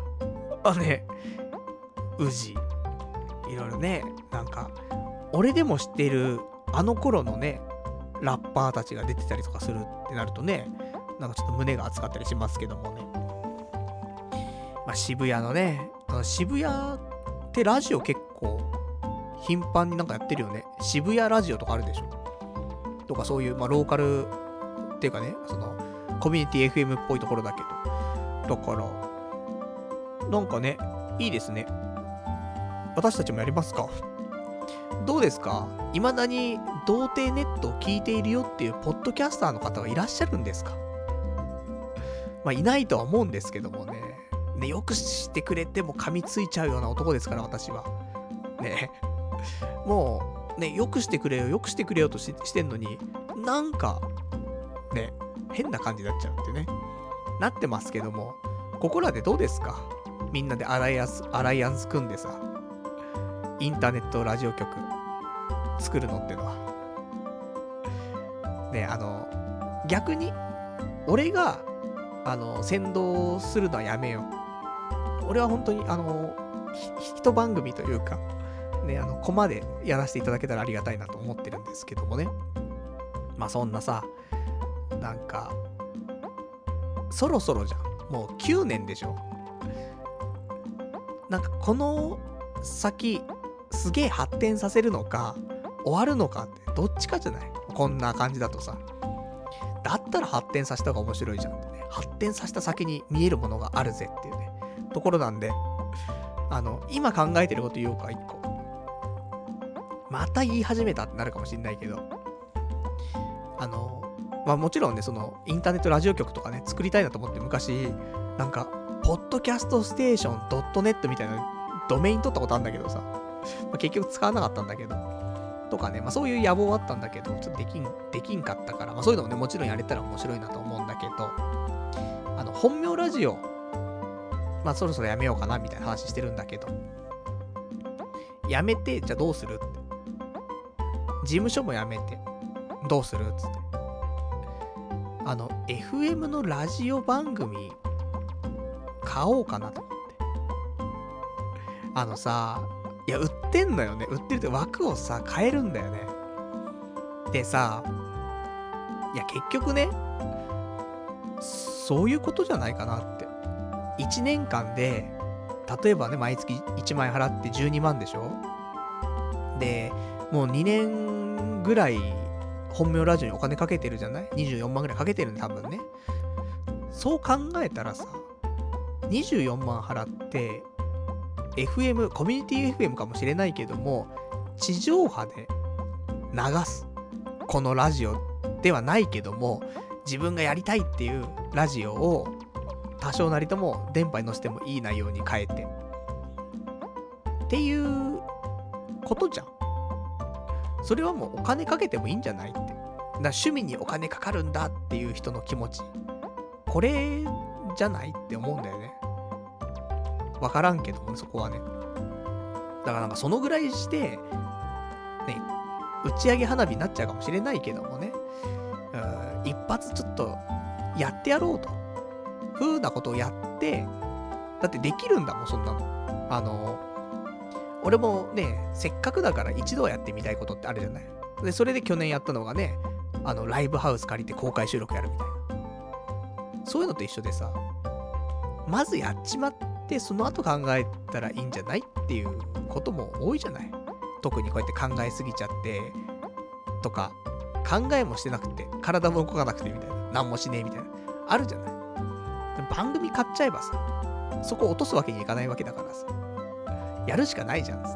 宇治。いろいろね、なんか、俺でも知っている、あの頃のね、ラッパーたちが出てたりとかするってなるとね、なんかちょっと胸が熱かったりしますけどもね。まあ渋谷のね、渋谷ってラジオ結構、頻繁になんかやってるよね。渋谷ラジオとかあるでしょ。とかそういう、まあローカルっていうかね、その、コミュニティ FM っぽいところだけど。だから、なんかね、いいですね。私たちもやりますか。どうですか？未だに童貞ネットを聞いているよっていうポッドキャスターの方はいらっしゃるんですか？まあいないとは思うんですけどもね。ね、よくしてくれても噛みついちゃうような男ですから、私は。ね。もう、ね、よくしてくれよ、よくしてくれよとしてんのに、なんか、ね、変な感じになっちゃうってね。なってますけども、ここらでどうですか？みんなでアライアンス組んでさ、インターネットラジオ局作るのってのは。ね、逆に、俺が、先導するのはやめよう。俺は本当に、一番組というか、ね、コマでやらせていただけたらありがたいなと思ってるんですけどもね。まあそんなさ、なんか、そろそろじゃん。もう9年でしょ。なんかこの先、すげえ発展させるのか、終わるのかってどっちかじゃない？こんな感じだとさ。だったら発展させた方が面白いじゃんってね。発展させた先に見えるものがあるぜっていうね、ところなんで、今考えてること言おうか、一個。また言い始めたってなるかもしんないけど、まあもちろんね、その、インターネットラジオ局とかね、作りたいなと思って昔、なんか、ポッドキャストステーション .net みたいなドメイン取ったことあるんだけどさ、まあ、結局使わなかったんだけど、とかね、まあそういう野望はあったんだけど、ちょっとできんかったから、まあそういうのもね、もちろんやれたら面白いなと思うんだけど、本名ラジオ、まあそろそろやめようかなみたいな話してるんだけど、やめて、じゃあどうするって。事務所もやめて、どうするつって。FM のラジオ番組、買おうかなと思って。さ、いや、売ってんのよね。売ってるって枠をさ、変えるんだよね。でさ、いや、結局ね、そういうことじゃないかなって。1年間で、例えばね、毎月1万円払って12万でしょ？で、もう2年ぐらい、本名ラジオにお金かけてるじゃない？ 24 万ぐらいかけてるね、多分ね。そう考えたらさ、24万払って、FM、コミュニティ FM かもしれないけども、地上波で流す。このラジオではないけども、自分がやりたいっていうラジオを、多少なりとも電波に乗せてもいい内容に変えて。っていうことじゃん。それはもうお金かけてもいいんじゃないって。だから趣味にお金かかるんだっていう人の気持ち。これじゃないって思うんだよね。わからんけどもね、そこはね。だからなんかそのぐらいして、ね、打ち上げ花火になっちゃうかもしれないけどもね。一発ちょっとやってやろうと。風なことをやって、だってできるんだもん、そんなの。俺もね、せっかくだから一度はやってみたいことってあるじゃない。で、それで去年やったのがね、ライブハウス借りて公開収録やるみたいな。そういうのと一緒でさ、まずやっちまって、その後考えたらいいんじゃないっていうことも多いじゃない。特にこうやって考えすぎちゃって、とか、考えもしてなくて、体も動かなくてみたいな。なんもしねえみたいな。あるじゃない。番組買っちゃえばさ、そこ落とすわけにいかないわけだからさ。やるしかないじゃんつ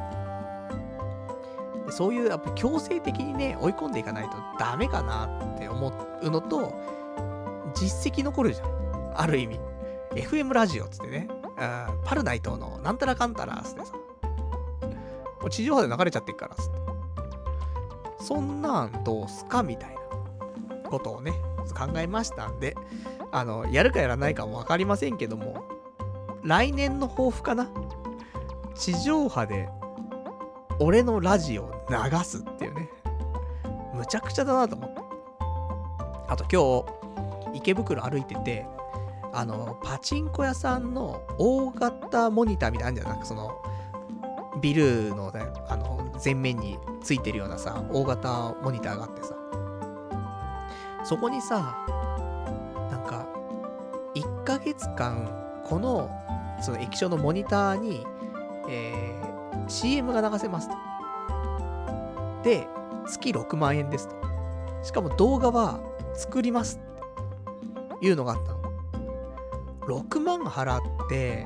って。でそういうやっぱ強制的にね追い込んでいかないとダメかなって思うのと、実績残るじゃん。ある意味 FM ラジオつってね、パルナイトのなんたらかんたらつってさ、もう地上波で流れちゃってっからつって、そんなんどうすかみたいなことをねちょっと考えましたんで、やるかやらないかもわかりませんけども、来年の抱負かな。地上波で、俺のラジオを流すっていうね。むちゃくちゃだなと思って。あと今日、池袋歩いてて、パチンコ屋さんの大型モニターみたいなのあるんじゃない？なんかその、ビルのね、前面についてるようなさ、大型モニターがあってさ、そこにさ、なんか、1ヶ月間、その液晶のモニターに、CM が流せますと。で、月6万円ですと。しかも動画は作りますっていうのがあったの。6万払って、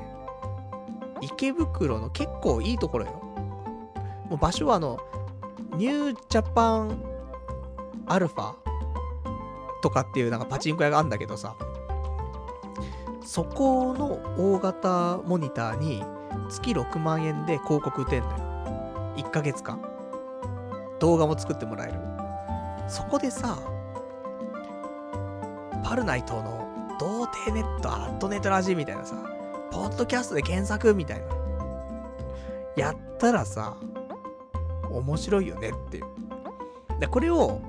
池袋の結構いいところよ。もう場所はニュージャパンアルファとかっていうなんかパチンコ屋があるんだけどさ、そこの大型モニターに月6万円で広告打てんのよ。1ヶ月間。動画も作ってもらえる。そこでさ、パルナイトの童貞ネット、アットネットラジみたいなさ、ポッドキャストで検索みたいな。やったらさ、面白いよねっていう。で、これを、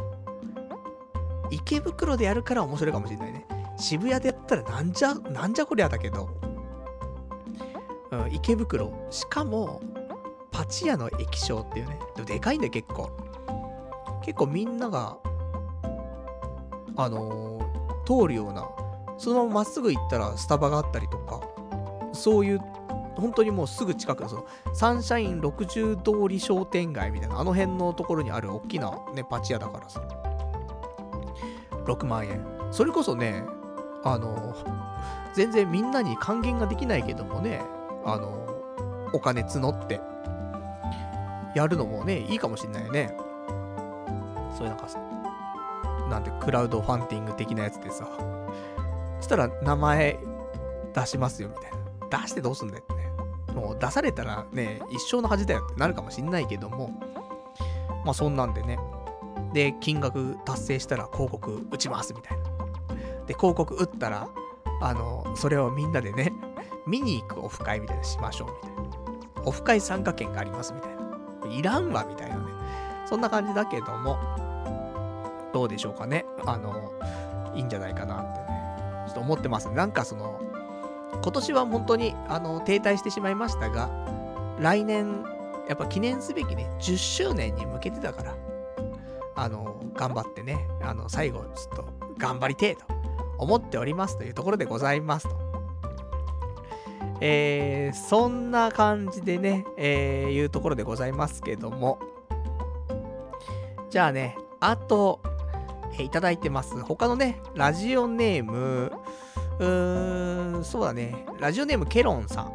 池袋でやるから面白いかもしれないね。渋谷でやったらなんじゃこりゃだけど、池袋、しかも、パチ屋の液晶っていうね。でもでかいんだよ、結構。結構みんなが、通るような、そのまままっすぐ行ったらスタバがあったりとか、そういう、本当にもうすぐ近くの、その、サンシャイン60通り商店街みたいな、あの辺のところにある大きなね、パチ屋だからさ。6万円。それこそね、全然みんなに還元ができないけどもね、お金募って、やるのもね、いいかもしんないよね。そういうなんかさ、なんてクラウドファンディング的なやつでさ、そしたら名前出しますよみたいな。出してどうすんだよってね。もう出されたらね、一生の恥だよってなるかもしんないけども、まあそんなんでね。で、金額達成したら広告打ちますみたいな。で、広告打ったら、それをみんなでね、見に行くオフ会みたいなしましょうみたいな。オフ会参加券がありますみたいな。いらんわみたいなね。そんな感じだけども、どうでしょうかね。いいんじゃないかなってね、ちょっと思ってます。なんか今年は本当に、停滞してしまいましたが、来年、やっぱ記念すべきね、10周年に向けてだから、頑張ってね、最後、ちょっと、頑張りてえと思っておりますというところでございますと。そんな感じでね、いうところでございますけども。じゃあね、あと、いただいてます。他のね、ラジオネーム、そうだね、ラジオネームケロンさん。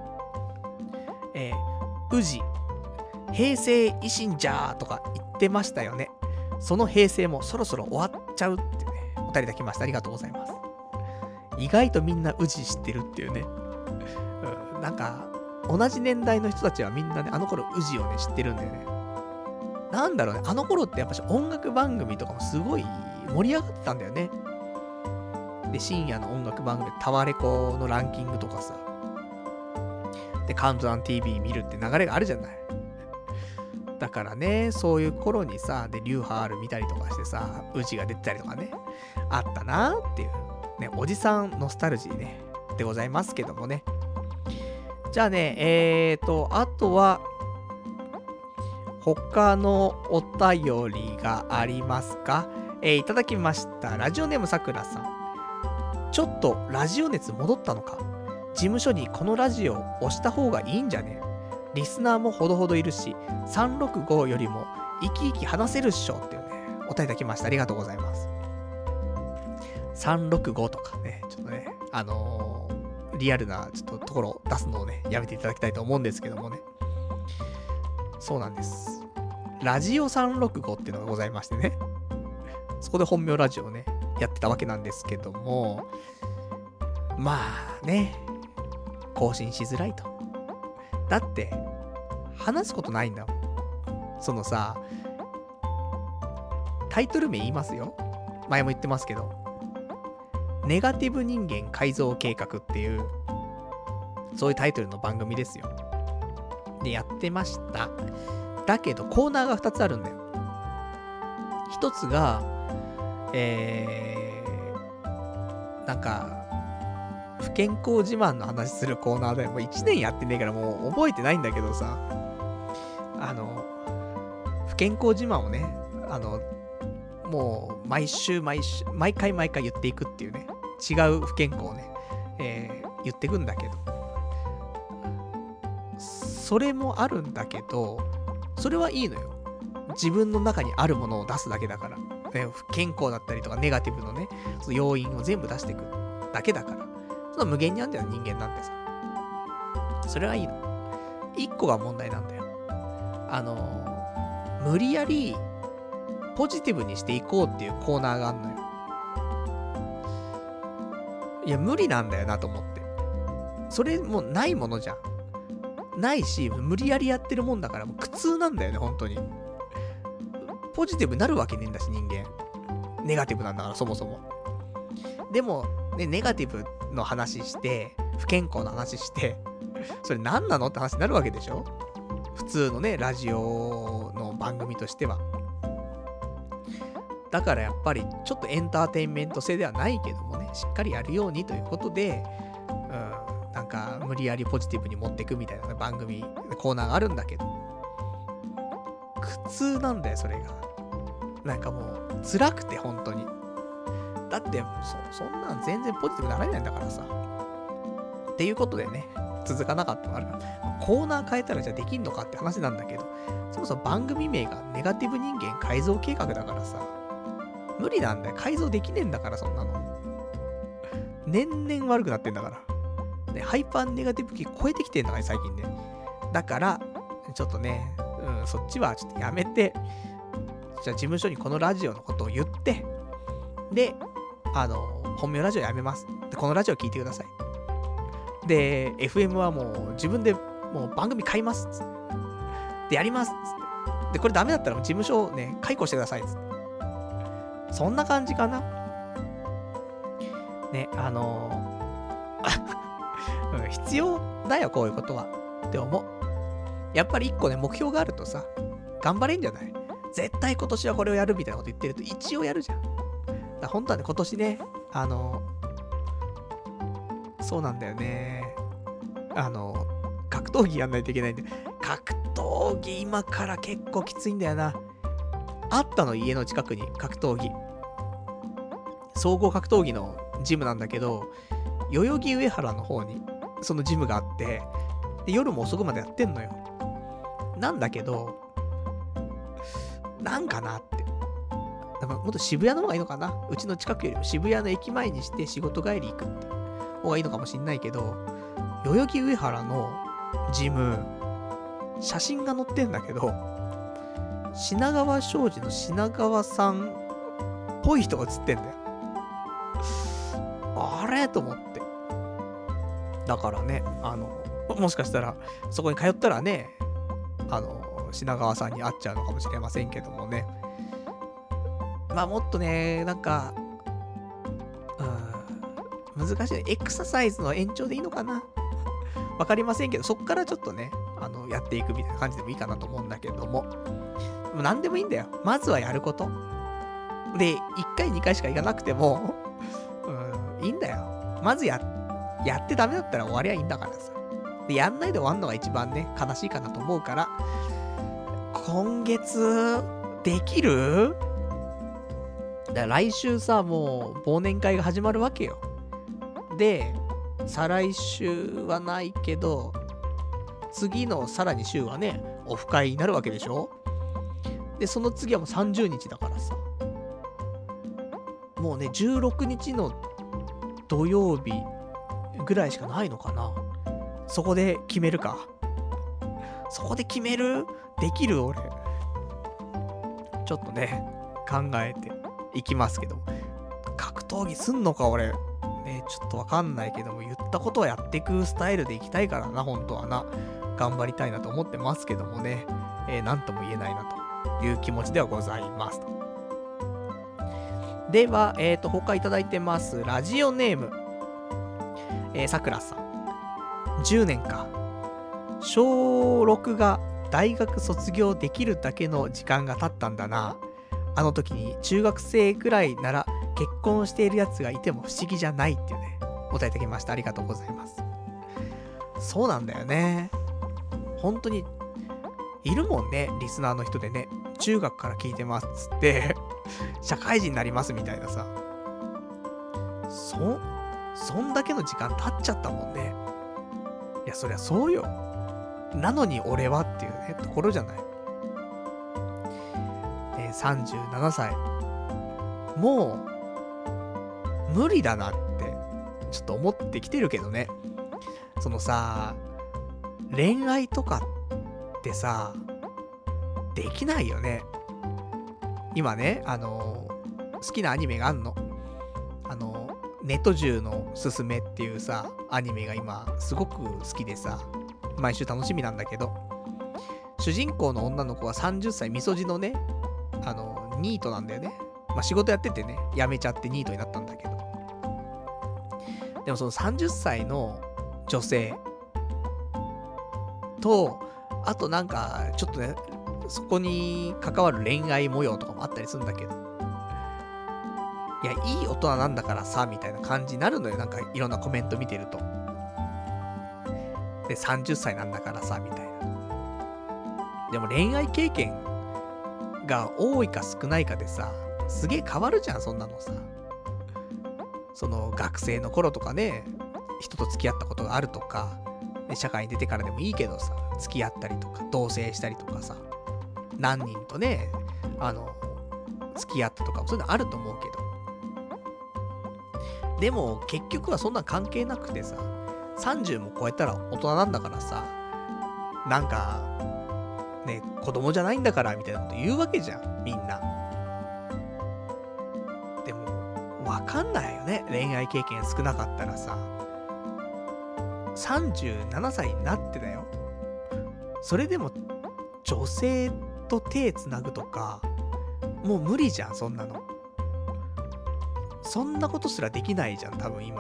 宇治、平成維新じゃーとか言ってましたよね。その平成もそろそろ終わっちゃうってね、お便りいただきました。ありがとうございます。意外とみんな宇治知ってるっていうね。なんか、同じ年代の人たちはみんなね、あの頃宇治をね、知ってるんだよね。なんだろうね、あの頃ってやっぱし音楽番組とかもすごい盛り上がってたんだよね。で、深夜の音楽番組、タワレコのランキングとかさ。で、カウントダウン TV 見るって流れがあるじゃない。だからね、そういう頃にさ、で、リューハール見たりとかしてさ、宇治が出てたりとかね、あったなーっていう。ね、おじさんノスタルジーね、でございますけどもね。じゃあね、あとは、他のお便りがありますか？いただきました。ラジオネームさくらさん。ちょっとラジオ熱戻ったのか？事務所にこのラジオ押した方がいいんじゃね？リスナーもほどほどいるし、365よりも生き生き話せるっしょっていうね、お便りいただきました。ありがとうございます。365とかね、ちょっとね、リアルなちょっとところ出すのをね、やめていただきたいと思うんですけどもね。そうなんです。ラジオ365っていうのがございましてね。そこで本名ラジオをね、やってたわけなんですけども、まあね、更新しづらいと。だって、話すことないんだもん。タイトル名言いますよ。前も言ってますけど、 ネガティブ人間改造計画っていう、そういうタイトルの番組ですよ。で、やってました。だけど、コーナーが2つあるんだよ。1つが、なんか、不健康自慢の話するコーナーだよ。もう1年やってねえからもう覚えてないんだけどさ、不健康自慢をね、もう毎回言っていくっていうね、違う不健康をね、言っていくんだけど、それもあるんだけど、それはいいのよ。自分の中にあるものを出すだけだから。ね、不健康だったりとかネガティブのね、その要因を全部出していくだけだから。その無限にあんだよ、人間なんてさ。それはいいの。一個が問題なんだよ。無理やりポジティブにしていこうっていうコーナーがあんのよ。いや、無理なんだよなと思って。それもうないものじゃん。ないし、無理やりやってるもんだからもう苦痛なんだよね、本当に。ポジティブになるわけねえんだし、人間。ネガティブなんだから、そもそも。でも、ね、ネガティブの話して、不健康の話して、それ何なのって話になるわけでしょ？普通のね、ラジオの番組としては。だからやっぱり、ちょっとエンターテインメント性ではないけどもね、しっかりやるようにということで、なんか、無理やりポジティブに持っていくみたいな番組、コーナーがあるんだけど、苦痛なんだよ、それが。なんかもう、辛くて、本当に。だって、そんなん全然ポジティブになられないんだからさ。っていうことでね、続かなかったのがあるから、コーナー変えたらじゃあできんのかって話なんだけど、そもそも番組名がネガティブ人間改造計画だからさ、無理なんだよ。改造できねえんだから、そんなの。年々悪くなってんだから。ね、ハイパーネガティブ期超えてきてんだから、最近ね。だから、ちょっとね、そっちはちょっとやめて、じゃあ事務所にこのラジオのことを言って、で、本名ラジオやめます。で、このラジオ聞いてください。で、FM はもう自分でもう番組買います。つってで、やります。つって。で、これダメだったらもう事務所をね、解雇してください。つって。そんな感じかな。ね、必要だよ、こういうことは。って思う。やっぱり一個ね、目標があるとさ、頑張れんじゃない？絶対今年はこれをやるみたいなこと言ってると一応やるじゃん。だから本当はね、今年ね、そうなんだよね。格闘技やんないといけないんで、格闘技今から結構きついんだよな。あったの、家の近くに格闘技。総合格闘技のジムなんだけど、代々木上原の方にそのジムがあって、で夜も遅くまでやってんのよ。なんだけど、なんかなって。もっと渋谷の方がいいのかな。うちの近くよりも渋谷の駅前にして仕事帰り行くって方がいいのかもしんないけど、代々木上原のジム、写真が載ってんだけど、品川庄司の品川さんっぽい人が写ってんだよ。あれと思って。だからね、もしかしたら、そこに通ったらね、品川さんに会っちゃうのかもしれませんけどもね。まあもっとね、なんか、難しいね。エクササイズの延長でいいのかな？わかりませんけど、そっからちょっとね、やっていくみたいな感じでもいいかなと思うんだけども。なんでもいいんだよ。まずはやること。で、1回2回しか行かなくても、いいんだよ。まずやってダメだったら終わりゃいいんだからさ。で、やんないで終わんのが一番ね、悲しいかなと思うから、今月、できる？だから来週さ、もう忘年会が始まるわけよ。で、再来週はないけど、次のさらに週はね、オフ会になるわけでしょ？で、その次はもう30日だからさ。もうね、16日の土曜日ぐらいしかないのかな。そこで決めるか。そこで決める？できる？俺。ちょっとね、考えていきますけど。格闘技すんのか、俺。ね、ちょっとわかんないけども、言ったことはやっていくスタイルでいきたいからな、本当はな。頑張りたいなと思ってますけどもね。なんとも言えないなという気持ちではございます。 では、他いただいてます。ラジオネーム、さくらさん。10年か。小6が大学卒業できるだけの時間が経ったんだな。あの時に中学生くらいなら結婚しているやつがいても不思議じゃないっていうね、お答えいただきました。ありがとうございます。そうなんだよね。本当に、いるもんね、リスナーの人でね。中学から聞いてますっつって、社会人になりますみたいなさ。そんだけの時間経っちゃったもんね。いや、そりゃそうよ。なのに俺はっていうね、ところじゃない。37歳。もう、無理だなって、ちょっと思ってきてるけどね。そのさ、恋愛とかってさ、できないよね。今ね、好きなアニメがあんの。ネトジュのすすめっていうさ、アニメが今、すごく好きでさ、毎週楽しみなんだけど、主人公の女の子は30歳、みそじのね、ニートなんだよね。まあ、仕事やっててね、辞めちゃってニートになったんだけど。でもその30歳の女性と、あとなんか、ちょっとね、そこに関わる恋愛模様とかもあったりするんだけど、いや、いい大人なんだからさ、みたいな感じになるのよ。なんかいろんなコメント見てると。で、30歳なんだからさ、みたいな。でも恋愛経験が多いか少ないかでさ、すげえ変わるじゃん、そんなのさ。その学生の頃とかね、人と付き合ったことがあるとか、社会に出てからでもいいけどさ、付き合ったりとか、同棲したりとかさ、何人とね、付き合ったとかもそういうのあると思うけど。でも、結局はそんな関係なくてさ、30も超えたら大人なんだからさ、なんか、ね、子供じゃないんだからみたいなこと言うわけじゃん、みんな。でも、わかんないよね、恋愛経験少なかったらさ。37歳になってだよ。それでも、女性と手つなぐとか、もう無理じゃん、そんなの。そんなことすらできないじゃん、多分今。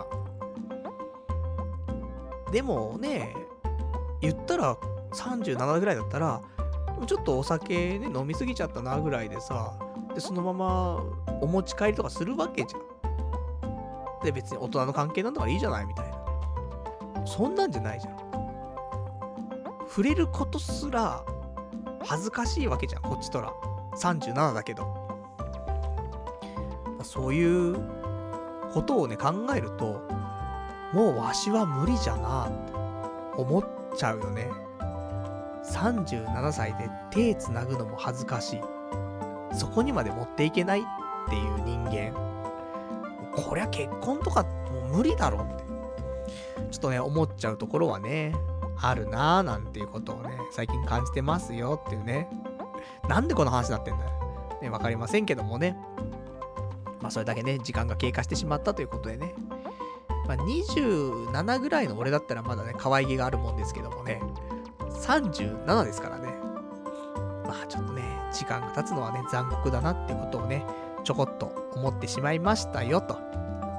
でもね、言ったら37ぐらいだったら、ちょっとお酒ね、飲みすぎちゃったなぐらいでさ、で、そのままお持ち帰りとかするわけじゃん。で、別に大人の関係なんだからいいじゃないみたいな。そんなんじゃないじゃん。触れることすら恥ずかしいわけじゃん、こっちとら。37だけど。そういうことをね、考えると、もうわしは無理じゃなって思っちゃうよね。37歳で手つなぐのも恥ずかしい。そこにまで持っていけないっていう人間。こりゃ結婚とかもう無理だろって。ちょっとね、思っちゃうところはね、あるなーなんていうことをね、最近感じてますよっていうね。なんでこの話になってんだよ。ね、わかりませんけどもね。まあそれだけね、時間が経過してしまったということでね。まあ27ぐらいの俺だったらまだね、可愛げがあるもんですけどもね。37ですからね。まあちょっとね、時間が経つのはね、残酷だなっていうことをね、ちょこっと思ってしまいましたよと。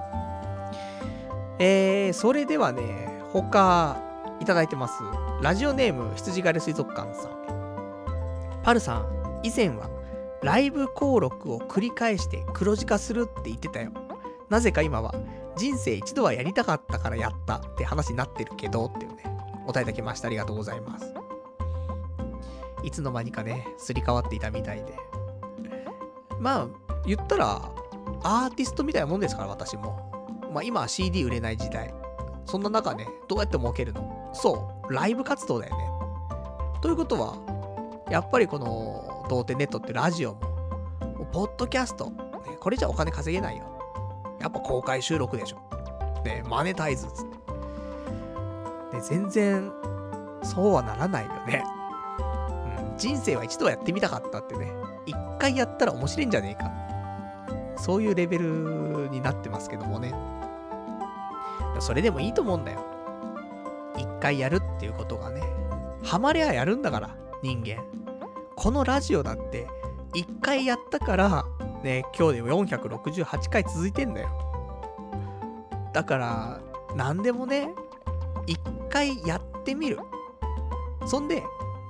それではね、他いただいてます。ラジオネーム羊狩り水族館さん。パルさん、以前はライブ登録を繰り返して黒字化するって言ってたよ。なぜか今は人生一度はやりたかったからやったって話になってるけどっていうね、お答えいただきました。ありがとうございます。いつの間にかね、すり替わっていたみたいで。まあ、言ったら、アーティストみたいなもんですから、私も。まあ今は CD 売れない時代。そんな中ね、どうやって儲けるの？そう、ライブ活動だよね。ということは、やっぱりこの、童貞ネットってラジオも、ポッドキャスト、ね、これじゃお金稼げないよ。やっぱ公開収録でしょ。ね、マネタイズつって。で、全然、そうはならないよね。人生は一度はやってみたかったってね。一回やったら面白いんじゃねえか。そういうレベルになってますけどもね。それでもいいと思うんだよ。一回やるっていうことがね。ハマりゃやるんだから、人間。このラジオだって、一回やったから、 ね、今日で468回続いてんだよ。だから、なんでもね、一回やってみる。そんで、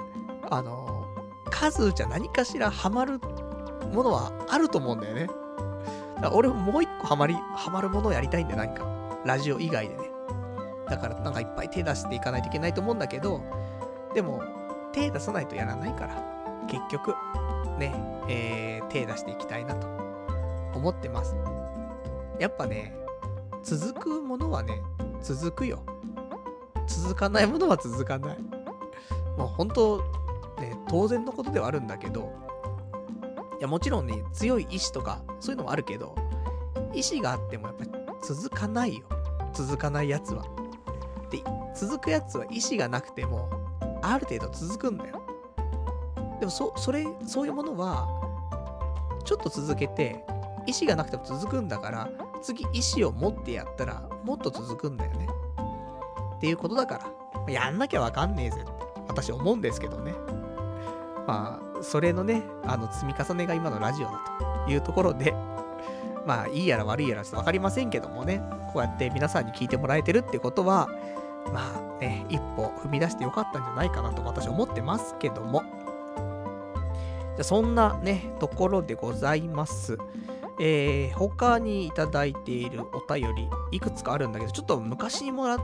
数じゃ何かしらハマるものはあると思うんだよね。だから俺ももう一個ハマるものをやりたいんだよ、何か。ラジオ以外でね。だからなんかいっぱい手出していかないといけないと思うんだけど、でも、手出さないとやらないから、結局、ね、手出していきたいなと思ってます。やっぱね、続くものはね、続くよ。続かないものは続かない。もう本当、ね、当然のことではあるんだけど、いやもちろんね、強い意志とか、そういうのもあるけど、意志があってもやっぱり続かないよ。続かないやつは。で、続くやつは意志がなくても、ある程度続くんだよ。でもそういうものは、ちょっと続けて、意志がなくても続くんだから、次意志を持ってやったら、もっと続くんだよね。っていうことだから、やんなきゃわかんねえぜって、私思うんですけどね。まあ、それのね、積み重ねが今のラジオだというところで、まあ、いいやら悪いやらちょっとわかりませんけどもね、こうやって皆さんに聞いてもらえてるってことは、まあね、一歩踏み出してよかったんじゃないかなと私は思ってますけども。じゃあそんなね、ところでございます。他にいただいているお便り、いくつかあるんだけど、ちょっと昔にもらった、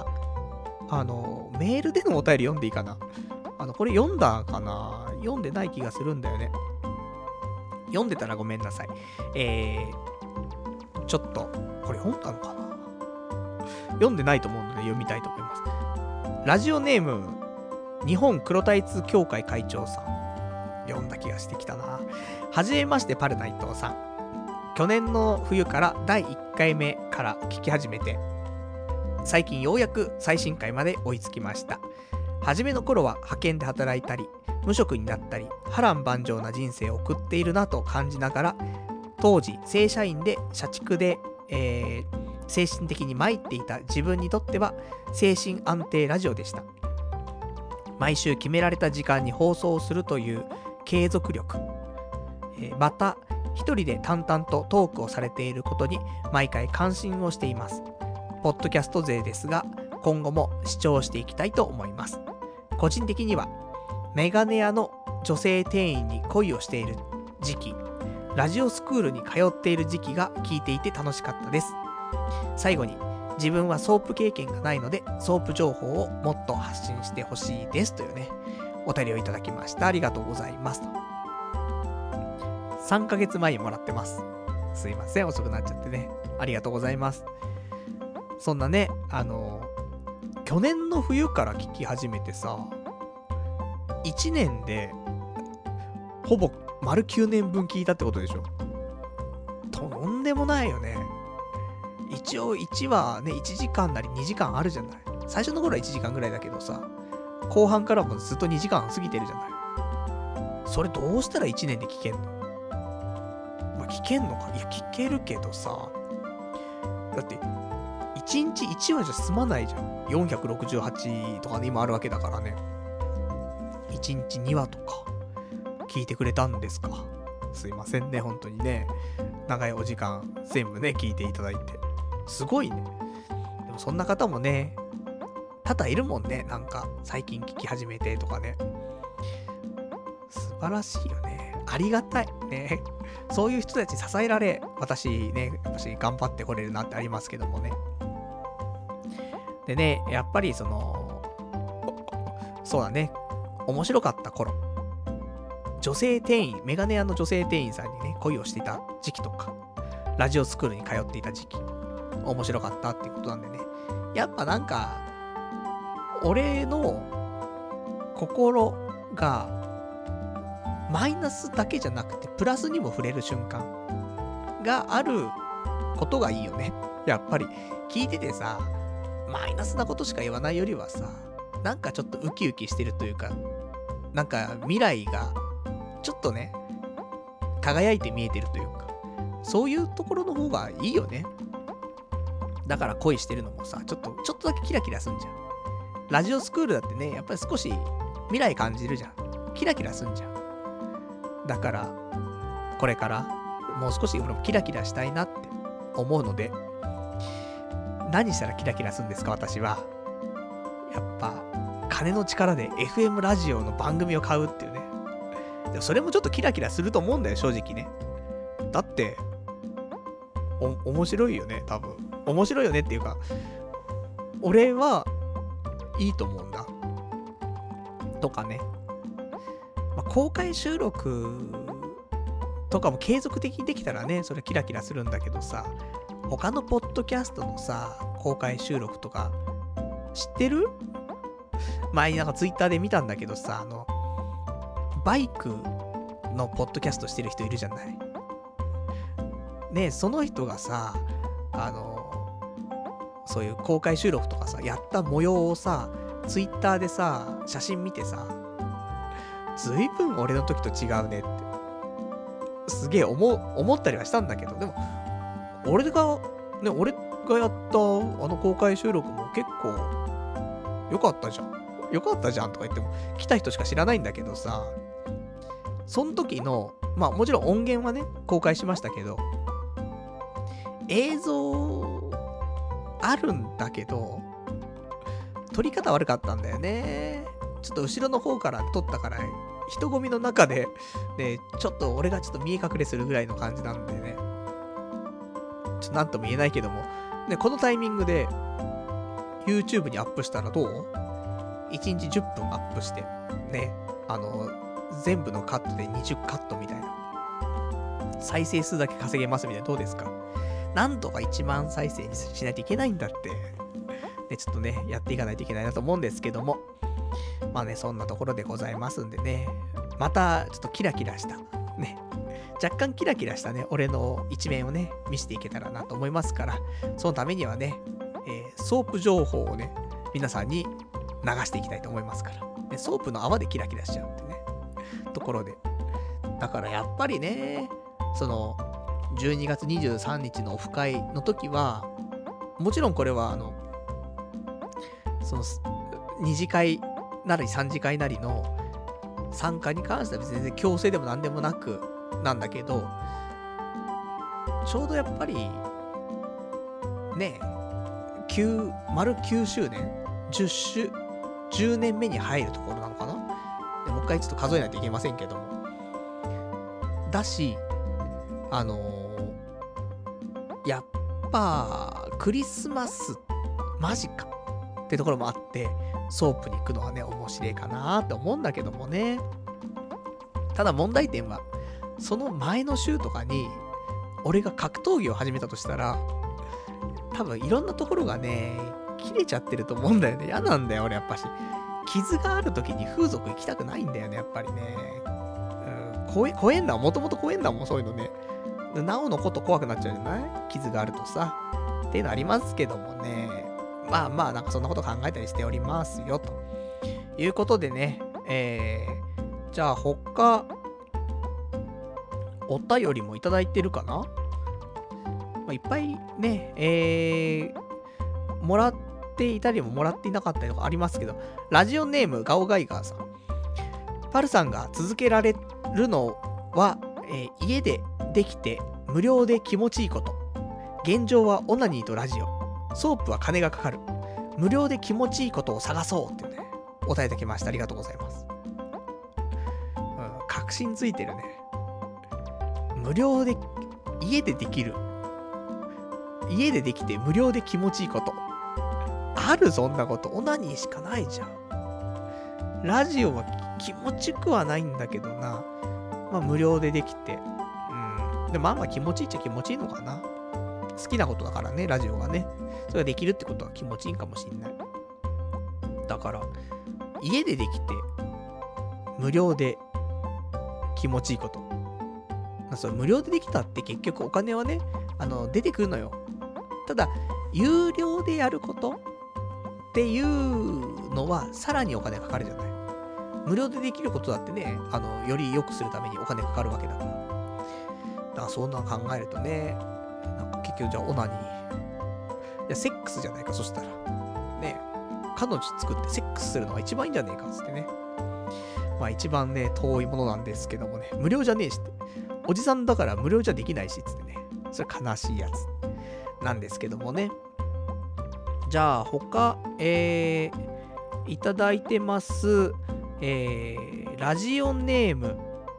メールでのお便り読んでいいかな。これ読んだかな？読んでない気がするんだよね。読んでたらごめんなさい。ちょっと、これ読んだのかな？読んでないと思うので読みたいと思います。ラジオネーム、日本黒タイツ協会会長さん。読んだ気がしてきたな。はじめまして、パルナイトさん。去年の冬から第1回目から聞き始めて、最近ようやく最新回まで追いつきました。初めの頃は派遣で働いたり、無職になったり、波乱万丈な人生を送っているなと感じながら、当時正社員で社畜で、精神的に参っていた自分にとっては精神安定ラジオでした。毎週決められた時間に放送するという継続力、また一人で淡々とトークをされていることに毎回感心をしています。ポッドキャスト勢ですが、今後も視聴していきたいと思います。個人的にはメガネ屋の女性店員に恋をしている時期、ラジオスクールに通っている時期が聞いていて楽しかったです。最後に、自分はソープ経験がないのでソープ情報をもっと発信してほしいですというね、お便りをいただきました。ありがとうございますと。3ヶ月前にもらってます。すいません、遅くなっちゃってね。ありがとうございます。そんなね、去年の冬から聞き始めてさ、1年でほぼ丸9年分聞いたってことでしょ。とんでもないよね。一応1話ね、1時間なり2時間あるじゃない。最初の頃は1時間ぐらいだけどさ、後半からもずっと2時間過ぎてるじゃない。それどうしたら1年で聞けんの？まあ、聞けんのか？いや、聞けるけどさ、だって1日1話じゃ済まないじゃん。468とかで今あるわけだからね。1日2話とか聞いてくれたんですか？すいませんね、本当にね。長いお時間全部ね、聞いていただいて。すごいね。でもそんな方もね、多々いるもんね。なんか、最近聞き始めてとかね。素晴らしいよね。ありがたい。ね。そういう人たちに支えられ、私ね、私頑張ってこれるなってありますけどもね。でね、やっぱりそうだね、面白かった頃。女性店員、メガネ屋の女性店員さんにね、恋をしていた時期とか、ラジオスクールに通っていた時期、面白かったっていうことなんでね。やっぱなんか、俺の心がマイナスだけじゃなくて、プラスにも触れる瞬間があることがいいよね。やっぱり、聞いててさ、マイナスなことしか言わないよりはさ、なんかちょっとウキウキしてるというか、なんか未来がちょっとね、輝いて見えてるというか、そういうところの方がいいよね。だから恋してるのもさ、ちょっとだけキラキラすんじゃん。ラジオスクールだってね、やっぱり少し未来感じるじゃん。キラキラすんじゃん。だから、これからもう少し俺もキラキラしたいなって思うので、何したらキラキラするんですか、私は。やっぱ、金の力で FM ラジオの番組を買うっていうね。でもそれもちょっとキラキラすると思うんだよ、正直ね。だって、面白いよね、多分。面白いよねっていうか、俺はいいと思うんだ。とかね。公開収録とかも継続的にできたらね、それキラキラするんだけどさ、他のポッドキャストのさ、公開収録とか、知ってる？前になんかツイッターで見たんだけどさ、バイクのポッドキャストしてる人いるじゃない。ね、その人がさ、そういう公開収録とかさ、やった模様をさ、ツイッターでさ、写真見てさ、ずいぶん俺の時と違うねって、すげえ思ったりはしたんだけど、でも、俺がやった公開収録も結構、良かったじゃんとか言っても、来た人しか知らないんだけどさ、その時の、まあもちろん音源はね、公開しましたけど、映像、あるんだけど、撮り方悪かったんだよね。ちょっと後ろの方から撮ったから、人混みの中で、ね、ちょっと俺がちょっと見え隠れするぐらいの感じなんでね。ちょっとなんとも言えないけども、ね、このタイミングで YouTube にアップしたらどう？ 1 日10分アップして、ね、全部のカットで20カットみたいな。再生数だけ稼げますみたいな、どうですか？なんとか1万再生にしないといけないんだって。ね、ちょっとね、やっていかないといけないなと思うんですけども。まあね、そんなところでございますんでね。また、ちょっとキラキラした、ね。若干キラキラしたね、俺の一面をね、見せていけたらなと思いますから、そのためにはね、ソープ情報をね、皆さんに流していきたいと思いますから。ね、ソープの泡でキラキラしちゃうってね。ところで。だからやっぱりね、12月23日のオフ会の時は、もちろんこれは2次会なり3次会なりの参加に関しては別に全然強制でも何でもなくなんだけど、ちょうどやっぱりね、丸9周年10年目に入るところなのかな。でもう一回ちょっと数えないといけませんけども、だしやっぱクリスマスマジかってところもあって、ソープに行くのはね、面白いかなーって思うんだけどもね。ただ問題点は、その前の週とかに、俺が格闘技を始めたとしたら、多分いろんなところがね、切れちゃってると思うんだよね。嫌なんだよ、俺やっぱし。傷がある時に風俗行きたくないんだよね、やっぱりね。怖えんだもん、もともと怖えんだもん、そういうのね。なおのこと怖くなっちゃうじゃない？傷があるとさ。っていうのありますけどもね。まあまあ、なんかそんなこと考えたりしておりますよ、ということでね。じゃあ他、お便りもいただいてるかな？まあ、いっぱいね、もらっていたりももらっていなかったりとかありますけど、ラジオネームガオガイガーさん。パルさんが続けられるのは、家でできて無料で気持ちいいこと。現状はオナニーとラジオ。ソープは金がかかる。無料で気持ちいいことを探そうってね、お答えいただきました。ありがとうございます。確信ついてるね。無料で、家でできる。家でできて無料で気持ちいいこと。ある？そんなこと。オナニーしかないじゃん。ラジオは気持ちくはないんだけどな。まあ無料でできて。でもまあまあ気持ちいいっちゃ気持ちいいのかな。好きなことだからね、ラジオがね。それができるってことは気持ちいいかもしんない。だから、家でできて、無料で気持ちいいこと。それ無料でできたって結局お金はね、出てくるのよ。ただ、有料でやることっていうのは、さらにお金かかるじゃない。無料でできることだってね、より良くするためにお金かかるわけだから。だからそんなの考えるとね、なんか結局じゃあオナニー。いや、セックスじゃないか、そしたら。ね、彼女作ってセックスするのが一番いいんじゃねえか、つってね。まあ一番ね、遠いものなんですけどもね、無料じゃねえしって。 おじさんだから無料じゃできないし、つってね。それ悲しいやつなんですけどもね。じゃあ、他、いただいてます。ラジオネーム。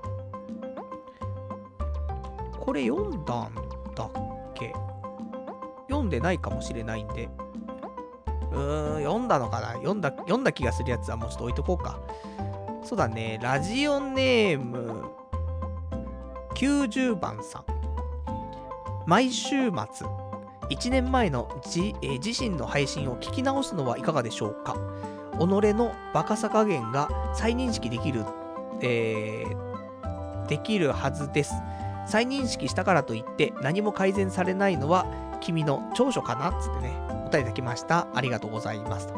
これ読んだんだっけ？読んでないかもしれないんで。読んだのかな？読んだ気がするやつはもうちょっと置いとこうか。そうだね。ラジオネーム、90番さん。毎週末、1年前の自身の配信を聞き直すのはいかがでしょうか。己のバカさ加減が再認識できる、できるはずです。再認識したからといって何も改善されないのは君の長所かなつってね、お答えいただきました。ありがとうございます。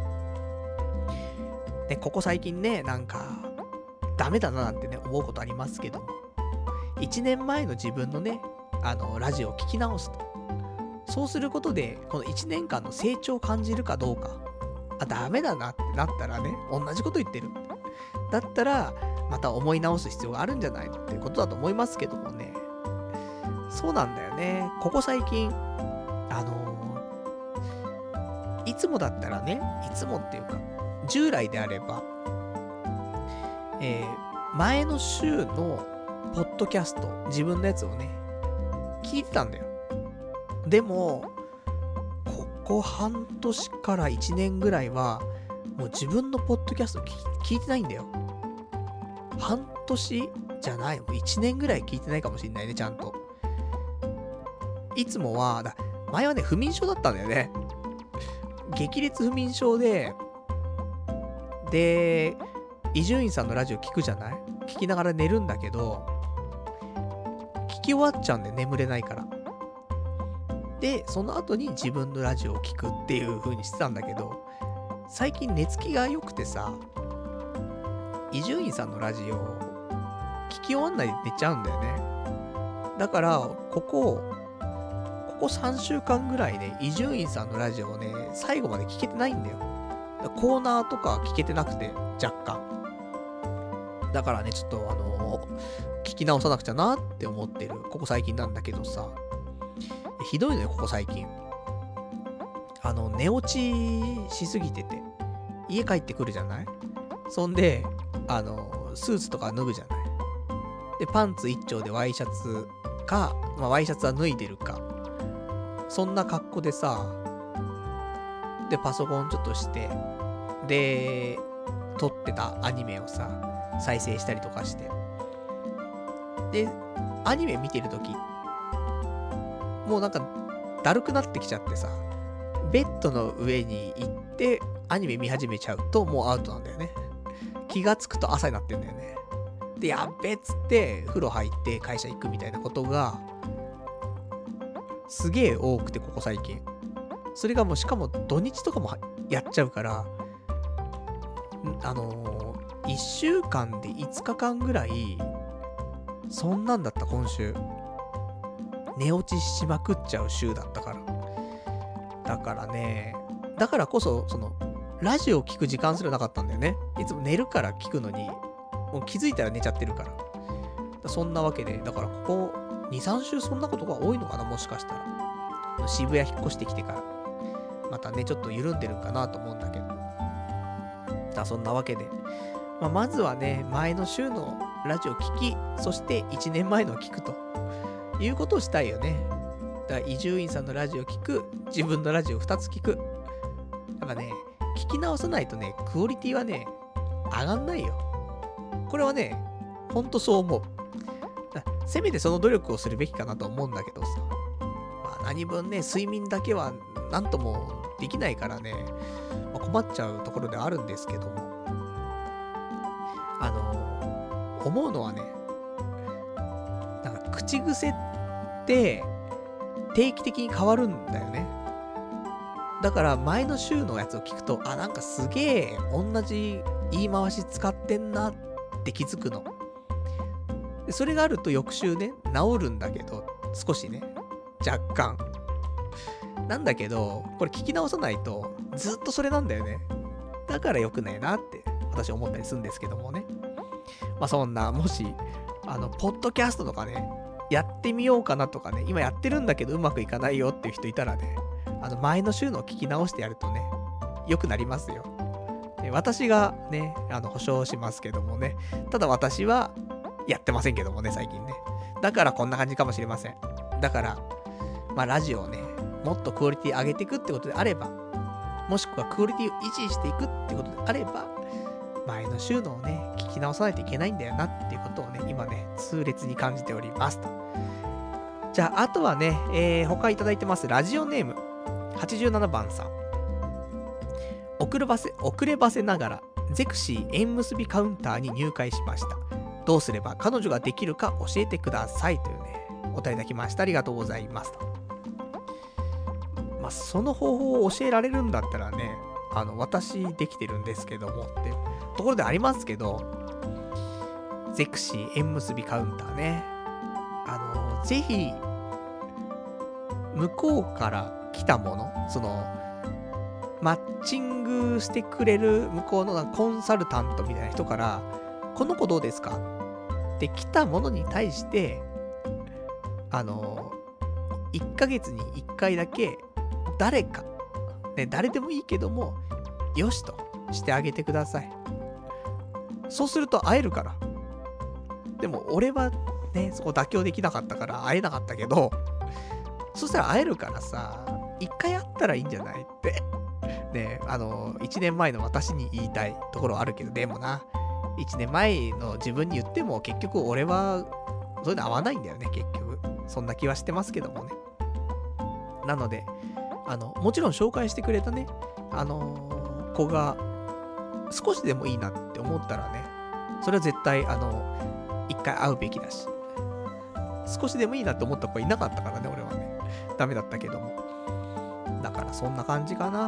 で、ここ最近ね、なんか、ダメだななんてね、思うことありますけども、1年前の自分のね、ラジオを聞き直すと。そうすることで、この1年間の成長を感じるかどうか。ダメだなってなったらね、同じこと言ってる。だったら、また思い直す必要があるんじゃないのっていうことだと思いますけどもね。そうなんだよね。ここ最近、いつもだったらね、いつもっていうか、従来であれば、前の週のポッドキャスト、自分のやつをね、聞いてたんだよ。でも、ここ半年から1年ぐらいは、もう自分のポッドキャスト聞いてないんだよ。半年じゃない、もう1年ぐらい聞いてないかもしんないね、ちゃんと。いつもは、前はね、不眠症だったんだよね。激烈不眠症で、伊集院さんのラジオ聞くじゃない？聞きながら寝るんだけど、聞き終わっちゃうんで眠れないから。で、その後に自分のラジオを聞くっていう風にしてたんだけど、最近寝つきが良くてさ、伊集院さんのラジオ、聞き終わんないで寝ちゃうんだよね。だから、ここ3週間ぐらいね、伊集院さんのラジオをね、最後まで聞けてないんだよ。コーナーとか聞けてなくて、若干。だからね、ちょっと聞き直さなくちゃなって思ってる、ここ最近なんだけどさ、ひどいのよ、ここ最近。寝落ちしすぎてて、家帰ってくるじゃない？そんで、スーツとか脱ぐじゃない？で、パンツ一丁でワイシャツか、まあ、ワイシャツは脱いでるか、そんな格好でさ、で、パソコンちょっとして、で、撮ってたアニメをさ、再生したりとかして。で、アニメ見てるとき、もうなんか、だるくなってきちゃってさ、ベッドの上に行って、アニメ見始めちゃうと、もうアウトなんだよね。気がつくと朝になってんだよね。で、やっべっつって、風呂入って会社行くみたいなことが、すげえ多くて、ここ最近。それがもうしかも土日とかもやっちゃうから、1週間で5日間ぐらい、そんなんだった今週。寝落ちしまくっちゃう週だったから。だからね、だからこそ、ラジオ聞く時間すらなかったんだよね。いつも寝るから聞くのに、もう気づいたら寝ちゃってるから。そんなわけで、だからここ2、3週そんなことが多いのかな、もしかしたら。渋谷引っ越してきてから。またね、ちょっと緩んでるんかなと思うんだけど。そんなわけで。まずはね、前の週のラジオ聞き、そして1年前のを聞くということをしたいよね。だから伊集院さんのラジオ聞く、自分のラジオ2つ聞く。やっぱね、聞き直さないとね、クオリティはね、上がんないよ。これはね、ほんとそう思う。せめてその努力をするべきかなと思うんだけどさ。何分ね、睡眠だけはなんともできないからね、困っちゃうところではあるんですけども。思うのはね、なんか口癖って定期的に変わるんだよね。だから前の週のやつを聞くと、なんかすげえ同じ言い回し使ってんなって気づくの。でそれがあると翌週ね、治るんだけど、少しね、若干。なんだけど、これ聞き直さないとずっとそれなんだよね。だから良くないなって私思ったりするんですけどもね。そんな、もしポッドキャストとかね、やってみようかなとかね、今やってるんだけどうまくいかないよっていう人いたらね、前の週のを聞き直してやるとね、良くなりますよ。私がね、保証しますけどもね、ただ私はやってませんけどもね、最近ね。だからこんな感じかもしれません。だから、まあラジオをね、もっとクオリティ上げていくってことであれば、もしくはクオリティを維持していくってことであれば、前の週のをね、聞き直さないといけないんだよなっていうことをね、今ね、痛烈に感じておりますと。じゃあ、あとはね、他いただいてます。ラジオネーム、87番さん。遅ればせながら、ゼクシー縁結びカウンターに入会しました。どうすれば彼女ができるか教えてくださいというね、お便りいただきました。ありがとうございますと。まあ、その方法を教えられるんだったらね、私できてるんですけどもっていうところでありますけど、ゼクシー縁結びカウンターね。ぜひ、向こうから来たもの、マッチングしてくれる向こうのコンサルタントみたいな人から、この子どうですかって来たものに対して、1ヶ月に1回だけ、誰か、ね、誰でもいいけども、よしとしてあげてください。そうすると会えるから。でも俺はね、そこ妥協できなかったから会えなかったけど、そしたら会えるからさ、1回会ったらいいんじゃないって。ね、1年前の私に言いたいところはあるけど、でもな、1年前の自分に言っても結局俺はそういうの合わないんだよね、結局。そんな気はしてますけどもね。なので、もちろん紹介してくれたね、子が少しでもいいなって思ったらね、それは絶対、一回会うべきだし、少しでもいいなって思った子いなかったからね、俺はね。ダメだったけども。だからそんな感じかな。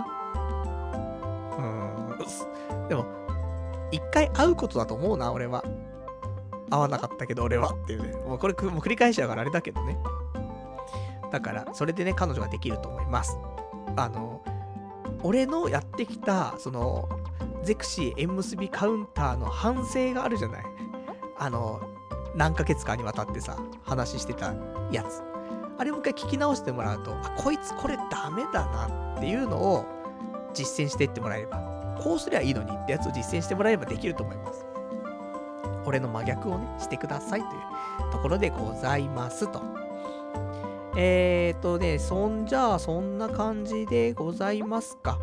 でも、一回会うことだと思うな、俺は。会わなかったけど、俺はっていうね。もうこれ、もう繰り返しだからあれだけどね。だから、それでね、彼女ができると思います。俺のやってきた、ゼクシー縁結びカウンターの反省があるじゃない。何ヶ月間にわたってさ、話してたやつ。あれもう一回聞き直してもらうと、こいつこれダメだなっていうのを実践していってもらえれば、こうすりゃいいのにってやつを実践してもらえればできると思います。俺の真逆をね、してくださいというところでございますと。そんな感じでございますか。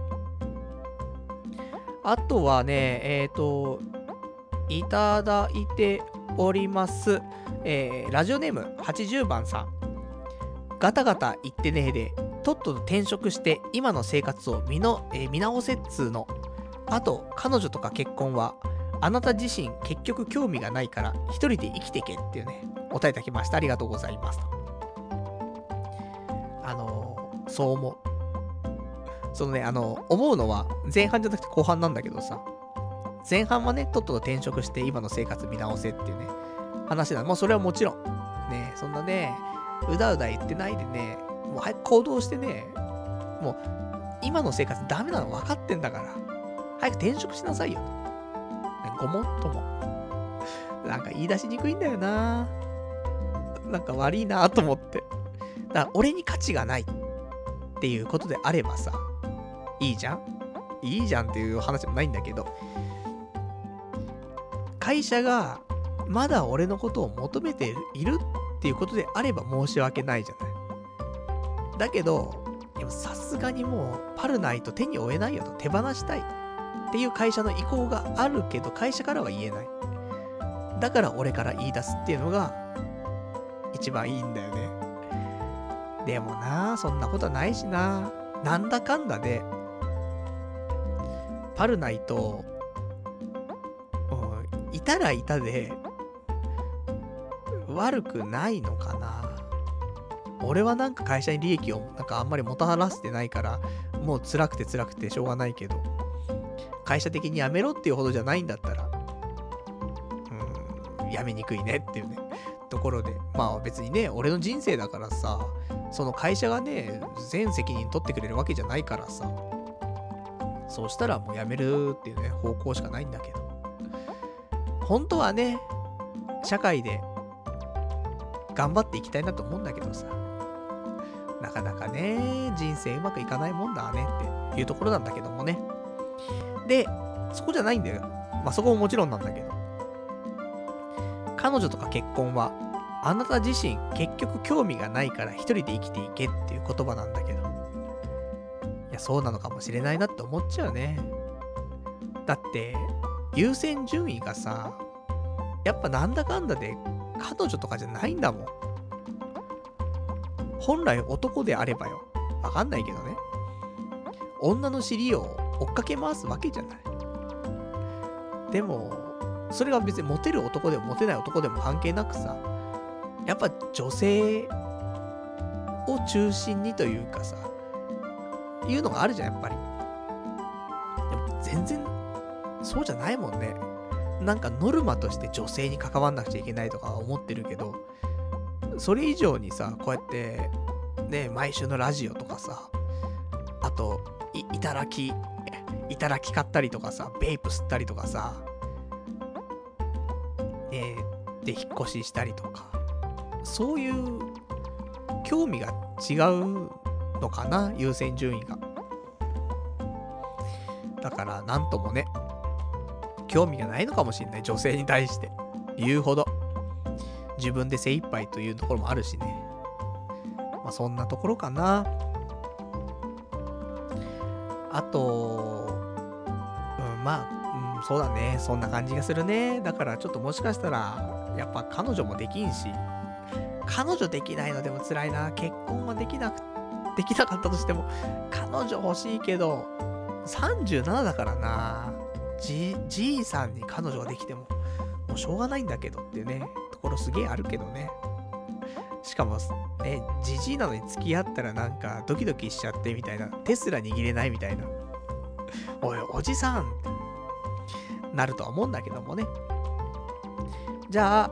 あとはね、いただいております。ラジオネーム80番さん。ガタガタ言ってねえで、とっとと転職して今の生活を見直せっつーの。あと、彼女とか結婚は、あなた自身結局興味がないから一人で生きてけっていうね、お答えいただきました。ありがとうございます。そう思う。思うのは前半じゃなくて後半なんだけどさ、前半はね、とっとと転職して今の生活見直せっていうね、話だ。もうそれはもちろん。ね、そんなね、うだうだ言ってないでね、もう早く行動してね、もう今の生活ダメなの分かってんだから、早く転職しなさいよ。ごもっとも。なんか言い出しにくいんだよな。なんか悪いなと思って。だから俺に価値がないっていうことであればさ、いいじゃんっていう話もないんだけど、会社がまだ俺のことを求めているっていうことであれば申し訳ないじゃない。だけど、さすがにもうパルないと手に負えないよと、手放したいっていう会社の意向があるけど、会社からは言えない。だから俺から言い出すっていうのが一番いいんだよね。でもな、そんなことはないしな。なんだかんだでパルナイと、いたらいたで悪くないのかな。俺はなんか会社に利益をなんかあんまりもたらせてないから、もう辛くてしょうがないけど、会社的に辞めろっていうほどじゃないんだったら、辞めにくいねっていうねところで、まあ別にね、俺の人生だからさ、その会社がね全責任取ってくれるわけじゃないからさ、そうしたらもう辞めるっていうね方向しかないんだけど、本当はね、社会で頑張っていきたいなと思うんだけどさ、なかなかね、人生うまくいかないもんだねっていうところなんだけどもね。で、そこじゃないんだよ。まあそこももちろんなんだけど、彼女とか結婚はあなた自身結局興味がないから一人で生きていけっていう言葉なんだけど、いやそうなのかもしれないなって思っちゃうね。だって優先順位がさ、やっぱなんだかんだで彼女とかじゃないんだもん。本来男であればよ、わかんないけどね、女の尻を追っかけ回すわけじゃない。でもそれが別にモテる男でもモテない男でも関係なくさ、やっぱ女性を中心にというかさ、いうのがあるじゃん、やっぱり。でも全然そうじゃないもんね。なんかノルマとして女性に関わんなくちゃいけないとか思ってるけど、それ以上にさ、こうやってね、毎週のラジオとかさ、あといたらき買ったりとかさ、ベイプ吸ったりとかさ、で引っ越ししたりとか、そういう興味が違うのかな、優先順位が。だからなんともね、興味がないのかもしれない、女性に対して言うほど。自分で精一杯というところもあるしね。まあそんなところかな。あと、まあ、そうだね、そんな感じがするね。だからちょっともしかしたらやっぱ彼女もできんし、彼女できないのでも辛いな。結婚はできなかったとしても彼女欲しいけど37だからな。じいさんに彼女ができてももうしょうがないんだけどっていうね、ところすげえあるけどね。しかもね、じじいなのに付き合ったらなんかドキドキしちゃってみたいな、手すら握れないみたいな、おいおじさんってなるとは思うんだけどもね。じゃあ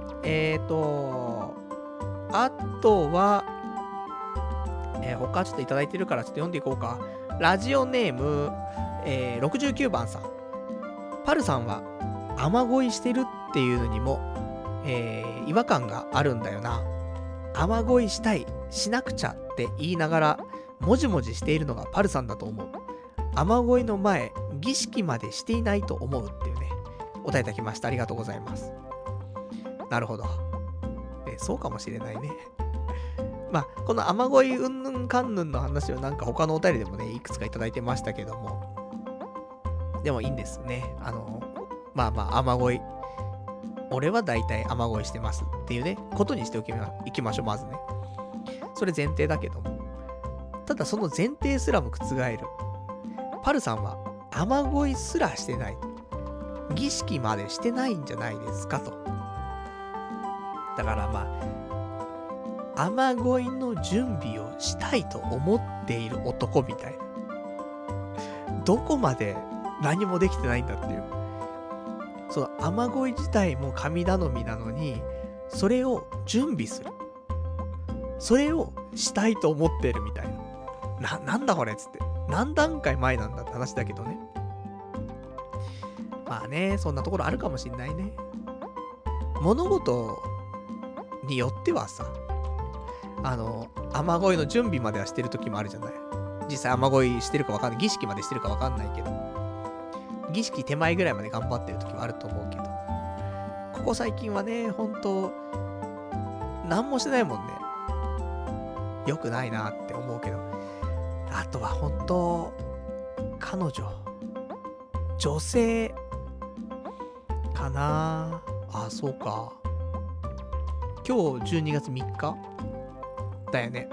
あとは、他ちょっといただいてるからちょっと読んでいこうか。ラジオネーム、69番さん。パルさんは雨乞いしてるっていうのにも、違和感があるんだよな。雨乞いしたい、しなくちゃって言いながらもじもじしているのがパルさんだと思う。雨乞いの前、儀式までしていないと思うっていうね、お答えいただきました。ありがとうございます。なるほど。そうかもしれないね。まあ、この雨乞いうんぬんかんぬんの話はなんか他のお便りでもね、いくつかいただいてましたけども。でもいいんですね。まあまあ、雨乞い。俺は大体雨乞いしてますっていうね、ことにしていきましょう、まずね。それ前提だけども。ただその前提すらも覆る。パルさんは雨乞いすらしてない。儀式までしてないんじゃないですかと。だからまあ、雨乞いの準備をしたいと思っている男みたいな。どこまで何もできてないんだっていう。その雨乞い自体も神頼みなのに、それを準備する。それをしたいと思ってるみたいな。なんだこれっつって。何段階前なんだって話だけどね。まあね、そんなところあるかもしんないね。物事によってはさ、雨乞いの準備まではしてる時もあるじゃない。実際雨乞いしてるかわかんない。儀式までしてるかわかんないけど。儀式手前ぐらいまで頑張ってる時はあると思うけど。ここ最近はね、ほんと、何もしてないもんね。良くないなって思うけど。あとはほんと、彼女。女性、かなあ、そうか。今日12月3日だよね。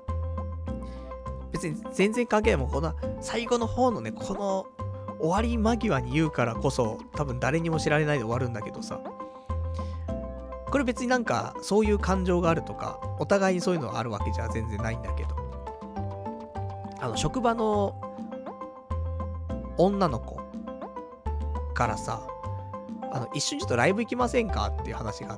別に全然関係ないもん。この最後の方のね、この終わり間際に言うからこそ多分誰にも知られないで終わるんだけどさ。これ別になんかそういう感情があるとか、お互いにそういうのがあるわけじゃ全然ないんだけど。職場の女の子からさ、一緒にちょっとライブ行きませんかっていう話があって。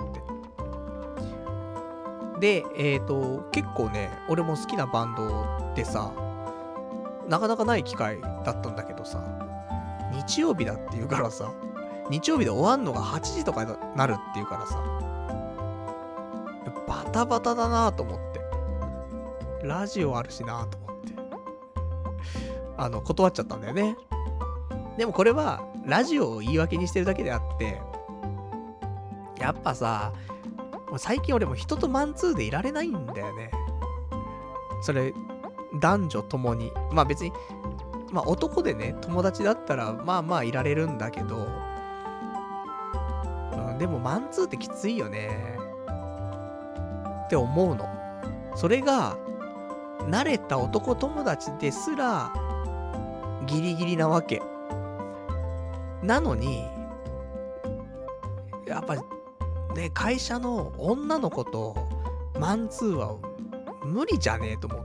で、結構ね、俺も好きなバンドでさ、なかなかない機会だったんだけどさ、日曜日だって言うからさ、日曜日で終わんのが8時とかになるって言うからさ、バタバタだなと思って。ラジオあるしなと思って。断っちゃったんだよね。でもこれは、ラジオを言い訳にしてるだけであって、やっぱさ、最近俺も人とマンツーでいられないんだよね。それ、男女ともに。まあ別に、まあ男でね、友達だったら、まあまあいられるんだけど、でもマンツーってきついよね。って思うの。それが、慣れた男友達ですら、ギリギリなわけ。なのに、やっぱね、会社の女の子とマンツーは無理じゃねえと思って。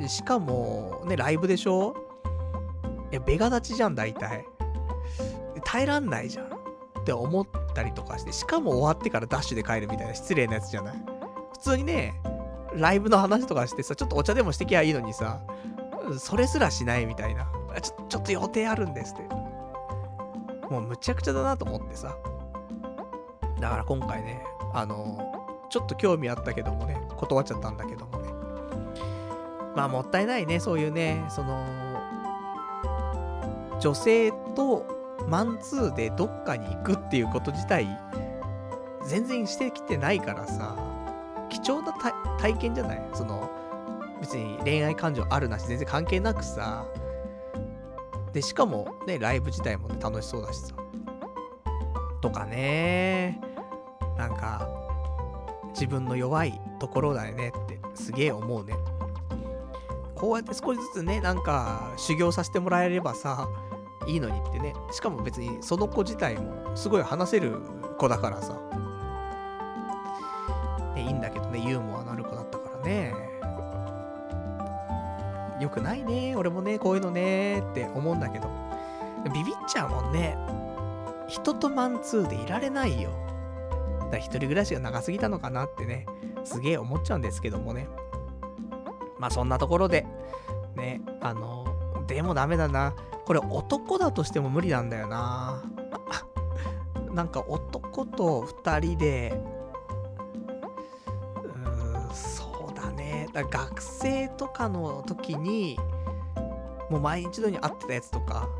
しかも、ね、ライブでしょ？いや、ベガ立ちじゃん、大体。耐えらんないじゃん。って思ったりとかして、しかも終わってからダッシュで帰るみたいな失礼なやつじゃない？普通にね、ライブの話とかしてさ、ちょっとお茶でもしてきゃいいのにさ、それすらしないみたいな。ちょっと予定あるんですって。もうむちゃくちゃだなと思ってさ。だから今回ね、ちょっと興味あったけどもね、断っちゃったんだけどもね。まあもったいないね、そういうね、女性とマンツーでどっかに行くっていうこと自体、全然してきてないからさ、貴重な体験じゃない？別に恋愛感情あるなし全然関係なくさ、で、しかもね、ライブ自体もね、楽しそうだしさ。とかね、なんか、自分の弱いところだよねってすげえ思うね。こうやって少しずつね、なんか修行させてもらえればさ、いいのにってね。しかも別にその子自体もすごい話せる子だからさ。ね、いいんだけどね、ユーモアのある子だったからね。よくないね、俺もね、こういうのねって思うんだけど。ビビっちゃうもんね。人とマンツーでいられないよ。だから一人暮らしが長すぎたのかなってね、すげえ思っちゃうんですけどもね。まあそんなところで、ね、でもダメだな。これ男だとしても無理なんだよな。なんか男と二人で、そうだね。だから学生とかの時に、もう毎日のように会ってたやつとか、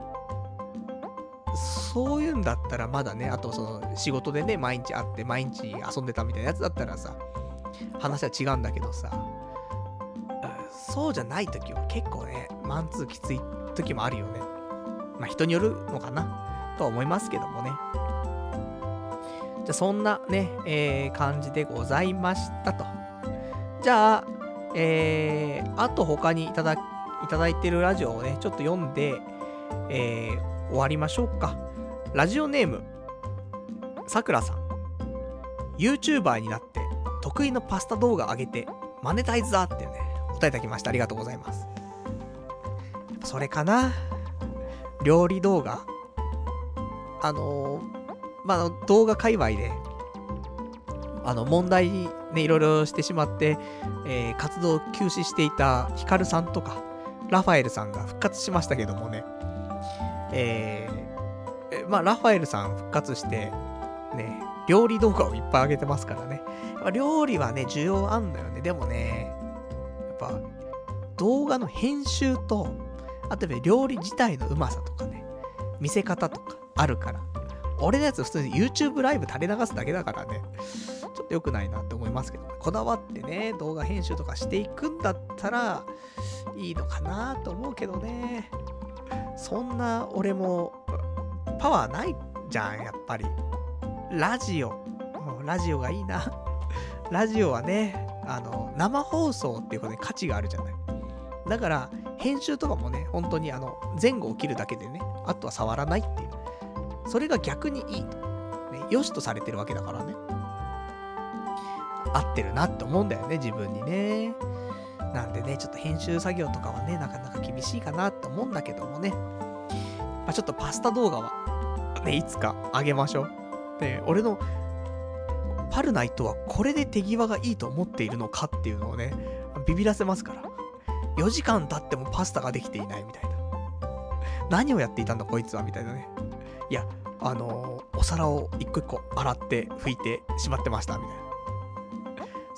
そういうんだったらまだね、あと仕事でね、毎日会って毎日遊んでたみたいなやつだったらさ、話は違うんだけどさ、そうじゃない時は結構ね、マンツーきつい時もあるよね。まあ人によるのかなとは思いますけどもね。じゃあそんなね、感じでございましたと。じゃあ、あと他にいただいてるラジオをね、ちょっと読んで、終わりましょうか。ラジオネーム、さくらさん。YouTuber になって得意のパスタ動画上げてマネタイズだってね、お答えいただきました。ありがとうございます。それかな？料理動画。動画界隈で、問題ね、いろいろしてしまって、活動休止していたヒカルさんとか、ラファエルさんが復活しましたけどもね。ラファエルさん復活して、ね、料理動画をいっぱい上げてますからね。料理はね、需要あんだよね。でもね、やっぱ、動画の編集と、あと料理自体のうまさとかね、見せ方とかあるから。俺のやつ普通に YouTube ライブ垂れ流すだけだからね、ちょっと良くないなって思いますけど、こだわってね、動画編集とかしていくんだったら、いいのかなと思うけどね。そんな俺も、パワーないじゃん、やっぱり。ラジオがいいな。ラジオはね、生放送っていうことに価値があるじゃない。だから、編集とかもね、本当に前後を切るだけでね、あとは触らないっていう。それが逆にいいと。ね、良しとされてるわけだからね。合ってるなって思うんだよね、自分にね。なんでね、ちょっと編集作業とかはね、なかなか厳しいかなって思うんだけどもね。ちょっとパスタ動画は、ね、いつか上げましょう。で、俺のパルナイトはこれで手際がいいと思っているのかっていうのをね、ビビらせますから。4時間経ってもパスタができていないみたいな。何をやっていたんだこいつはみたいなね。いや、お皿を一個一個洗って拭いてしまってましたみたいな。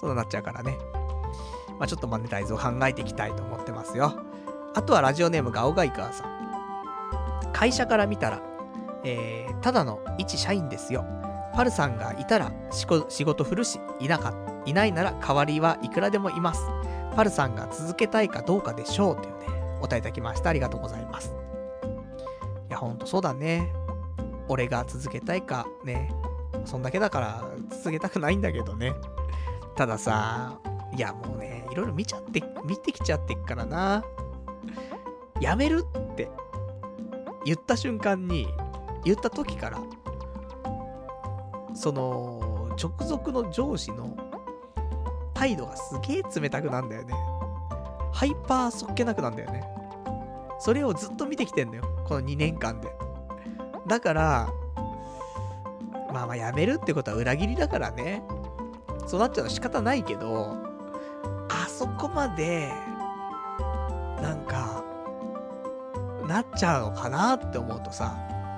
そんななっちゃうからね。まあちょっとマネタイズを考えていきたいと思ってますよ。あとはラジオネームガオガイカーさん。会社から見たら、ただの一社員ですよ。パルさんがいたら仕事振るし、いないなら代わりはいくらでもいます。パルさんが続けたいかどうかでしょうというね、お答えいただきました。ありがとうございます。いや、ほんとそうだね。俺が続けたいかね、そんだけだから続けたくないんだけどね。たださ、いやもうね、いろいろ見てきちゃってっからな。やめるって言った瞬間に、言った時から、その直属の上司の態度がすげえ冷たくなんだよね。ハイパーそっけなくなんだよね。それをずっと見てきてんのよ、この2年間で。だからまあやめるってことは裏切りだからね、そうなっちゃうのは仕方ないけど、あそこまでなんかなっちゃうのかなって思うとさ、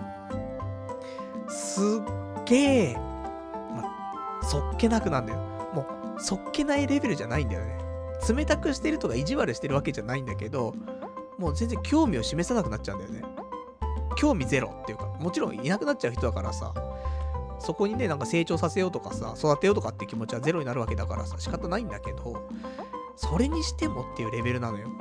すっげえ、そっけなくなんだよ。もうそっけないレベルじゃないんだよね。冷たくしてるとか意地悪してるわけじゃないんだけど、もう全然興味を示さなくなっちゃうんだよね。興味ゼロっていうか、もちろんいなくなっちゃう人だからさ、そこにね、なんか成長させようとかさ、育てようとかっていう気持ちはゼロになるわけだからさ、仕方ないんだけど、それにしてもっていうレベルなのよ。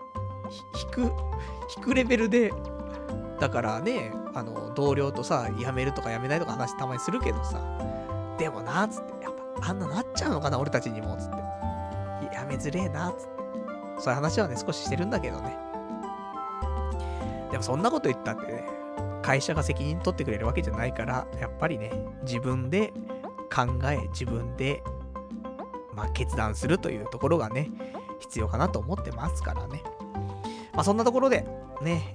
引くレベルで、だからね、同僚とさ、辞めるとか辞めないとか話たまにするけどさ、でもな、つって、やっぱあんななっちゃうのかな、俺たちにも、つって。やめづれえな、つって。そういう話はね、少ししてるんだけどね。でもそんなこと言ったってね、会社が責任取ってくれるわけじゃないから、やっぱりね、自分で考え、自分で、決断するというところがね、必要かなと思ってますからね。そんなところで、ね、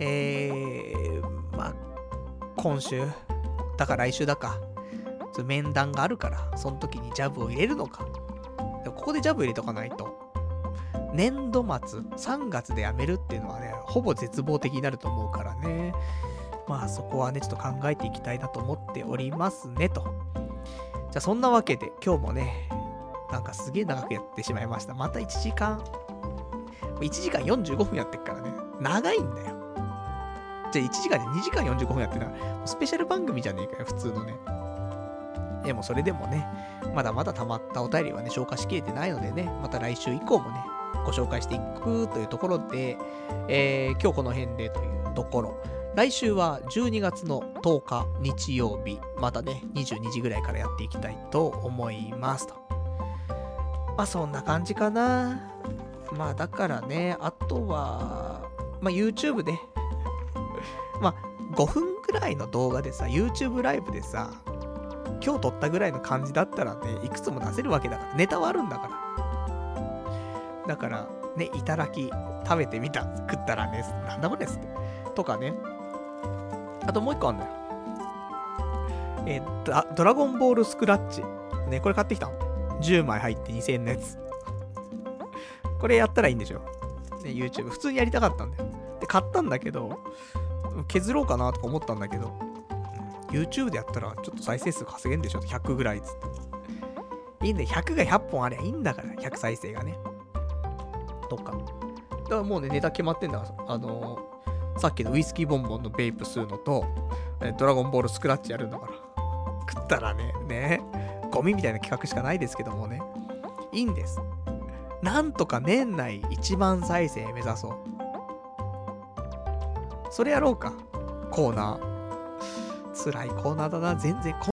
今週、だか来週だか、面談があるから、その時にジャブを入れるのか。でもここでジャブ入れとかないと、年度末、3月で辞めるっていうのはね、ほぼ絶望的になると思うからね。そこはね、ちょっと考えていきたいなと思っておりますね、と。じゃあそんなわけで、今日もね、なんかすげえ長くやってしまいました。また1時間45分やってっからね、長いんだよ。じゃあ1時間で2時間45分やってたら、スペシャル番組じゃねえかよ、普通のね。でもそれでもね、まだまだ溜まったお便りはね、消化しきれてないのでね、また来週以降もね、ご紹介していくというところで、今日この辺でというところ。来週は12月の10日日曜日、またね、22時ぐらいからやっていきたいと思いますと。そんな感じかな。だからね、あとは、YouTube で、5分ぐらいの動画でさ、YouTube ライブでさ、今日撮ったぐらいの感じだったらね、いくつも出せるわけだから、ネタはあるんだから。だから、ね、いただき、食べてみた、食ったらね、なんだこれっすって。とかね。あともう一個あんだよ。ドラゴンボールスクラッチ。ね、これ買ってきたの。10枚入って2000円のやつ。これやったらいいんでしょ。ね、YouTube。普通にやりたかったんだよ。で、買ったんだけど、削ろうかなとか思ったんだけど、YouTube でやったらちょっと再生数稼げんでしょ。100ぐらいつって。いいんだよ。100が100本ありゃいいんだから、100再生がね。とか。だからもうね、ネタ決まってんだから、さっきのウイスキーボンボンのベイプ吸うのと、ドラゴンボールスクラッチやるんだから。食ったらね、ゴミみたいな企画しかないですけどもね。いいんです。なんとか年内1万再生目指そう。それやろうか。コーナー。辛いコーナーだな。全然